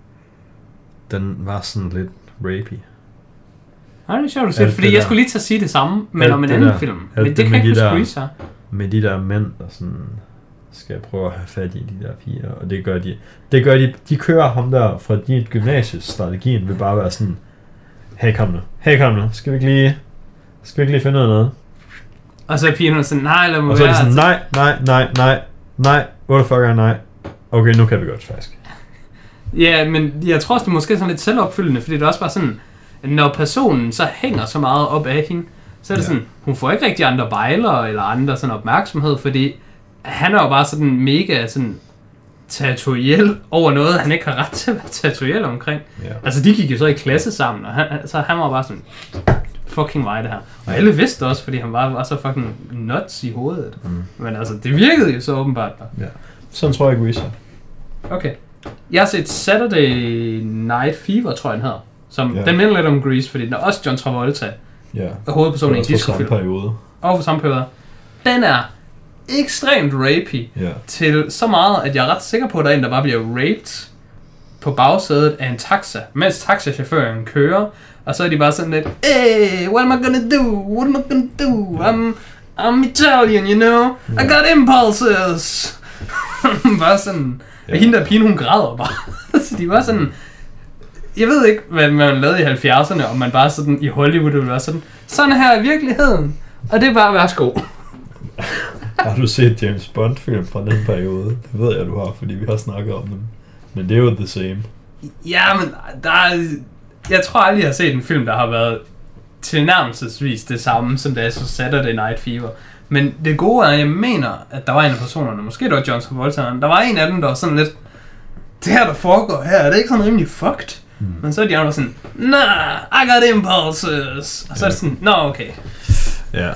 den var sådan lidt rapey. Nej, det er sjovt at se, fordi jeg skulle lige til at sige det samme, men om en anden film. Men det kan ikke huske Grease her. Med de der mænd, der sådan skal prøve at have fat i de der piger, og det gør de. De kører ham der fra dit gymnasiestrategien, vil bare være sådan, hey kom nu, skal vi ikke lige finde noget? Og så er pigerne sådan, nej, lad mig være. Og så er de sådan, nej, what the fuck er nej? Okay, nu kan vi godt faktisk. Ja, men jeg tror også, det er måske sådan lidt selvopfyldende, fordi det er også bare sådan, når personen så hænger så meget op af hende, så er det sådan, hun får ikke rigtig andre bejlere eller andre sådan opmærksomhed, fordi han er jo bare sådan mega sådan territoriel over noget, han ikke har ret til at være territoriel omkring. Yeah. Altså, de gik jo så i klasse sammen, og han var bare sådan, fucking vej det her. Og alle vidste også, fordi han var så fucking nuts i hovedet. Men altså, det virkede jo så åbenbart. Ja. Sådan tror jeg ikke, Grease. Okay. Jeg har set Saturday Night Fever, tror jeg den hedder. Som, den minder lidt om Grease, fordi den er også John Travolta. Ja. Og hovedpersonen i en discofilm. Og for samme periode. Den er ekstremt rapey. Til så meget, at jeg er ret sikker på, at der er en, der bare bliver raped på bagsædet af en taxa, mens taxachaufføren kører. Og så er de bare sådan lidt, hey, what am I gonna do? I'm Italian, you know? I got impulses. Bare sådan. Og hende der pigen, hun græder bare. Så de var sådan. Jeg ved ikke, hvad man lavede i 70'erne, og man bare sådan i Hollywood ville være sådan her er virkeligheden. Og det er bare værsgo. Har du set James Bond-film fra den periode? Det ved jeg, du har, fordi vi har snakket om dem. Men det er jo the same. Ja, men jeg tror aldrig, jeg har set en film, der har været tilnærmelsesvis det samme, som da jeg så Saturday Night Fever. Men det gode er, at jeg mener, at der var en af personerne, måske det var John Travolta, der var en af dem, der var sådan lidt, det her, der foregår her, er det ikke sådan rimelig fucked? Men så er de andre sådan, nah, I got impulses. Og så er det sådan, okay. Ja.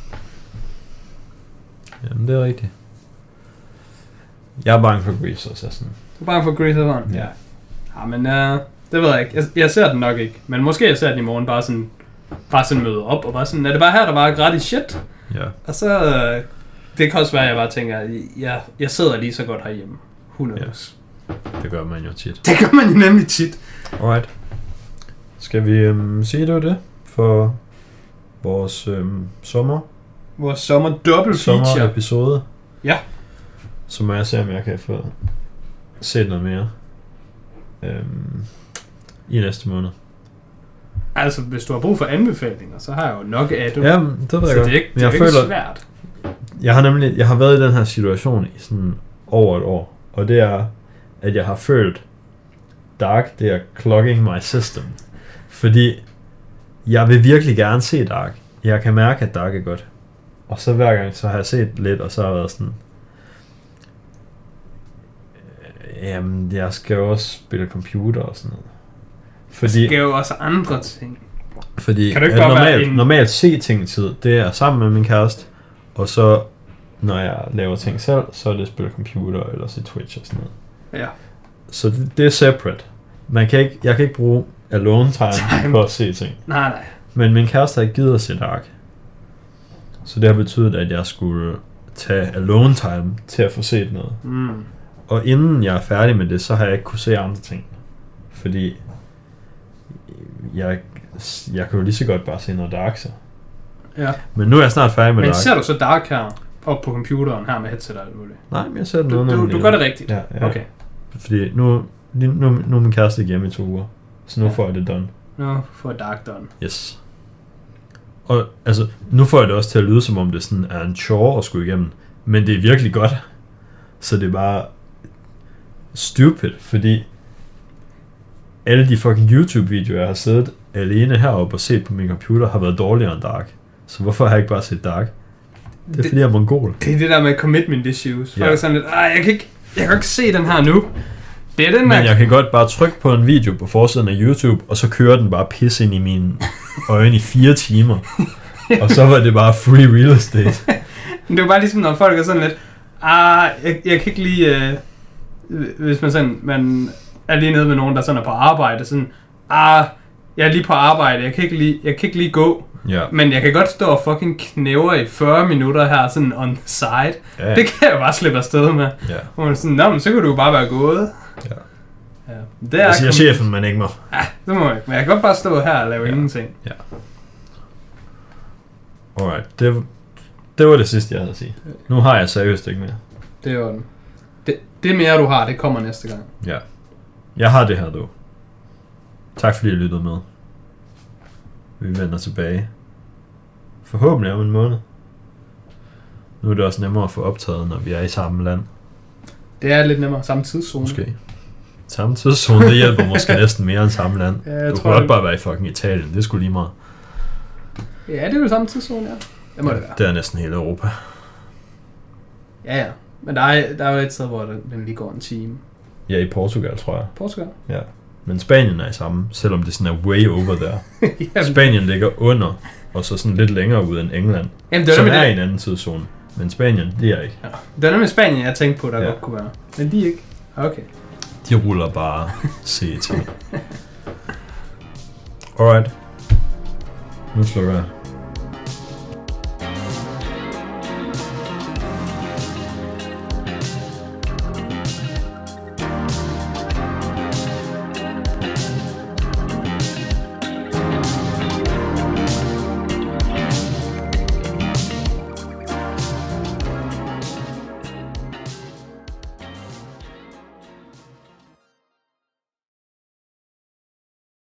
Jamen, det er rigtigt. Jeg er bange for Grease også, sådan. Du er bange for Grease også? Ja. Ja, men det ved jeg ikke. Jeg ser den nok ikke. Men måske jeg ser den i morgen bare sådan møde op, og bare sådan, er det bare her, der var gratis shit? Ja. Og så, det kan også være, at jeg bare tænker, jeg sidder lige så godt herhjemme. Who knows? Ja. Det gør man jo tit. Det gør man jo nemlig tit. Alright. Skal vi sige det for vores sommer? Vores sommer double feature. Sommer episode. Ja. Så må jeg se, om jeg kan få set noget mere i næste måned. Altså, hvis du har brug for anbefalinger, så har jeg jo nok af det. Jamen, det ved jeg godt. Det er ikke svært. Jeg har været i den her situation i sådan over et år, og det er, at jeg har følt Dark, det er clogging my system. Fordi jeg vil virkelig gerne se Dark. Jeg kan mærke, at Dark er godt. Og så hver gang, så har jeg set lidt, og så har jeg været sådan, jamen, jeg skal jo også spille computer og sådan noget. Fordi, det skal jo også andre ting. Fordi kan du ikke bare normalt se ting tid, det er sammen med min kæreste, og så når jeg laver ting selv, så er det spille computer eller se Twitch og sådan noget. Ja. Så det er separate. Jeg kan ikke bruge alone time på at se ting. Nej. Men min kæreste har ikke givet at se Dark. Så det har betydet, at jeg skulle tage alone time til at få set noget. Og inden jeg er færdig med det, så har jeg ikke kunne se andre ting. Fordi jeg kan jo lige så godt bare se noget Dark så. Ja. Men nu er jeg snart færdig med Dark. Men ser du så Dark her op på computeren her med headset og alt muligt? Nej, men jeg ser det noget. Du gør det rigtigt? Ja. Okay. Fordi nu er min kæreste hjemme i 2 uger. Så nu får jeg det done. Nu får jeg Dark done. Yes. Og altså, nu får jeg det også til at lyde, som om det sådan er en chore at skulle igennem. Men det er virkelig godt. Så det er bare stupid, fordi alle de fucking YouTube-videoer, jeg har siddet alene heroppe og set på min computer, har været dårligere end Dark. Så hvorfor har jeg ikke bare set Dark? Det er fordi, jeg er mongol. Det er det der med commitment issues. Folk er sådan lidt, jeg kan ikke se den her nu. Det er den der... Men jeg kan godt bare trykke på en video på forsiden af YouTube, og så kører den bare pis ind i mine øjne i 4 timer. Og så var det bare free real estate. Det er bare ligesom, når folk er sådan lidt, jeg kan ikke lige... hvis man er lige nede med nogen, der sådan er på arbejde, sådan, jeg er lige på arbejde, jeg kan ikke lige gå. Ja. Men jeg kan godt stå og fucking knæver i 40 minutter her, sådan on the side. Ja. Det kan jeg bare slippe afsted med. Ja. Hvor man sådan, men så kan du jo bare være gået. Ja. Det er siger chefen, man ikke må. Ja, det må jeg ikke. Men jeg kan godt bare stå her og lave ingenting. Ja. Alright, det var det sidste, jeg havde at sige. Nu har jeg seriøst ikke mere. Det er jo det mere du har, det kommer næste gang. Ja. Jeg har det her dog. Tak fordi I lyttede med. Vi vender tilbage. Forhåbentlig om en måned. Nu er det også nemmere at få optaget, når vi er i samme land. Det er lidt nemmere. Samme tidszone. Måske. Samme tidszone, det hjælper måske næsten mere end samme land. Ja, du kunne godt bare være i fucking Italien. Det skulle lige meget. Ja, det er jo samme tidszone, ja. Det må det være. Det er næsten hele Europa. Ja. Men der er jo et sted, hvor den lige går en time. Ja, i Portugal, tror jeg. Portugal? Ja. Men Spanien er i samme, selvom det sådan er way over der. Spanien ligger under, og så sådan lidt længere ud end England. Jamen, det som er i en anden tidszone. Men Spanien, det er ikke. Ja. Det er med Spanien, jeg tænkte på, der godt kunne være. Men de ikke. Okay. De ruller bare CET. Alright. Nu slukker jeg.